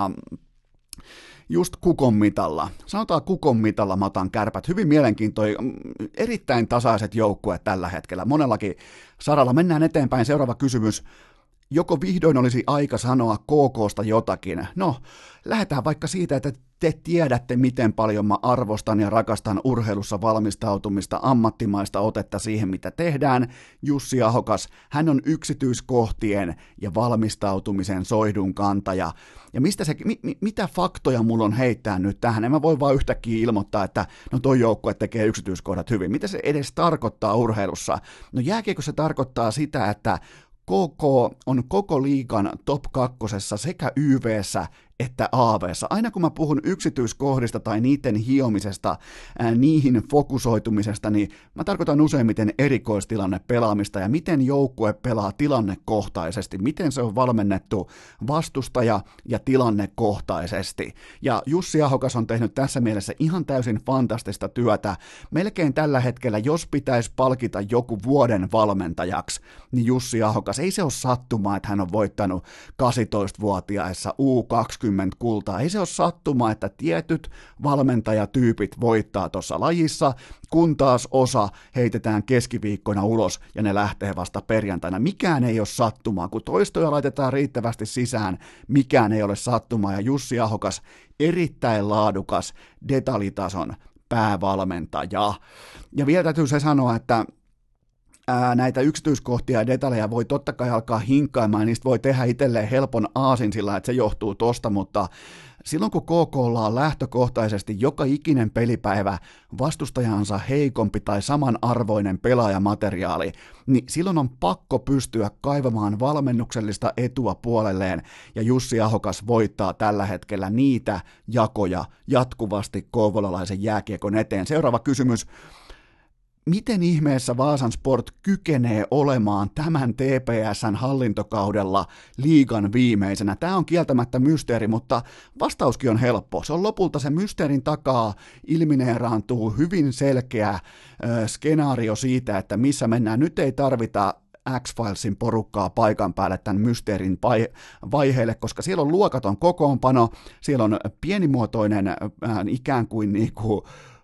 just Kukon mitalla, sanotaan Kukon mitalla mä otan Kärpät, hyvin mielenkiintoinen, erittäin tasaiset joukkueet tällä hetkellä, monellakin saralla. Mennään eteenpäin, seuraava kysymys. Joko vihdoin olisi aika sanoa KK:sta jotakin? No, lähdetään vaikka siitä, että te tiedätte, miten paljon mä arvostan ja rakastan urheilussa valmistautumista, ammattimaista otetta siihen, mitä tehdään. Jussi Ahokas, hän on yksityiskohtien ja valmistautumisen soihdun kantaja. Ja mitä faktoja mulla on heittää nyt tähän? En mä voi vaan yhtäkkiä ilmoittaa, että no toi joukkue tekee yksityiskohdat hyvin. Mitä se edes tarkoittaa urheilussa? No jääkiekossa se tarkoittaa sitä, että KK on koko liigan top 2 sekä YV:ssä että AV:ssa. Aina kun mä puhun yksityiskohdista tai niiden hiomisesta, niihin fokusoitumisesta, niin mä tarkoitan useimmiten erikoistilanne pelaamista ja miten joukkue pelaa tilannekohtaisesti, miten se on valmennettu vastustaja- ja tilannekohtaisesti. Ja Jussi Ahokas on tehnyt tässä mielessä ihan täysin fantastista työtä. Melkein tällä hetkellä, jos pitäisi palkita joku vuoden valmentajaksi, niin Jussi Ahokas, ei se ole sattumaa, että hän on voittanut 18-vuotiaissa U20 kultaa. Ei se ole sattuma, että tietyt valmentajatyypit voittaa tuossa lajissa, kun taas osa heitetään keskiviikkona ulos ja ne lähtee vasta perjantaina. Mikään ei ole sattumaa, kun toistoja laitetaan riittävästi sisään, mikään ei ole sattumaa, ja Jussi Ahokas, erittäin laadukas detaljitason päävalmentaja. Ja vielä täytyy se sanoa, että näitä yksityiskohtia ja detaljeja voi totta kai alkaa hinkkaamaan, ja niistä voi tehdä itselleen helpon aasin sillä, että se johtuu tosta, mutta silloin kun KK:lla on lähtökohtaisesti joka ikinen pelipäivä vastustajansa heikompi tai samanarvoinen pelaajamateriaali, niin silloin on pakko pystyä kaivamaan valmennuksellista etua puolelleen, ja Jussi Ahokas voittaa tällä hetkellä niitä jakoja jatkuvasti kouvolalaisen jääkiekon eteen. Seuraava kysymys. Miten ihmeessä Vaasan Sport kykenee olemaan tämän TPS:n hallintokaudella liigan viimeisenä? Tämä on kieltämättä mysteeri, mutta vastauskin on helppo. Se on lopulta se mysteerin takaa ilmineeraantuu hyvin selkeä skenaario siitä, että missä mennään. Nyt ei tarvita X-Filesin porukkaa paikan päälle tämän mysteerin vaiheelle, koska siellä on luokaton kokoonpano, siellä on pienimuotoinen ikään kuin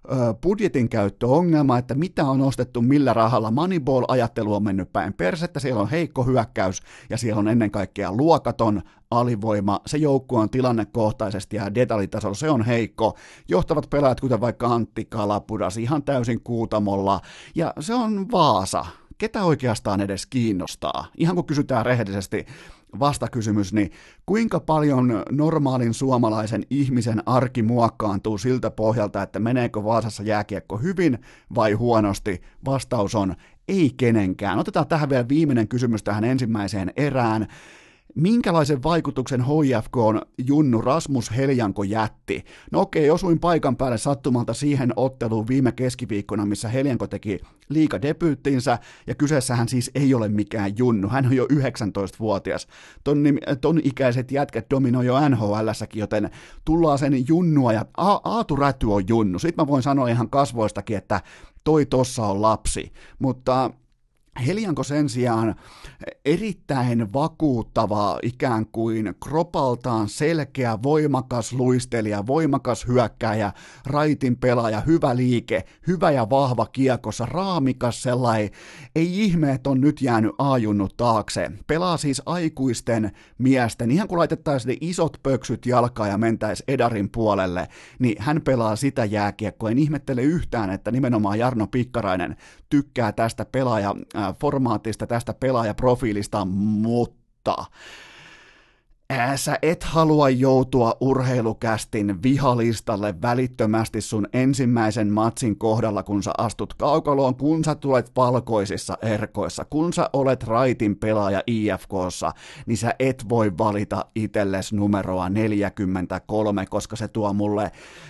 budjetin käyttöongelma, että mitä on ostettu millä rahalla. Moneyball-ajattelu on mennyt päin persettä, siellä on heikko hyökkäys ja siellä on ennen kaikkea luokaton alivoima. Se joukkue on tilannekohtaisesti ja detaljitasolla, se on heikko. Johtavat pelaajat, kuten vaikka Antti Kalapudas, ihan täysin kuutamolla ja se on Vaasa. Ketä oikeastaan edes kiinnostaa? Ihan kun kysytään rehellisesti vastakysymys, niin kuinka paljon normaalin suomalaisen ihmisen arki muokkaantuu siltä pohjalta, että meneekö Vaasassa jääkiekko hyvin vai huonosti? Vastaus on ei kenenkään. Otetaan tähän vielä viimeinen kysymys tähän ensimmäiseen erään. Minkälaisen vaikutuksen HIFK:n junnu Rasmus Heljanko jätti? No okei, osuin paikan päälle sattumalta siihen otteluun viime keskiviikkona, missä Heljanko teki liigadebyyttinsä, ja kyseessähän siis ei ole mikään junnu, hän on jo 19-vuotias. Ton ikäiset jätkät dominoi jo NHL:ssäkin, joten tullaan sen junnua, ja Aatu Räty on junnu. Sitten mä voin sanoa ihan kasvoistakin, että toi tossa on lapsi, mutta Heljanko sen sijaan erittäin vakuuttava, ikään kuin kropaltaan selkeä, voimakas luistelija, voimakas hyökkääjä, raitin pelaaja, hyvä liike, hyvä ja vahva kiekossa, raamikas sellainen, ei ihme, että on nyt jäänyt A-junnut taakse. Pelaa siis aikuisten miesten, ihan kun laitettaisiin ne isot pöksyt jalkaan ja mentäisi Edarin puolelle, niin hän pelaa sitä jääkiekkoa. En ihmettele yhtään, että nimenomaan Jarno Pikkarainen tykkää tästä formaatista, tästä pelaajaprofiilista, mutta sä et halua joutua urheilukästin vihalistalle välittömästi sun ensimmäisen matsin kohdalla, kun sä astut kaukaloon, kun sä tulet valkoisissa erkoissa, kun sä olet raitin pelaaja IFK:ssa, niin sä et voi valita itsellesi numeroa 43, koska se tuo mulle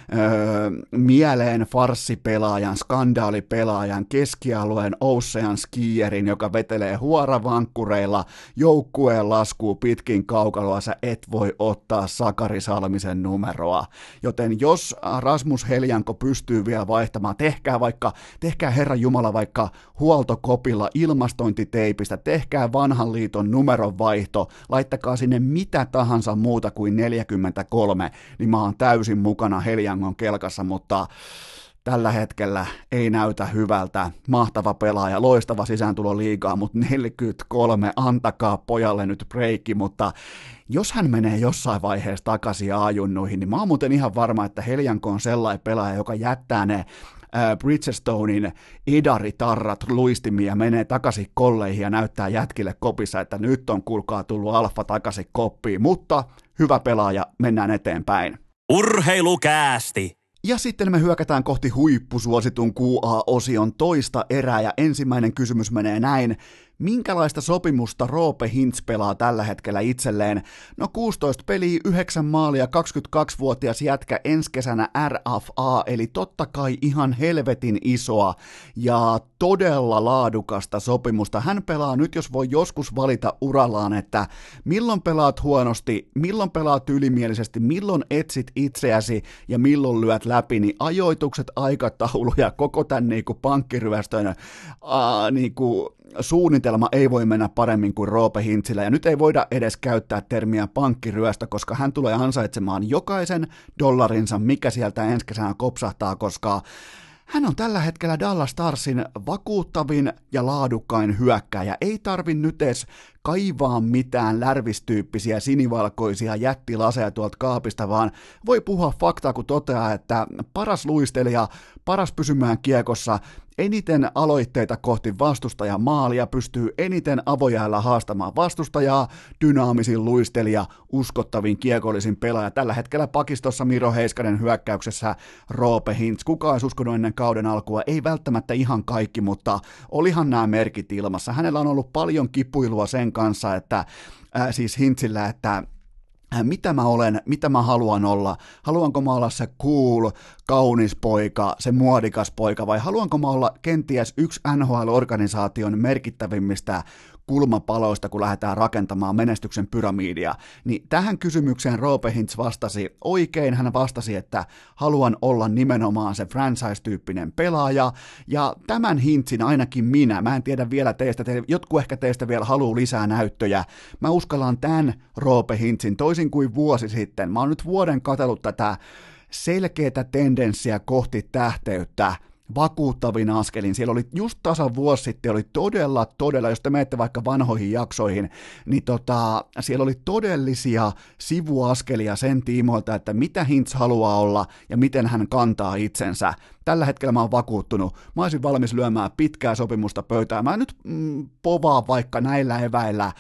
mieleen farssipelaajan, skandaalipelaajan, keskialueen Ocean skierin, joka vetelee huoravankkureilla joukkueen laskuu pitkin kaukaloa. Sä et voi ottaa Sakari Salmisen numeroa, joten jos Rasmus Heljanko pystyy vielä vaihtamaan, tehkää Herran Jumala vaikka huoltokopilla ilmastointiteipistä, tehkää vanhan liiton numeronvaihto, laittakaa sinne mitä tahansa muuta kuin 43, niin mä oon täysin mukana Heljankon kelkassa, mutta tällä hetkellä ei näytä hyvältä. Mahtava pelaaja, loistava sisääntulo liigaa, mutta 43, antakaa pojalle nyt breikki, mutta jos hän menee jossain vaiheessa takaisin A-junnuihin, niin mä oon muuten ihan varma, että Heljanko on sellainen pelaaja, joka jättää ne Bridgestonein idaritarrat luistimia ja menee takaisin kolleihin ja näyttää jätkille kopissa, että nyt on kuulkaa tullut alfa takaisin koppiin, mutta hyvä pelaaja, mennään eteenpäin. Urheilukäästi! Ja sitten me hyökätään kohti huippusuositun QA-osion toista erää, ja ensimmäinen kysymys menee näin. Minkälaista sopimusta Roope Hintz pelaa tällä hetkellä itselleen? No 16 peliä, 9 maalia, 22-vuotias jätkä ensi kesänä RFA, eli totta kai ihan helvetin isoa ja todella laadukasta sopimusta. Hän pelaa nyt, jos voi joskus valita urallaan, että milloin pelaat huonosti, milloin pelaat ylimielisesti, milloin etsit itseäsi ja milloin lyöt läpi, niin ajoitukset, aikataulu ja koko tämän niinku pankkiryöstön niinku suunnitelma ei voi mennä paremmin kuin Roope Hintzillä, ja nyt ei voida edes käyttää termiä pankkiryöstö, koska hän tulee ansaitsemaan jokaisen dollarinsa, mikä sieltä ensi kesänä kopsahtaa, koska hän on tällä hetkellä Dallas Starsin vakuuttavin ja laadukkain hyökkääjä. Ei tarvi nyt edes kaivaa mitään lärvistyyppisiä sinivalkoisia jättilaseja tuolta kaapista, vaan voi puhua faktaa, kun toteaa, että paras luistelija, paras pysymään kiekossa, eniten aloitteita kohti vastustajan maalia, pystyy eniten avojäällä haastamaan vastustajaa, dynaamisin luistelija, uskottavin kiekollisin pelaaja. Tällä hetkellä pakistossa Miro Heiskanen, hyökkäyksessä Roope Hintz. Kukaan olisi uskonut ennen kauden alkua, ei välttämättä ihan kaikki, mutta olihan nämä merkit ilmassa. Hänellä on ollut paljon kipuilua sen kanssa, että siis Hintzillä, että mitä mä olen, mitä mä haluan olla, haluanko mä olla se cool, kaunis poika, se muodikas poika, vai haluanko mä olla kenties yksi NHL-organisaation merkittävimmistä kulmapaloista, kun lähdetään rakentamaan menestyksen pyramidia, niin tähän kysymykseen Roope Hintz vastasi oikein. Hän vastasi, että haluan olla nimenomaan se franchise-tyyppinen pelaaja, ja tämän Hintzin ainakin mä en tiedä vielä teistä, jotkut ehkä teistä vielä haluaa lisää näyttöjä, mä uskallan tämän Roope Hintzin, toisin kuin vuosi sitten, mä oon nyt vuoden katsellut tätä selkeätä tendenssiä kohti tähteyttä, vakuuttavin askelin. Siellä oli just tasan vuosi sitten, oli todella, jos te menette vaikka vanhoihin jaksoihin, niin siellä oli todellisia sivuaskelia sen tiimoilta, että mitä Hintz haluaa olla ja miten hän kantaa itsensä. Tällä hetkellä mä oon vakuuttunut. Mä olisin valmis lyömään pitkää sopimusta pöytään. Mä nyt povaan vaikka näillä eväillä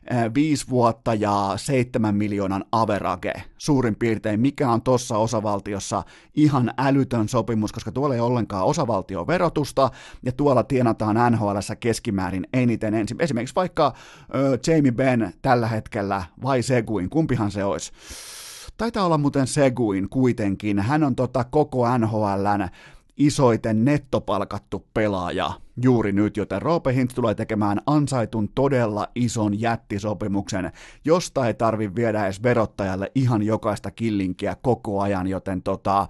5 vuotta ja 7 miljoonan average suurin piirtein, mikä on tuossa osavaltiossa ihan älytön sopimus, koska tuolla ei ollenkaan osavaltioverotusta ja tuolla tienataan NHL:ssä keskimäärin eniten. Esimerkiksi vaikka Jamie Benn tällä hetkellä vai Seguin, kumpihan se olisi? Taitaa olla muuten Seguin kuitenkin. Hän on koko NHL:n isoiten nettopalkattu pelaaja juuri nyt, joten Roope Hintz tulee tekemään ansaitun todella ison jättisopimuksen, josta ei tarvi viedä edes verottajalle ihan jokaista killinkiä koko ajan, joten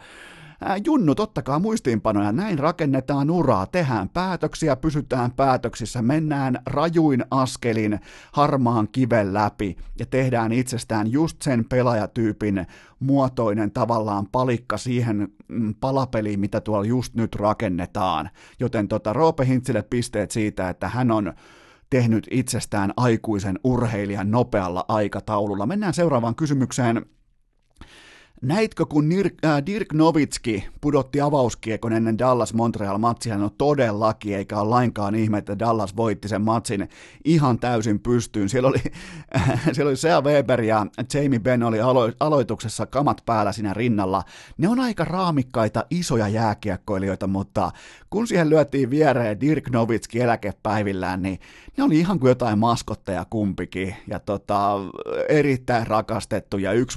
Junnu, ottakaa muistiinpanoja, näin rakennetaan uraa, tehdään päätöksiä, pysytään päätöksissä, mennään rajuin askelin harmaan kiven läpi ja tehdään itsestään just sen pelaajatyypin muotoinen tavallaan palikka siihen palapeliin, mitä tuolla just nyt rakennetaan. Joten Roope Hintzille pisteet siitä, että hän on tehnyt itsestään aikuisen urheilijan nopealla aikataululla. Mennään seuraavaan kysymykseen. Näitkö, kun Dirk Nowitzki pudotti avauskiekon ennen Dallas-Montreal-matsia? No todellakin, eikä ole lainkaan ihme, että Dallas voitti sen matsin ihan täysin pystyyn. Siellä oli Sea Weber ja Jamie Benn oli aloituksessa kamat päällä siinä rinnalla. Ne on aika raamikkaita, isoja jääkiekkoilijoita, mutta kun siihen lyötiin viereen Dirk Nowitzki eläkepäivillään, niin ne oli ihan kuin jotain maskotteja kumpikin. Ja erittäin rakastettu ja yksi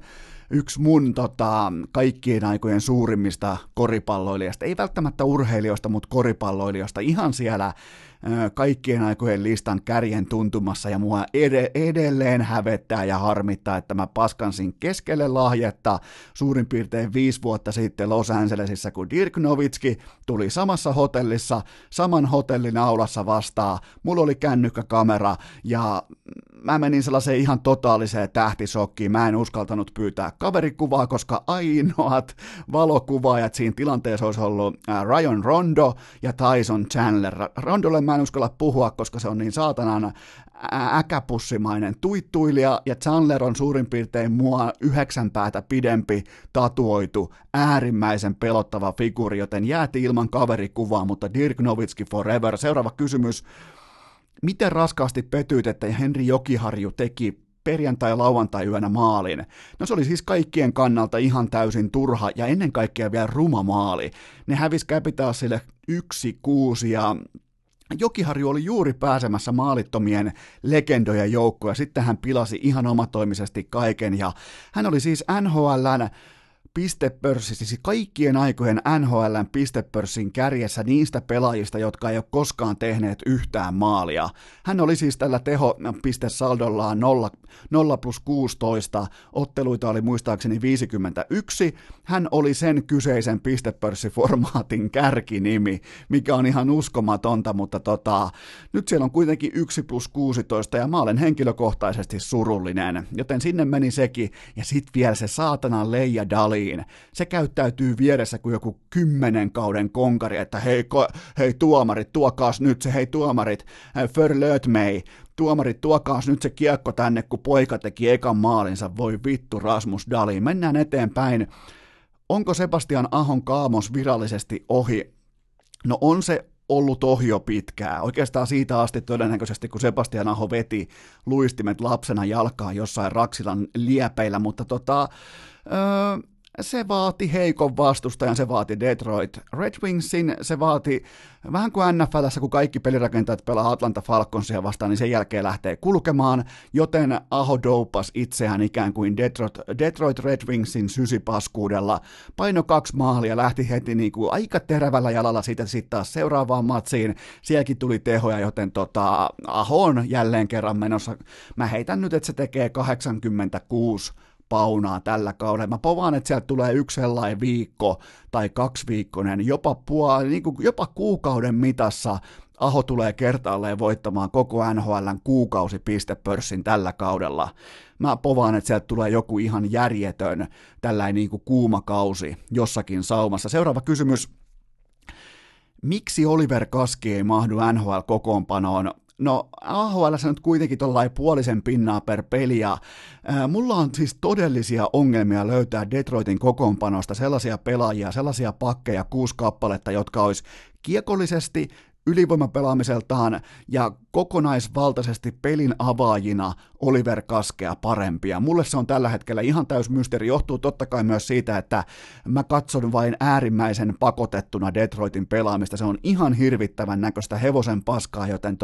mun kaikkien aikojen suurimmista koripalloilijoista, ei välttämättä urheilijoista, mutta koripalloilijoista, ihan siellä kaikkien aikojen listan kärjen tuntumassa, ja mua edelleen hävettää ja harmittaa, että mä paskansin keskelle lahjetta suurin piirtein 5 vuotta sitten Los Angelesissa, kun Dirk Nowitzki tuli samassa hotellissa, saman hotellin aulassa vastaan, mulla oli kännykkäkamera, ja mä menin sellaiseen ihan totaaliseen tähtisokkiin, mä en uskaltanut pyytää kaverikuvaa, koska ainoat valokuvaajat siinä tilanteessa olisi ollut Ryan Rondo ja Tyson Chandler. Rondolle mä en uskalla puhua, koska se on niin saatanan äkäpussimainen tuittuilija, ja Chandler on suurin piirtein mua 9 päätä pidempi, tatuoitu, äärimmäisen pelottava figuuri, joten jäätiin ilman kaverikuvaa, mutta Dirk Nowitzki forever. Seuraava kysymys. Miten raskaasti petyit, että Henri Jokiharju teki perjantai-lauantai-yönä maalin? No se oli siis kaikkien kannalta ihan täysin turha ja ennen kaikkea vielä ruma maali. Ne hävisi Capitalsille 1-6 ja Jokiharju oli juuri pääsemässä maalittomien legendojen joukkoon ja sitten hän pilasi ihan omatoimisesti kaiken ja hän oli siis NHL:n pistepörssissä, siis kaikkien aikojen NHL:n pistepörssin kärjessä niistä pelaajista, jotka ei ole koskaan tehneet yhtään maalia. Hän oli siis tällä tehopistesaldollaan 0+16, otteluita oli muistaakseni 51, hän oli sen kyseisen pistepörssiformaatin kärkinimi, mikä on ihan uskomatonta, mutta nyt siellä on kuitenkin 1+16 ja mä olen henkilökohtaisesti surullinen, joten sinne meni sekin, ja sit vielä se saatanan Leija Dali. Se käyttäytyy vieressä kuin joku 10 kauden konkari, että hei tuomarit, tuokaas nyt se, hei tuomarit, förlöt tuomarit, tuokaas nyt se kiekko tänne, kun poika teki ekan maalinsa, voi vittu Rasmus Dahlin. Mennään eteenpäin. Onko Sebastian Ahon kaamos virallisesti ohi? No on se ollut ohi jo pitkään. Oikeastaan siitä asti todennäköisesti, kun Sebastian Aho veti luistimet lapsena jalkaan jossain Raksilan liepeillä, mutta se vaati heikon vastustajan, se vaati Detroit Red Wingsin, se vaati vähän kuin NFL:ssä, kun kaikki pelirakentajat pelaa Atlanta Falconsia vastaan, niin sen jälkeen lähtee kulkemaan, joten Aho doupasi itseään ikään kuin Detroit Red Wingsin sysipaskuudella, paino 2 maalia, lähti heti niin kuin aika terävällä jalalla siitä sitten taas seuraavaan matsiin, sielläkin tuli tehoja, joten Aho on jälleen kerran menossa, mä heitän nyt, että se tekee 86 paunaa tällä kaudella. Mä povaan, että sieltä tulee yksi sellainen viikko tai 2-viikkoinen, jopa kuukauden mitassa Aho tulee kertaalleen voittamaan koko NHL:n kuukausipistepörssin tällä kaudella. Mä povaan, että sieltä tulee joku ihan järjetön tällainen niin kuin kuuma kausi jossakin saumassa. Seuraava kysymys. Miksi Oliver Kaski ei mahdu NHL-kokoonpanoon? No, AHL:ssä nyt kuitenkin tuollain puolisen pinnaa per peli, ja mulla on siis todellisia ongelmia löytää Detroitin kokoonpanosta sellaisia pelaajia, sellaisia pakkeja, 6 kappaletta, jotka olisi kiekollisesti, ylivoimapelaamiseltaan ja kokonaisvaltaisesti pelin avaajina Oliver Kaskea parempia. Mulle se on tällä hetkellä ihan täys mysteeri, johtuu totta kai myös siitä, että mä katson vain äärimmäisen pakotettuna Detroitin pelaamista. Se on ihan hirvittävän näköistä hevosen paskaa, joten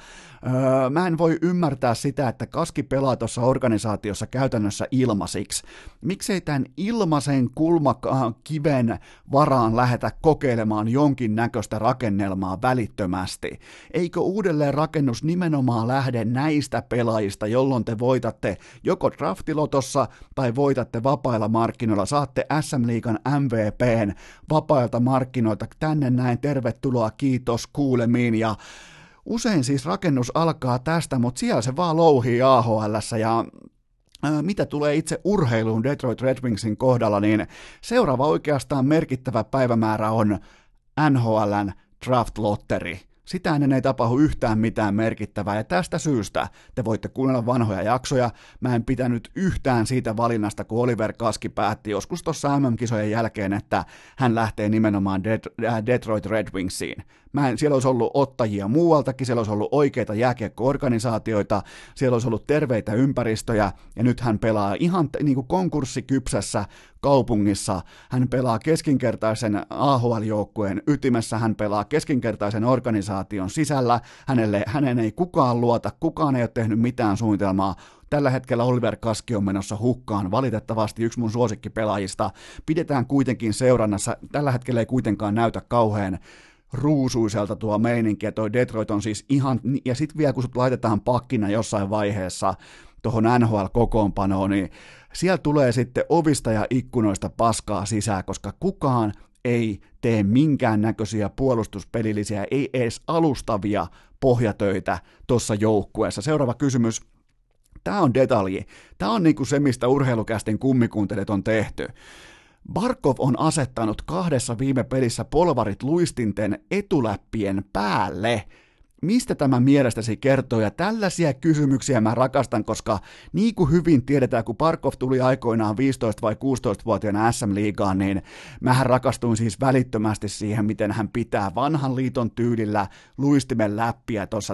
mä en voi ymmärtää sitä, että Kaski pelaa tuossa organisaatiossa käytännössä ilmaisiksi. Miksei tämän ilmaisen kulmakiven varaan lähetä kokeilemaan jonkin näköistä rakennelmaa välittömästi? Eikö uudelleen rakennus nimenomaan lähde näistä pelaajista, jolloin te voitatte joko draftilotossa tai voitatte vapailla markkinoilla, saatte SM-liigan MVPn vapailta markkinoilta tänne näin, tervetuloa, kiitos, kuulemiin, ja usein siis rakennus alkaa tästä, mutta siellä se vaan louhii AHL:ssä, ja mitä tulee itse urheiluun Detroit Red Wingsin kohdalla, niin seuraava oikeastaan merkittävä päivämäärä on NHL:n draft-lotteri. Sitä ennen ei tapahdu yhtään mitään merkittävää, ja tästä syystä te voitte kuunnella vanhoja jaksoja. Mä en pitänyt yhtään siitä valinnasta, kun Oliver Kaski päätti joskus tuossa MM-kisojen jälkeen, että hän lähtee nimenomaan Detroit Red Wingsiin. Siellä olisi ollut ottajia muualtakin, siellä olisi ollut oikeita jääkiekko-organisaatioita, siellä olisi ollut terveitä ympäristöjä, ja nyt hän pelaa ihan niin kuin konkurssikypsässä kaupungissa. Hän pelaa keskinkertaisen AHL-joukkueen ytimessä, hän pelaa keskinkertaisen organisaation sisällä, hänen ei kukaan luota, kukaan ei ole tehnyt mitään suunnitelmaa. Tällä hetkellä Oliver Kaski on menossa hukkaan, valitettavasti yksi mun suosikkipelaajista. Pidetään kuitenkin seurannassa, tällä hetkellä ei kuitenkaan näytä kauhean ruusuiselta tuo meininki, ja toi Detroit on siis ihan, ja sit vielä kun sut laitetaan pakkina jossain vaiheessa tuohon NHL-kokoonpanoon, niin siellä tulee sitten ovista ja ikkunoista paskaa sisään, koska kukaan ei tee minkäännäköisiä puolustuspelillisiä, ei edes alustavia pohjatöitä tuossa joukkueessa. Seuraava kysymys. Tämä on detalji. Tämä on niinku se, mistä urheilukästin kummikuuntelet on tehty. Barkov on asettanut 2 viime pelissä polvarit luistinten etuläppien päälle. Mistä tämä mielestäsi kertoo? Ja tällaisia kysymyksiä mä rakastan, koska niin kuin hyvin tiedetään, kun Barkov tuli aikoinaan 15- vai 16-vuotiaana SM-liigaan, niin mähän rakastuin siis välittömästi siihen, miten hän pitää vanhan liiton tyylillä luistimen läppiä tuossa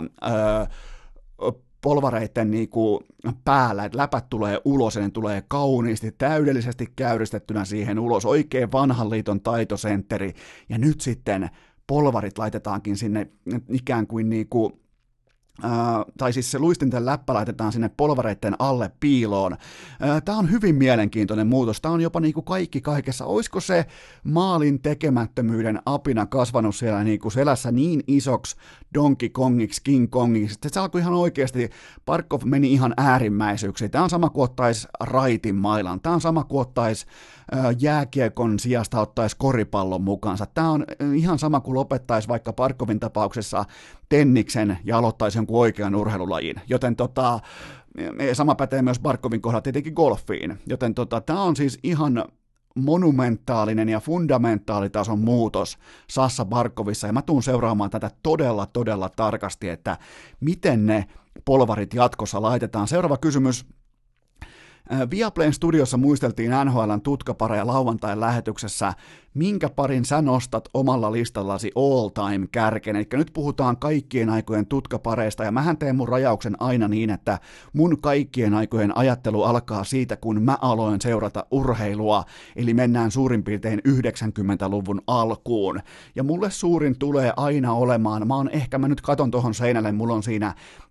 polvareiden niinku päällä, että läpät tulee ulos ja ne tulee kauniisti, täydellisesti käyristettynä siihen ulos, oikein vanhan liiton taitosentteri, ja nyt sitten polvarit laitetaankin sinne ikään kuin niinku, tai siis se luistinten läppä laitetaan sinne polvareiden alle piiloon. Tämä on hyvin mielenkiintoinen muutos. Tämä on jopa niin kuin kaikki kaikessa. Olisiko se maalin tekemättömyyden apina kasvanut siellä niin kuin selässä niin isoksi Donkey Kongiksi, King Kongiksi, että se alkoi ihan oikeasti, Barkov meni ihan äärimmäisyyksiin. Tämä on sama kuin ottaisi raitin mailan. Tämä on sama kuin ottaisi jääkiekon sijasta ottaisi koripallon mukaansa. Tämä on ihan sama kuin lopettaisi vaikka Barkovin tapauksessa tenniksen ja aloittaisi jonkun oikean urheilulajin. Joten sama pätee myös Barkovin kohdalla tietenkin golfiin. Joten tämä on siis ihan monumentaalinen ja fundamentaalitason muutos Sassa Barkovissa, ja mä tuun seuraamaan tätä todella tarkasti, että miten ne polvarit jatkossa laitetaan. Seuraava kysymys. Viaplayn studiossa muisteltiin NHL:n tutkapareja lauantain lähetyksessä. Minkä parin sä nostat omalla listallasi all-time kärken? Eli nyt puhutaan kaikkien aikojen tutkapareista, ja mähän teen mun rajauksen aina niin, että mun kaikkien aikojen ajattelu alkaa siitä, kun mä aloin seurata urheilua, eli mennään suurin piirtein 90-luvun alkuun. Ja mulle suurin tulee aina olemaan, mä nyt katon tohon seinälle, mulla on siinä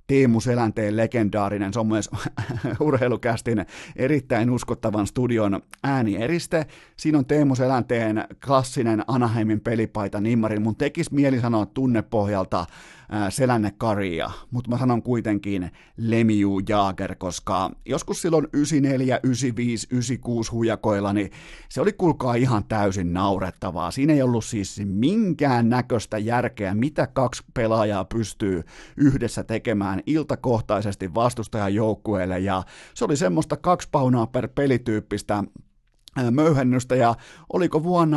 Teemu Selänteen legendaarinen, se on myös urheilukästin erittäin uskottavan studion äänieeriste. Siinä on Teemu Selänteen klassinen Anaheimin pelipaita nimmari. Mun tekisi mieli sanoa tunnepohjalta Selänne Karia, mutta mä sanon kuitenkin Lemieux Jaager, koska joskus silloin 94, 95, 96 hujakoilla, niin se oli kuulkaa ihan täysin naurettavaa. Siinä ei ollut siis minkään näköistä järkeä, mitä kaksi pelaajaa pystyy yhdessä tekemään iltakohtaisesti vastustajan joukkueelle, ja se oli semmoista 2 paunaa per pelityyppistä möyhennystä, ja oliko vuonna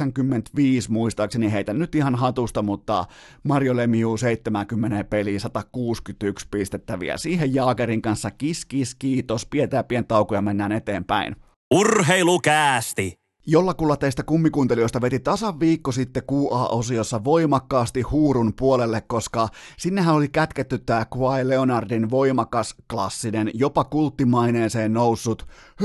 1995 muistaakseni, heitä nyt ihan hatusta, mutta Mario Lemieux 70 peliä, 161 pistettä vielä siihen Jaagerin kanssa, kiitos, pidetään pieni tauko ja mennään eteenpäin. Urheilukäästi! Jollakulla teistä kummikuuntelijoista veti tasan viikko sitten QA-osiossa voimakkaasti huurun puolelle, koska sinnehän oli kätketty tämä Kawhi Leonardin voimakas, klassinen, jopa kulttimaineeseen noussut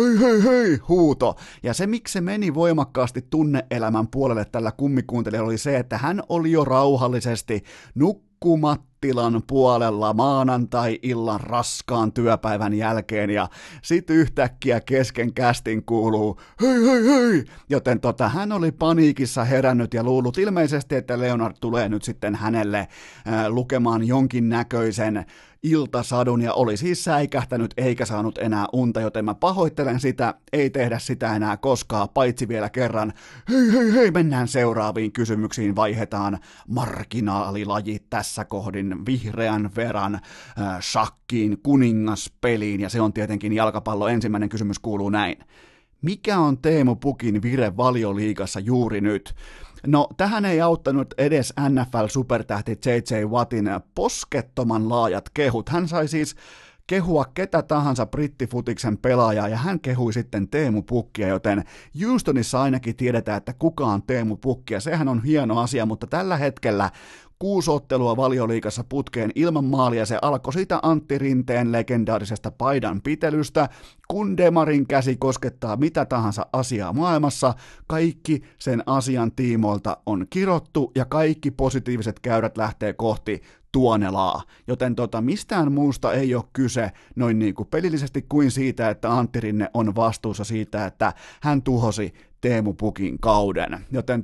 hei huuto. Ja se, miksi se meni voimakkaasti tunneelämän puolelle tällä kummikuuntelijalla, oli se, että hän oli jo rauhallisesti nukkumattilan puolella maanantai-illan raskaan työpäivän jälkeen, ja sit yhtäkkiä kesken kästin kuuluu hei, joten hän oli paniikissa herännyt ja luullut ilmeisesti, että Leonard tulee nyt sitten hänelle lukemaan jonkinnäköisen iltasadun, ja oli siis säikähtänyt eikä saanut enää unta, joten mä pahoittelen sitä, ei tehdä sitä enää koskaan, paitsi vielä kerran, hei, mennään seuraaviin kysymyksiin, vaihdetaan marginaalilajit tässä kohdin vihreän veran shakkiin, kuningaspeliin, ja se on tietenkin jalkapallo. Ensimmäinen kysymys kuuluu näin. Mikä on Teemu Pukin vire Valioliigassa juuri nyt? No, tähän ei auttanut edes NFL-supertähti J.J. Wattin poskettoman laajat kehut. Hän sai siis kehua ketä tahansa brittifutiksen pelaajaa, ja hän kehui sitten Teemu Pukkia, joten Houstonissa ainakin tiedetään, että kuka on Teemu Pukki, ja sehän on hieno asia, mutta tällä hetkellä 6 ottelua Valioliigassa putkeen ilman maalia, se alkoi siitä Antti Rinteen legendaarisesta paidan pitelystä, kun Demarin käsi koskettaa mitä tahansa asiaa maailmassa, kaikki sen asian tiimoilta on kirottu, ja kaikki positiiviset käyrät lähtee kohti Tuonelaa, joten mistään muusta ei ole kyse noin niin kuin pelillisesti kuin siitä, että Antti Rinne on vastuussa siitä, että hän tuhosi Teemu Pukin kauden, joten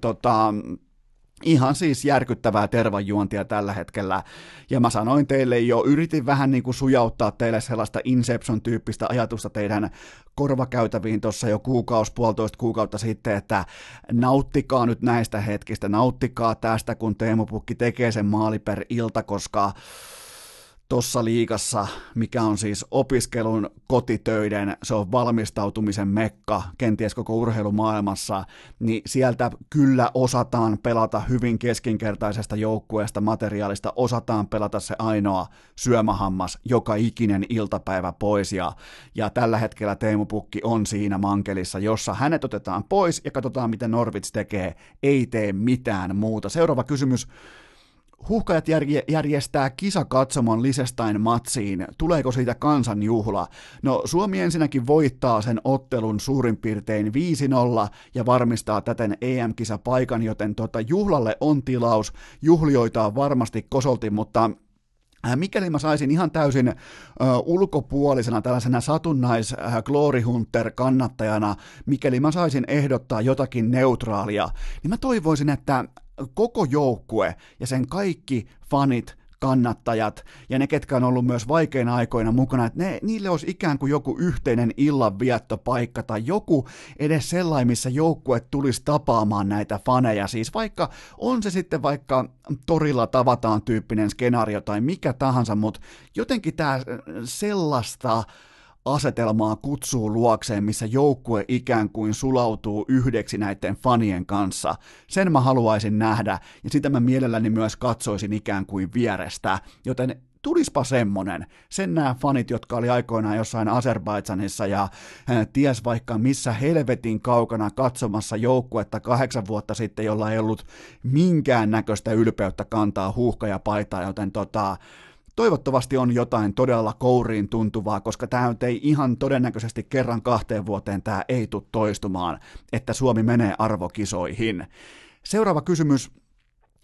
ihan siis järkyttävää tervanjuontia tällä hetkellä, ja mä sanoin teille jo, yritin vähän niin kuin sujauttaa teille sellaista Inception-tyyppistä ajatusta teidän korvakäytäviin tuossa jo puolitoista kuukautta sitten, että nauttikaa nyt näistä hetkistä, nauttikaa tästä, kun Teemu Pukki tekee sen maali per ilta, koska tuossa liigassa, mikä on siis opiskelun, kotitöiden, se on valmistautumisen mekka, kenties koko urheilumaailmassa, niin sieltä kyllä osataan pelata hyvin keskinkertaisesta joukkueesta materiaalista, osataan pelata se ainoa syömähammas joka ikinen iltapäivä pois, ja tällä hetkellä Teemu Pukki on siinä mankelissa, jossa hänet otetaan pois, ja katsotaan miten Norwich tekee, ei tee mitään muuta. Seuraava kysymys. Huuhkajat järjestää kisakatsomon Liechtenstein-matsiin. Tuleeko siitä kansanjuhla? No, Suomi ensinnäkin voittaa sen ottelun suurin piirtein 5-0 ja varmistaa täten EM-kisapaikan, joten juhlalle on tilaus. Juhlioita on varmasti kosolti, mutta mikäli mä saisin ihan täysin ulkopuolisena tällaisena satunnais-glory hunter-kannattajana, mikäli mä saisin ehdottaa jotakin neutraalia, niin mä toivoisin, että koko joukkue ja sen kaikki fanit, kannattajat ja ne, ketkä on ollut myös vaikeina aikoina mukana, että niille olisi ikään kuin joku yhteinen illanviettopaikka tai joku edes sellainen, missä joukkue tulisi tapaamaan näitä faneja. Siis vaikka on se sitten vaikka torilla tavataan tyyppinen skenaario tai mikä tahansa, mutta jotenkin tämä sellaista asetelmaa kutsuu luokseen, missä joukkue ikään kuin sulautuu yhdeksi näiden fanien kanssa. Sen mä haluaisin nähdä, ja sitä mä mielelläni myös katsoisin ikään kuin vierestä, joten tulispa semmonen. Sen nämä fanit, jotka oli aikoinaan jossain Azerbaidžanissa ja ties vaikka missä helvetin kaukana katsomassa joukkuetta 8 vuotta sitten, jolla ei ollut minkäännäköistä ylpeyttä kantaa huuhkajapaitaa, joten toivottavasti on jotain todella kouriin tuntuvaa, koska tämä nyt ei ihan todennäköisesti kerran 2 vuoteen tämä ei tule toistumaan, että Suomi menee arvokisoihin. Seuraava kysymys.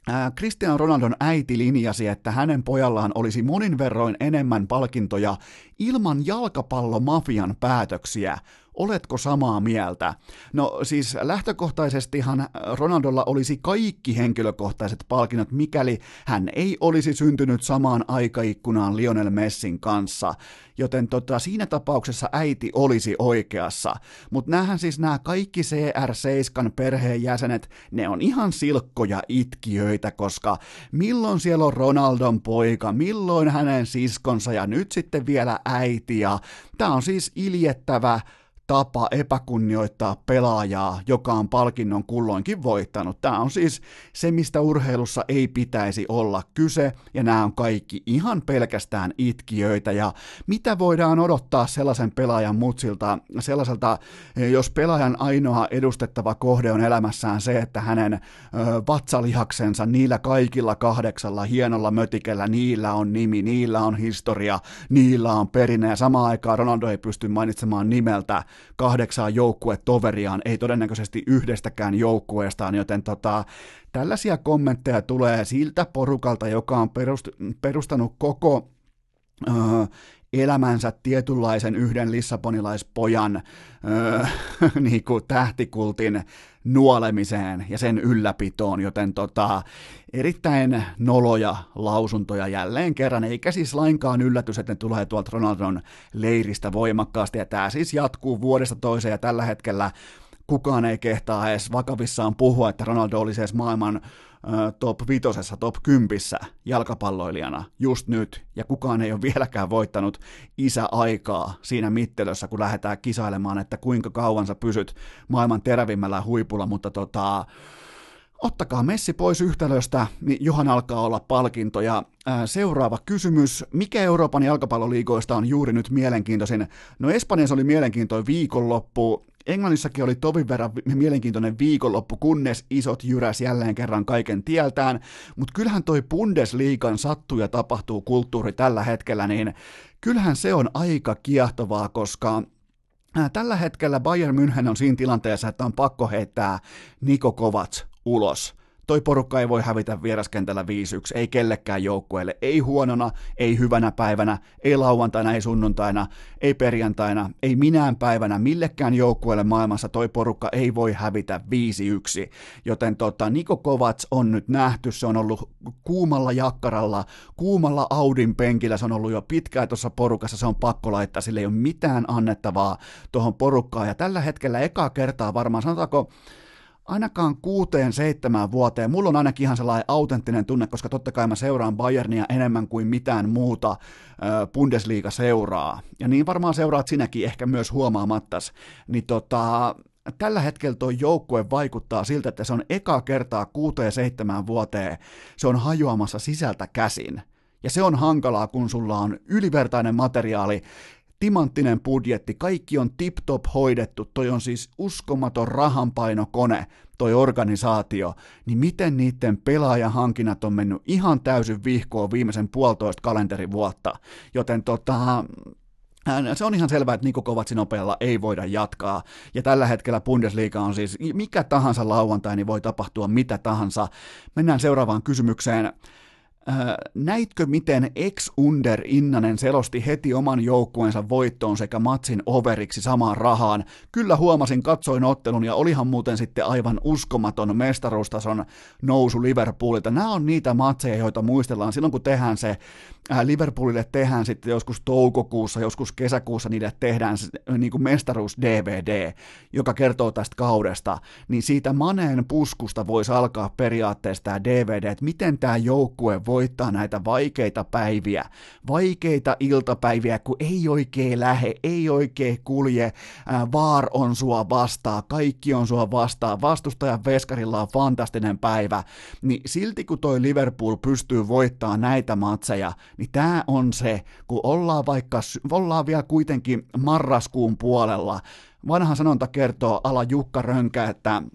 Cristiano Ronaldon äiti linjasi, että hänen pojallaan olisi monin verroin enemmän palkintoja ilman jalkapallomafian päätöksiä. Oletko samaa mieltä? No siis lähtökohtaisestihan Ronaldolla olisi kaikki henkilökohtaiset palkinnot, mikäli hän ei olisi syntynyt samaan aikaikkunaan Lionel Messin kanssa. Joten siinä tapauksessa äiti olisi oikeassa. Mutta nämä kaikki CR7 perheenjäsenet, ne on ihan silkkoja itkiöitä, koska milloin siellä on Ronaldon poika, milloin hänen siskonsa ja nyt sitten vielä äiti. Ja tämä on siis iljettävä tapa epäkunnioittaa pelaajaa, joka on palkinnon kulloinkin voittanut. Tämä on siis se, mistä urheilussa ei pitäisi olla kyse, ja nämä on kaikki ihan pelkästään itkiöitä, ja mitä voidaan odottaa sellaisen pelaajan mutsilta, sellaiselta, jos pelaajan ainoa edustettava kohde on elämässään se, että hänen vatsalihaksensa niillä kaikilla 8 hienolla mötikellä, niillä on nimi, niillä on historia, niillä on perinne, ja samaan aikaan Ronaldo ei pysty mainitsemaan nimeltä 8 joukkuetoveriaan, ei todennäköisesti yhdestäkään joukkueestaan, joten tällaisia kommentteja tulee siltä porukalta, joka on perustanut koko elämänsä tietynlaisen yhden lissabonilaispojan niin kuin tähtikultin nuolemiseen ja sen ylläpitoon, joten erittäin noloja lausuntoja jälleen kerran, eikä siis lainkaan yllätys, että ne tulee tuolta Ronaldon leiristä voimakkaasti, ja tämä siis jatkuu vuodesta toiseen, ja tällä hetkellä kukaan ei kehtaa edes vakavissaan puhua, että Ronaldo olisi edes maailman top 5, top 10 jalkapalloilijana just nyt, ja kukaan ei ole vieläkään voittanut isäaikaa siinä mittelössä, kun lähdetään kisailemaan, että kuinka kauan sä pysyt maailman terävimmällä huipulla, mutta ottakaa Messi pois yhtälöstä, niin johan alkaa olla palkintoja. Seuraava kysymys. Mikä Euroopan jalkapalloliigoista on juuri nyt mielenkiintoisin? No Espanjassa oli mielenkiintoinen viikonloppu. Englannissakin oli tovin verran mielenkiintoinen viikonloppu, kunnes isot jyräs jälleen kerran kaiken tieltään. Mutta kyllähän toi Bundesliigan sattuu ja tapahtuu kulttuuri tällä hetkellä, niin kyllähän se on aika kiehtovaa, koska tällä hetkellä Bayern München on siinä tilanteessa, että on pakko heittää Niko Kovac ulos. Toi porukka ei voi hävitä vieraskentällä 5-1, ei kellekään joukkueelle, ei huonona, ei hyvänä päivänä, ei lauantaina, ei sunnuntaina, ei perjantaina, ei minään päivänä, millekään joukkueelle maailmassa toi porukka ei voi hävitä 5-1, joten Niko Kovac on nyt nähty, se on ollut kuumalla jakkaralla, kuumalla Audin penkillä, se on ollut jo pitkään tuossa porukassa, se on pakko laittaa, sillä ei ole mitään annettavaa tuohon porukkaan, ja tällä hetkellä ekaa kertaa varmaan, sanotaanko, ainakaan 6-7 vuoteen. Mulla on ainakin ihan sellainen autenttinen tunne, koska totta kai mä seuraan Bayernia enemmän kuin mitään muuta Bundesliga seuraa. Ja niin varmaan seuraat sinäkin ehkä myös huomaamattas. Niin tällä hetkellä tuo joukkue vaikuttaa siltä, että se on ekaa kertaa 6-7 vuoteen. Se on hajoamassa sisältä käsin. Ja se on hankalaa, kun sulla on ylivertainen materiaali, timanttinen budjetti, kaikki on tip-top hoidettu, toi on siis uskomaton rahanpainokone, toi organisaatio, niin miten niiden pelaajahankinnat on mennyt ihan täysin vihkoon viimeisen 1,5 kalenterivuotta, joten se on ihan selvää, että Niko Kovacin nopealla ei voida jatkaa, ja tällä hetkellä Bundesliga on siis mikä tahansa lauantai, niin voi tapahtua mitä tahansa. Mennään seuraavaan kysymykseen. Näitkö, miten ex-Under Innanen selosti heti oman joukkueensa voittoon sekä matsin overiksi samaan rahaan? Kyllä huomasin, katsoin ottelun ja olihan muuten sitten aivan uskomaton mestaruustason nousu Liverpoolilta. Nämä on niitä matseja, joita muistellaan silloin, kun tehdään se Liverpoolille tehdään sitten joskus toukokuussa, joskus kesäkuussa niille tehdään niin kuin mestaruus-DVD, joka kertoo tästä kaudesta, niin siitä Maneen puskusta voisi alkaa periaatteessa tämä DVD, että miten tämä joukkue voittaa näitä vaikeita päiviä, vaikeita iltapäiviä, kun ei oikein lähe, ei oikein kulje, VAR on sua vastaan, kaikki on sua vastaan, vastustajan veskarilla on fantastinen päivä, niin silti kun toi Liverpool pystyy voittamaan näitä matseja, niin tämä on se, kun ollaan vielä kuitenkin marraskuun puolella. Vanha sanonta kertoo ala Jukka Rönkä, että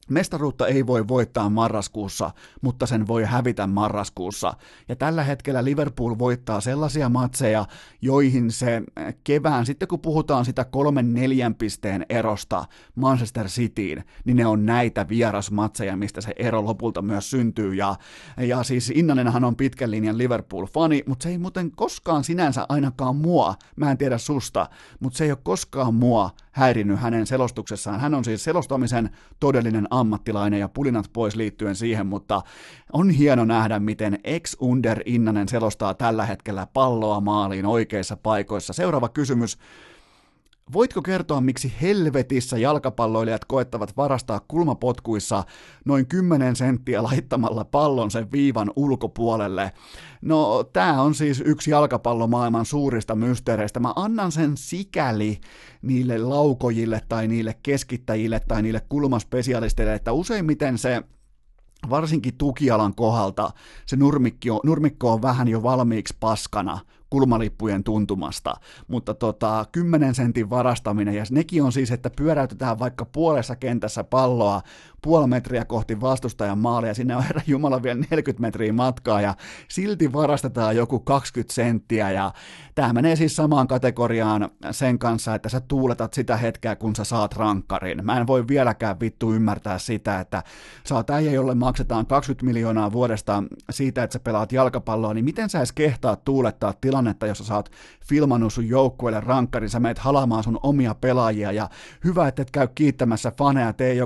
Mestaruutta ei voi voittaa marraskuussa, mutta sen voi hävitä marraskuussa. Ja tällä hetkellä Liverpool voittaa sellaisia matseja, joihin se kevään, sitten kun puhutaan sitä 3-4 pisteen erosta Manchester Cityin, niin ne on näitä vierasmatseja, mistä se ero lopulta myös syntyy. Ja siis Innanenhan on pitkän linjan Liverpool-fani, mutta se ei muuten koskaan sinänsä ainakaan mua, mä en tiedä susta, mutta se ei ole koskaan mua häirinnyt hänen selostuksessaan. Hän on siis selostamisen todellinen ammattilainen ja pulinat pois liittyen siihen, mutta on hieno nähdä, miten ex-Under Innanen selostaa tällä hetkellä palloa maaliin oikeissa paikoissa. Seuraava kysymys. Voitko kertoa, miksi helvetissä jalkapalloilijat koettavat varastaa kulmapotkuissa noin 10 senttiä laittamalla pallon sen viivan ulkopuolelle? No, tää on siis yksi jalkapallomaailman suurista mysteereistä. Mä annan sen sikäli niille laukojille tai niille keskittäjille tai niille kulmaspesialisteille, että useimmiten se varsinkin tukialan kohdalta se nurmikko on vähän jo valmiiksi paskana kulmalippujen tuntumasta, mutta 10 sentin varastaminen, ja nekin on siis, että pyöräytetään vaikka puolessa kentässä palloa puoli metriä kohti vastustajan maalia, ja sinne on herra jumala vielä 40 metriä matkaa, ja silti varastetaan joku 20 senttiä, ja tämä menee siis samaan kategoriaan sen kanssa, että sä tuuletat sitä hetkeä, kun sä saat rankkarin. Mä en voi vieläkään vittu ymmärtää sitä, että sä oot äijä, jolle maksetaan 20 miljoonaa vuodesta siitä, että sä pelaat jalkapalloa, niin miten sä edes kehtaat tuulettaa tilannetta, jossa sä oot filmannut sun joukkueelle rankkarin, sä meet halaamaan sun omia pelaajia, ja hyvä, että et käy kiittämässä faneja, tee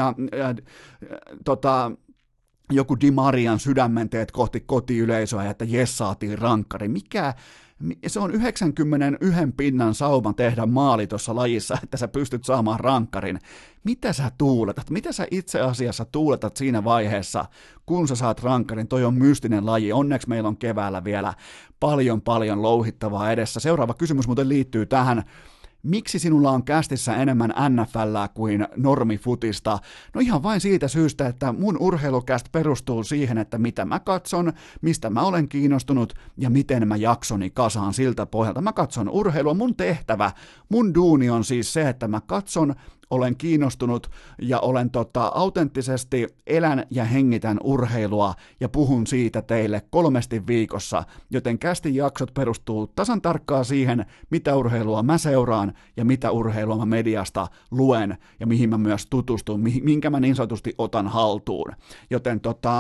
joku Di Marian sydämen teet kohti kotiyleisöä, ja että jes saatiin rankkari. Se on 91 pinnan sauma tehdä maali tuossa lajissa, että sä pystyt saamaan rankkarin. Mitä sä tuuletat? Mitä sä itse asiassa tuuletat siinä vaiheessa, kun sä saat rankkarin? Toi on mystinen laji. Onneksi meillä on keväällä vielä paljon louhittavaa edessä. Seuraava kysymys muuten liittyy tähän. Miksi sinulla on kästissä enemmän NFL:ää kuin normifutista? No ihan vain siitä syystä, että mun urheilukäst perustuu siihen, että mitä mä katson, mistä mä olen kiinnostunut ja miten mä jaksoni kasaan siltä pohjalta. Mä katson urheilua, mun tehtävä, mun duuni on siis se, että mä katson, olen kiinnostunut ja olen autenttisesti elän ja hengitän urheilua ja puhun siitä teille 3 viikossa, joten kästin jaksot perustuu tasan tarkkaan siihen, mitä urheilua mä seuraan ja mitä urheilua mä mediasta luen ja mihin mä myös tutustun, minkä mä niin sanotusti otan haltuun. Joten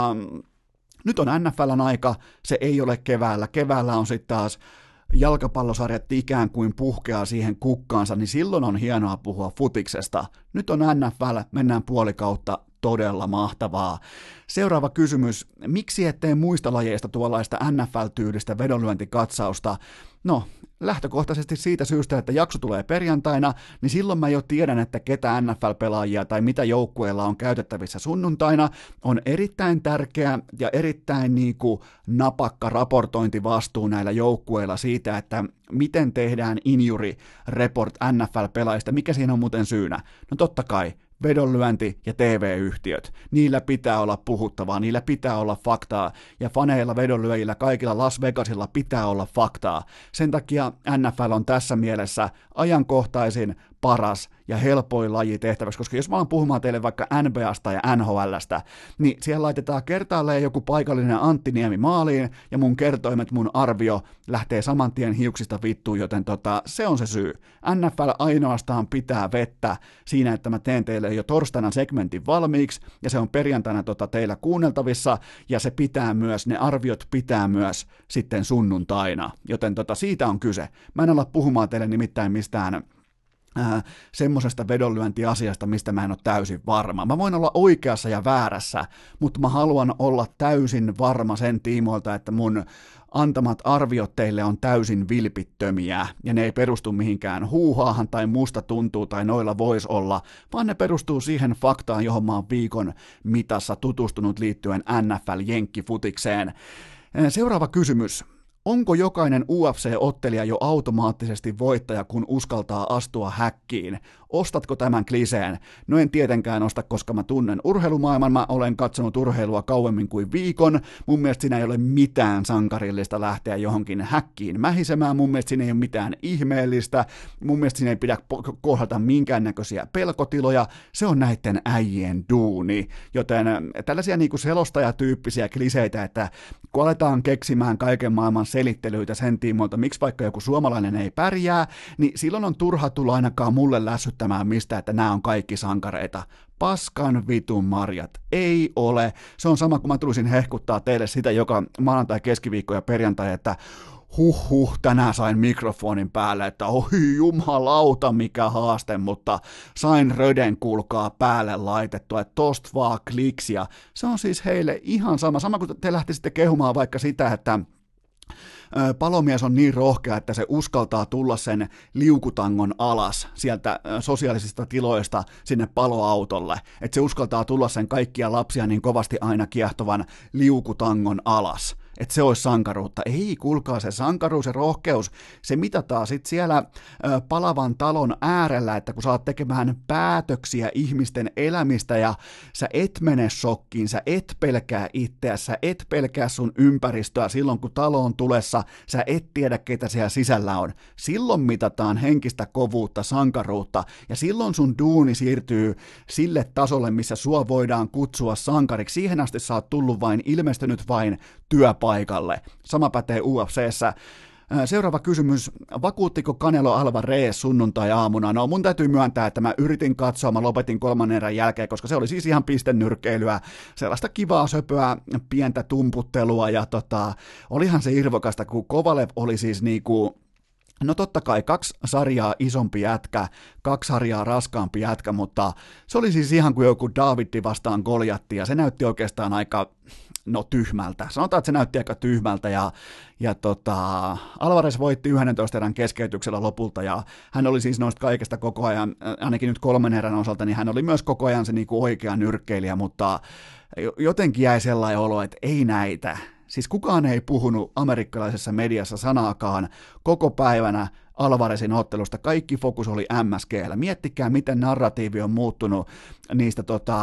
nyt on NFL:n aika, se ei ole keväällä. Keväällä on sitten taas jalkapallosarjat ikään kuin puhkeaa siihen kukkaansa, niin silloin on hienoa puhua futiksesta. Nyt on NFL, mennään puolikautta, todella mahtavaa. Seuraava kysymys, miksi ettei muista lajeista tuollaista NFL-tyylistä vedonlyöntikatsausta? No, lähtökohtaisesti siitä syystä, että jakso tulee perjantaina, niin silloin mä jo tiedän, että ketä NFL-pelaajia tai mitä joukkueella on käytettävissä sunnuntaina. On erittäin tärkeä ja erittäin napakka raportointivastuu näillä joukkueilla siitä, että miten tehdään injury report NFL-pelaajista. Mikä siinä on muuten syynä? No totta kai. Vedonlyönti ja TV-yhtiöt, niillä pitää olla puhuttavaa, niillä pitää olla faktaa, ja faneilla, vedonlyöjillä, kaikilla Las Vegasilla pitää olla faktaa. Sen takia NFL on tässä mielessä ajankohtaisin, paras ja helpoin laji tehtäväksi, koska jos mä alan puhumaan teille vaikka NBAsta ja NHLstä, niin siellä laitetaan kertaalleen joku paikallinen Antti Niemi maaliin, ja mun kertoimet, mun arvio lähtee saman tien hiuksista vittuun, joten se on se syy. NFL ainoastaan pitää vettä siinä, että mä teen teille jo torstaina segmentin valmiiksi, ja se on perjantaina teillä kuunneltavissa, ja se pitää myös, ne arviot pitää myös sitten sunnuntaina, joten siitä on kyse. Mä en ala puhumaan teille nimittäin mistään semmoisesta vedonlyöntiasiasta, mistä mä en ole täysin varma. Mä voin olla oikeassa ja väärässä, mutta mä haluan olla täysin varma sen tiimoilta, että mun antamat arviot teille on täysin vilpittömiä, ja ne ei perustu mihinkään huuhaahan tai musta tuntuu tai noilla voisi olla, vaan ne perustuu siihen faktaan, johon mä oon viikon mitassa tutustunut liittyen NFL-jenkkifutikseen. Seuraava kysymys. Onko jokainen UFC-ottelija jo automaattisesti voittaja, kun uskaltaa astua häkkiin? Ostatko tämän kliseen? No en tietenkään osta, koska mä tunnen urheilumaailman, mä olen katsonut urheilua kauemmin kuin viikon, mun mielestä siinä ei ole mitään sankarillista lähteä johonkin häkkiin mähisemään, mun mielestä siinä ei ole mitään ihmeellistä, mun mielestä siinä ei pidä kohdata minkäännäköisiä pelkotiloja, se on näiden äijien duuni, joten tällaisia niinku selostajatyyppisiä kliseitä, että kun aletaan keksimään kaiken maailman selittelyitä sen tiimoilta, miksi vaikka joku suomalainen ei pärjää, niin silloin on turha tulla ainakaan mulle lässyttämään mistä, että nämä on kaikki sankareita. Paskan vitun marjat. Ei ole. Se on sama, kun mä tulisin hehkuttaa teille sitä joka maanantai, keskiviikko ja perjantai, että tänään sain mikrofonin päälle, että ohi jumalauta mikä haaste, mutta sain röden kuulkaa päälle laitettua, että tosta vaan kliksiä. Se on siis heille ihan sama kuin te lähtisitte kehumaan vaikka sitä, että palomies on niin rohkea, että se uskaltaa tulla sen liukutangon alas sieltä sosiaalisista tiloista sinne paloautolle, että se uskaltaa tulla sen kaikkia lapsia niin kovasti aina kiehtovan liukutangon alas. Että se olisi sankaruutta. Ei, kuulkaa, se sankaruus ja rohkeus, se mitataan sitten siellä palavan talon äärellä, että kun sä oot tekemään päätöksiä ihmisten elämistä ja sä et mene shokkiin, sä et pelkää itseä, sä et pelkää sun ympäristöä silloin, kun talo on tulessa, sä et tiedä, ketä siellä sisällä on. Silloin mitataan henkistä kovuutta, sankaruutta, ja silloin sun duuni siirtyy sille tasolle, missä sua voidaan kutsua sankariksi. Siihen asti sä oot tullut vain, ilmestynyt vain työpaikalle. Sama pätee UFC:ssä. Seuraava kysymys. Vakuuttiko Canelo Alvarez sunnuntai-aamuna? No mun täytyy myöntää, että mä yritin katsoa, mä lopetin 3. erän jälkeen, koska se oli siis ihan pistennyrkkeilyä, sellaista kivaa söpöä, pientä tumputtelua ja olihan se irvokasta, kun Kovalev oli siis niinku, no totta kai 2 sarjaa isompi jätkä, 2 sarjaa raskaampi jätkä, mutta se oli siis ihan kuin joku Daviddi vastaan Goljatti ja se näytti oikeastaan aika tyhmältä. Sanotaan, että se näytti aika tyhmältä ja Alvarez voitti 11 erän keskeytyksellä lopulta ja hän oli siis noista kaikesta koko ajan, ainakin nyt 3 erän osalta, niin hän oli myös koko ajan se niinku oikea nyrkkeilijä, mutta jotenkin jäi sellainen olo, että ei näitä. Siis kukaan ei puhunut amerikkalaisessa mediassa sanaakaan koko päivänä Alvarezin ottelusta. Kaikki fokus oli MSG:llä. Miettikää, miten narratiivi on muuttunut niistä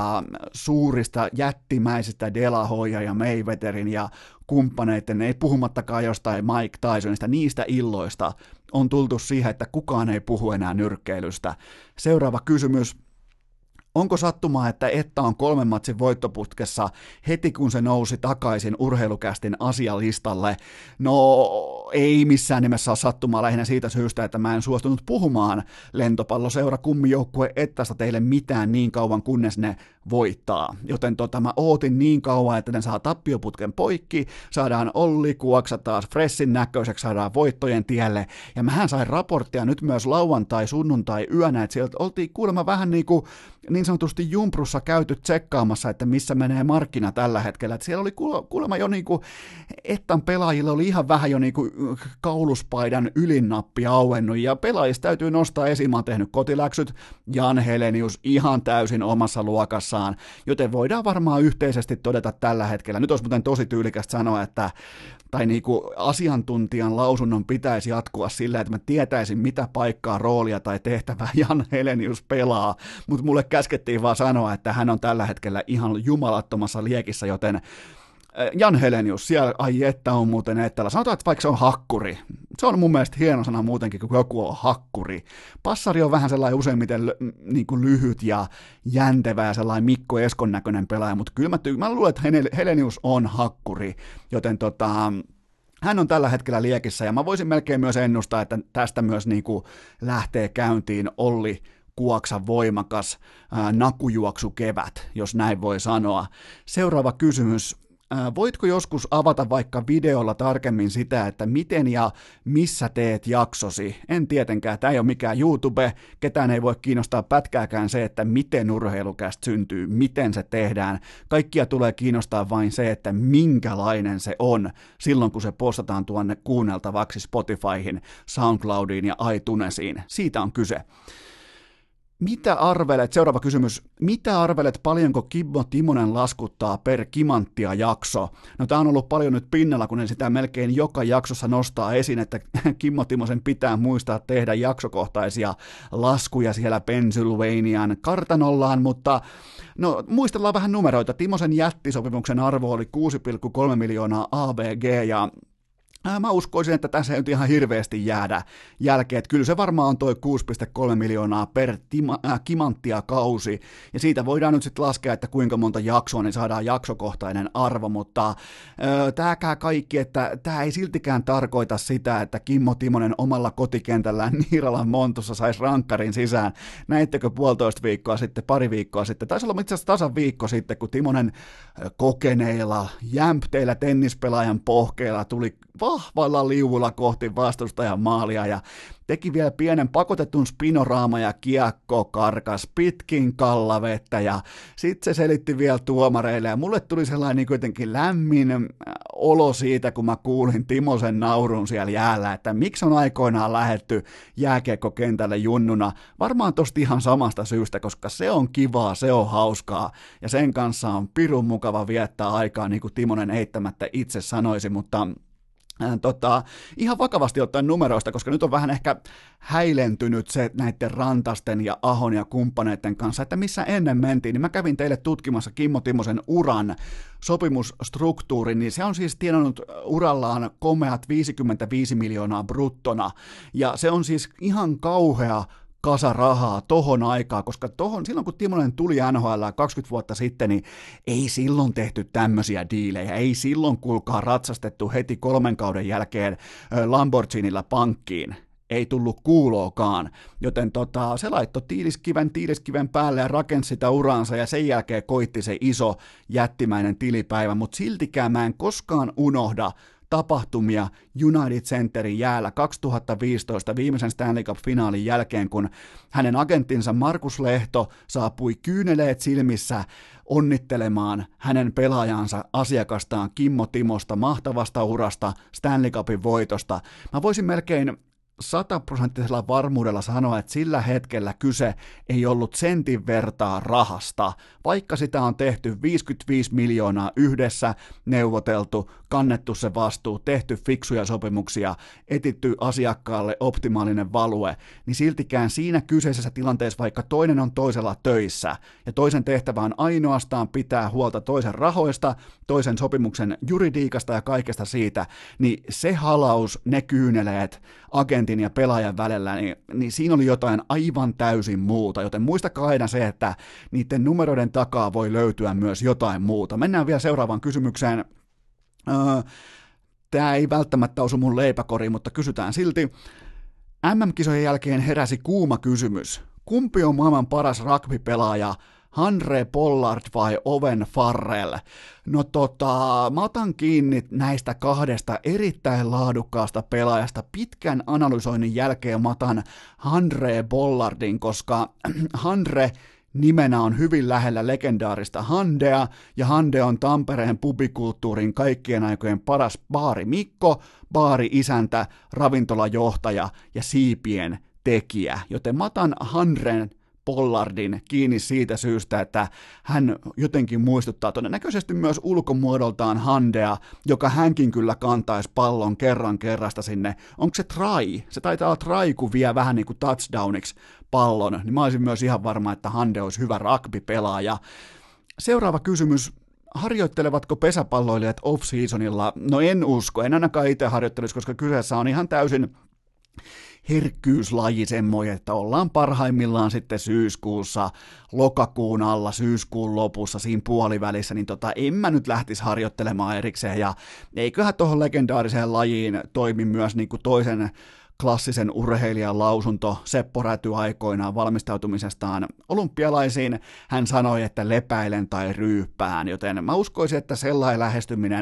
suurista jättimäisistä De La Hoya ja Mayweatherin ja kumppaneiden, ei puhumattakaan jostain Mike Tysonista, niistä illoista on tultu siihen, että kukaan ei puhu enää nyrkkeilystä. Seuraava kysymys. Onko sattumaa, että Etta on 3 matsin voittoputkessa heti kun se nousi takaisin urheilukästin asialistalle? No ei missään nimessä ole sattumaa lähinnä siitä syystä, että mä en suostunut puhumaan lentopalloseura kummijoukkue Ettasta teille mitään niin kauan kunnes ne voittaa. Joten mä ootin niin kauan, että ne saa tappioputken poikki, saadaan Olli Kuoksa taas freshin näköiseksi, saadaan voittojen tielle. Ja mähän sain raporttia nyt myös lauantai, sunnuntai yönä, että sieltä oltiin kuulemma vähän niin sanotusti jumprussa käyty tsekkaamassa, että missä menee markkina tällä hetkellä. Että siellä oli kuulemma jo Ettan pelaajilla oli ihan vähän jo kauluspaidan ylinnappi auennut, ja pelaajista täytyy nostaa esiin, mä oon tehnyt kotiläksyt, Jan Helenius ihan täysin omassa luokassaan, joten voidaan varmaan yhteisesti todeta tällä hetkellä, nyt olisi muuten tosi tyylikästä sanoa, että tai asiantuntijan lausunnon pitäisi jatkua sillä, että mä tietäisin, mitä paikkaa, roolia tai tehtävää Jan Helenius pelaa, mutta mulle käskettiin vaan sanoa, että hän on tällä hetkellä ihan jumalattomassa liekissä, joten Jan Helenius, siellä ai että on muuten Ettälä. Sanotaan, että vaikka se on hakkuri. Se on mun mielestä hieno sana muutenkin, kun joku on hakkuri. Passari on vähän sellainen useimmiten lyhyt ja jäntevä ja sellainen Mikko Eskon näköinen pelaaja, mutta kyllä mä luulen, että Helenius on hakkuri, joten hän on tällä hetkellä liekissä ja mä voisin melkein myös ennustaa, että tästä myös lähtee käyntiin Olli Kuoksan voimakas nakujuoksu kevät, jos näin voi sanoa. Seuraava kysymys. Voitko joskus avata vaikka videolla tarkemmin sitä, että miten ja missä teet jaksosi? En tietenkään, tämä ei ole mikään YouTube, ketään ei voi kiinnostaa pätkääkään se, että miten urheilukästä syntyy, miten se tehdään. Kaikkia tulee kiinnostaa vain se, että minkälainen se on silloin, kun se postataan tuonne kuunneltavaksi Spotifyhin, SoundCloudiin ja iTunesiin. Siitä on kyse. Mitä arvelet, seuraava kysymys, mitä arvelet paljonko Kimmo Timonen laskuttaa per Kimanttia jakso? No tää on ollut paljon nyt pinnalla, kun ne sitä melkein joka jaksossa nostaa esiin, että Kimmo Timosen pitää muistaa tehdä jaksokohtaisia laskuja siellä Pennsylvanian kartanollaan, mutta no muistellaan vähän numeroita. Timosen jättisopimuksen arvo oli 6,3 miljoonaa ABG ja mä uskoisin, että tässä ei nyt ihan hirveästi jäädä jälkeen, että kyllä se varmaan on toi 6,3 miljoonaa per Kimanttia kausi, ja siitä voidaan nyt sitten laskea, että kuinka monta jaksoa, niin saadaan jaksokohtainen arvo, mutta tääkään kaikki, että tämä ei siltikään tarkoita sitä, että Kimmo Timonen omalla kotikentällään Niiralan Montussa saisi rankkarin sisään. Näittekö pari viikkoa sitten, taisi olla itse asiassa tasan viikko sitten, kun Timonen kokeneilla, jämpteillä tennispelaajan pohkeilla tuli vahvalla liuvulla kohti vastustajan maalia ja teki vielä pienen pakotetun spinoraama ja kiekko karkas pitkin kallavettä ja sitten se selitti vielä tuomareille ja mulle tuli sellainen niin jotenkin lämmin olo siitä, kun mä kuulin Timosen naurun siellä jäällä, että miksi on aikoinaan lähdetty jääkiekkokentälle junnuna, varmaan tosta ihan samasta syystä, koska se on kivaa, se on hauskaa ja sen kanssa on pirun mukava viettää aikaa, niin kuin Timonen eittämättä itse sanoisi, mutta ihan vakavasti ottaen numeroista, koska nyt on vähän ehkä häilentynyt se näiden Rantasten ja Ahon ja kumppaneiden kanssa, että missä ennen mentiin, niin mä kävin teille tutkimassa Kimmo Timosen uran sopimusstruktuurin, niin se on siis tienannut urallaan komeat 55 miljoonaa bruttona, ja se on siis ihan kauhea kasa rahaa tohon aikaa, koska silloin kun Timonen tuli NHL 20 vuotta sitten, niin ei silloin tehty tämmöisiä diilejä, ei silloin kuulkaa ratsastettu heti 3 kauden jälkeen Lamborghinilla pankkiin, ei tullut kuulookaan, joten se laittoi tiiliskiven päälle ja rakensi sitä uraansa ja sen jälkeen koitti se iso jättimäinen tilipäivä, mutta siltikään mä en koskaan unohda tapahtumia United Centerin jäällä 2015 viimeisen Stanley Cup-finaalin jälkeen, kun hänen agenttinsa Markus Lehto saapui kyyneleet silmissä onnittelemaan hänen pelaajansa asiakastaan Kimmo Timosta mahtavasta urasta, Stanley Cupin voitosta. Mä voisin melkein 100% varmuudella sanoa, että sillä hetkellä kyse ei ollut sentin vertaa rahasta, vaikka sitä on tehty 55 miljoonaa yhdessä, neuvoteltu, kannettu se vastuu, tehty fiksuja sopimuksia, etitty asiakkaalle optimaalinen value, niin siltikään siinä kyseisessä tilanteessa, vaikka toinen on toisella töissä ja toisen tehtävä on ainoastaan pitää huolta toisen rahoista, toisen sopimuksen juridiikasta ja kaikesta siitä, niin se halaus, ne kyyneleet agentin ja pelaajan välillä, niin siinä oli jotain aivan täysin muuta, joten muistakaa aina se, että niiden numeroiden takaa voi löytyä myös jotain muuta. Mennään vielä seuraavaan kysymykseen. Tämä ei välttämättä osu mun leipäkoriin, mutta kysytään silti. MM-kisojen jälkeen heräsi kuuma kysymys. Kumpi on maailman paras rugby-pelaaja, Handré Pollard vai Owen Farrell? No mä otan kiinni näistä kahdesta erittäin laadukkaasta pelaajasta. Pitkän analysoinnin jälkeen mä otan Handré Pollardin, koska Handré nimenä on hyvin lähellä legendaarista Handea, ja Hande on Tampereen pubikulttuurin kaikkien aikojen paras baarimikko, baari-isäntä, ravintolajohtaja ja siipien tekijä. Joten mä otan Handren Pollardin kiinni siitä syystä, että hän jotenkin muistuttaa todennäköisesti myös ulkomuodoltaan Handea, joka hänkin kyllä kantaisi pallon kerrasta sinne. Onko se try? Se taitaa olla try, kun vie vähän niin kuin touchdowniksi pallon, niin mä olisin myös ihan varma, että Hande olisi hyvä rugby-pelaaja. Seuraava kysymys. Harjoittelevatko pesäpalloilijat off-seasonilla? No en usko, en ainakaan itse harjoittelisi, koska kyseessä on ihan täysin herkkyyslaji semmoinen, että ollaan parhaimmillaan sitten syyskuussa, lokakuun alla, syyskuun lopussa, siinä puolivälissä, niin en mä nyt lähtisi harjoittelemaan erikseen, ja eiköhän tuohon legendaariseen lajiin toimi myös niin kuin toisen klassisen urheilijan lausunto Seppo Räty aikoinaan valmistautumisestaan olympialaisiin. Hän sanoi, että lepäilen tai ryyppään, joten mä uskoisin, että sellainen lähestyminen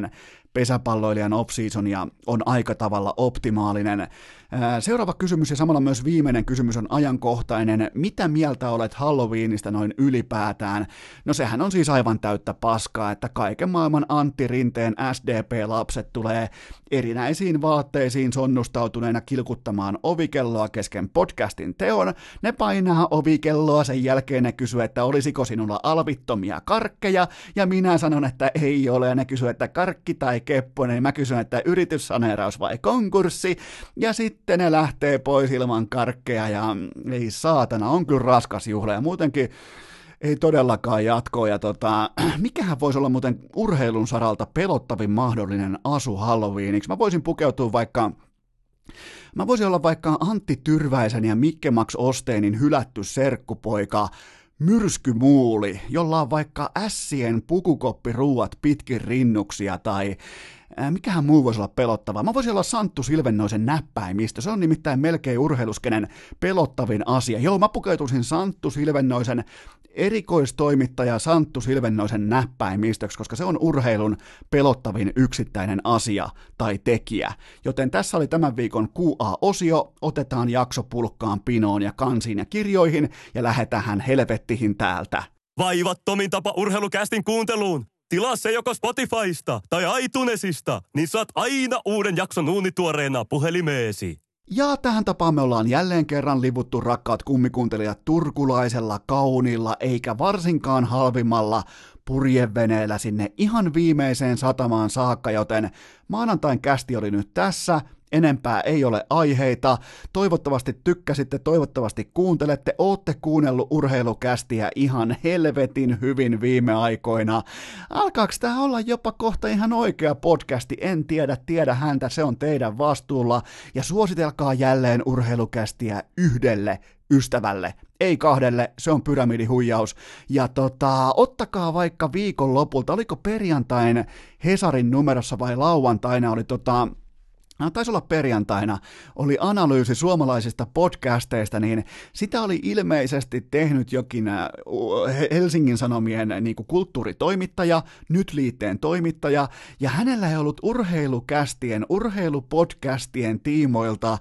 pesäpalloilijan off-seasonia on aika tavalla optimaalinen. Seuraava kysymys ja samalla myös viimeinen kysymys on ajankohtainen. Mitä mieltä olet Halloweenista noin ylipäätään? No sehän on siis aivan täyttä paskaa, että kaiken maailman Antti Rinteen SDP-lapset tulee erinäisiin vaatteisiin sonnustautuneena kilkuttamaan ovikelloa kesken podcastin teon. Ne painaa ovikelloa, sen jälkeen ne kysyy, että olisiko sinulla alvittomia karkkeja, ja minä sanon, että ei ole, ja ne kysyy, että karkki tai kepponen, ja mä kysyn, että yrityssaneeraus vai konkurssi, ja sitten ne lähtee pois ilman karkkeja, ja ei saatana, on kyllä raskas juhla, ja muutenkin ei todellakaan jatkoa, ja mikähän voisi olla muuten urheilun saralta pelottavin mahdollinen asu Halloweeniksi? Mä voisin olla vaikka Antti Tyrväisen ja Mikke Max Osteinin hylätty serkkupoika Myrskymuuli, jolla on vaikka ässien pukukoppiruuat pitkin rinnuksia, tai mikähän muu voisi olla pelottavaa. Mä voisin olla Santtu Silvennoisen näppäimistö, se on nimittäin melkein urheiluskenen pelottavin asia. Joo, mä pukeutuisin Santtu Silvennoisen erikoistoimittaja Santtu Silvennoisen näppäimistöksi, koska se on urheilun pelottavin yksittäinen asia tai tekijä. Joten tässä oli tämän viikon QA-osio, otetaan jakso pulkkaan, pinoon ja kansiin ja kirjoihin ja lähetään helvettihin täältä. Vaivattomin tapa urheilukästin kuunteluun. Tilaa se joko Spotifysta tai iTunesista, niin saat aina uuden jakson uunituoreena puhelimeesi. Ja tähän tapaan me ollaan jälleen kerran livuttu, rakkaat kummikuuntelijat, turkulaisella, kauniilla, eikä varsinkaan halvimmalla purjeveneellä sinne ihan viimeiseen satamaan saakka, joten maanantain kästi oli nyt tässä. Enempää ei ole aiheita. Toivottavasti tykkäsitte, toivottavasti kuuntelette. Ootte kuunnellut urheilukästiä ihan helvetin hyvin viime aikoina. Alkaako tämä olla jopa kohta ihan oikea podcasti? En tiedä häntä, se on teidän vastuulla. Ja suositelkaa jälleen urheilukästiä yhdelle ystävälle. Ei kahdelle, se on pyramidihuijaus. Ja ottakaa vaikka viikon lopulta, oliko perjantain Hesarin numerossa vai lauantaina, oli taisi olla perjantaina, oli analyysi suomalaisista podcasteista, niin sitä oli ilmeisesti tehnyt jokin Helsingin Sanomien niin kuin kulttuuritoimittaja, Nyt liitteen toimittaja, ja hänellä ei ollut urheilupodcastien tiimoilta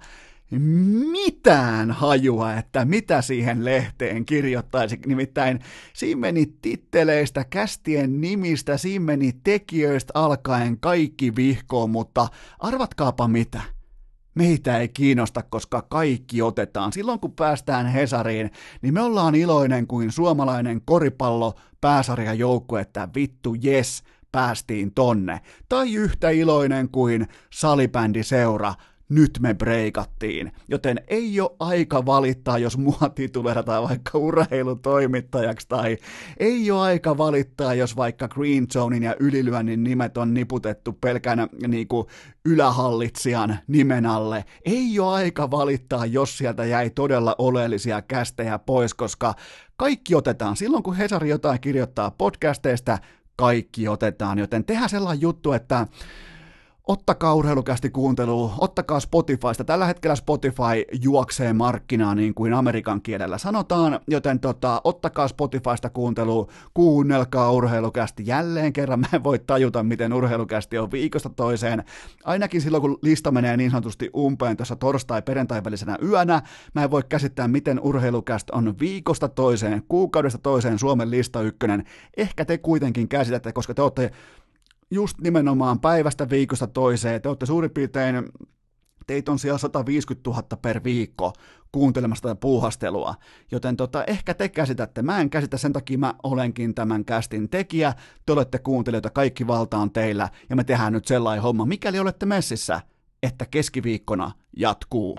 mitään hajua, että mitä siihen lehteen kirjoittaisi. Nimittäin siinä meni titteleistä, kästien nimistä, siinä meni tekijöistä alkaen kaikki vihkoon, mutta arvatkaapa mitä? Meitä ei kiinnosta, koska kaikki otetaan. Silloin kun päästään Hesariin, niin me ollaan iloinen kuin suomalainen koripallo pääsarjajoukkue, että vittu jes, päästiin tonne. Tai yhtä iloinen kuin salibändiseura, nyt me breikattiin, joten ei ole aika valittaa, jos mua tituleerataan vaikka urheilutoimittajaksi, tai ei ole aika valittaa, jos vaikka Green Zonein ja ylilyönnin nimet on niputettu pelkän niinku ylähallitsijan nimen alle. Ei ole aika valittaa, jos sieltä jäi todella oleellisia kästejä pois, koska kaikki otetaan. Silloin kun Hesari jotain kirjoittaa podcasteista, kaikki otetaan, joten tehdään sellainen juttu, että ottakaa urheilukästi kuuntelua, ottakaa Spotifysta. Tällä hetkellä Spotify juoksee markkinaa niin kuin amerikan kielellä sanotaan, joten ottakaa Spotifysta kuuntelua, kuunnelkaa urheilukästi. Jälleen kerran mä en voi tajuta, miten urheilukästi on viikosta toiseen. Ainakin silloin, kun lista menee niin sanotusti umpeen tuossa torstai-perjantai välisenä yönä, mä en voi käsittää, miten urheilukästi on viikosta toiseen, kuukaudesta toiseen Suomen lista ykkönen. Ehkä te kuitenkin käsitätte, koska te olette just nimenomaan päivästä viikosta toiseen, te olette suurin piirtein, teitä on siellä 150 000 per viikko kuuntelemassa tätä puuhastelua, joten ehkä te käsitätte, mä en käsitä, sen takia mä olenkin tämän kästin tekijä, te olette kuuntelijoita, kaikki valta on teillä, ja me tehdään nyt sellainen homma, mikäli olette messissä, että keskiviikkona jatkuu.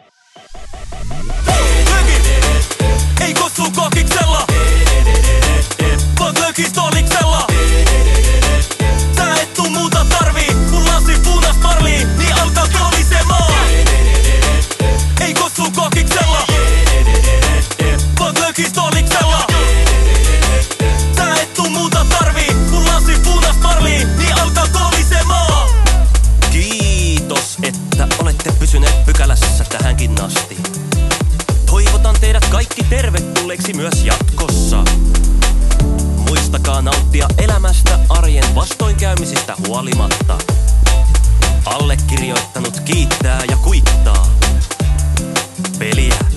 Ei kossu kokiksella, vaan lökistoliksella. Sä et tuu muuta tarvii, kun lasi punas parlii, niin alkaa kolisemaan. Ei kossu kokiksella, vaan lökistoliksella. Sä et tuu muuta tarvii, kun lasi punas parlii, niin alkaa kolisemaan. Kiitos, että olette pysyneet pykälässä tähänkin asti. Toivotan teidät kaikki tervetulleeksi myös jatkossa. Muistakaa nauttia elämästä arjen vastoinkäymisistä huolimatta. Allekirjoittanut kiittää ja kuittaa. Peliä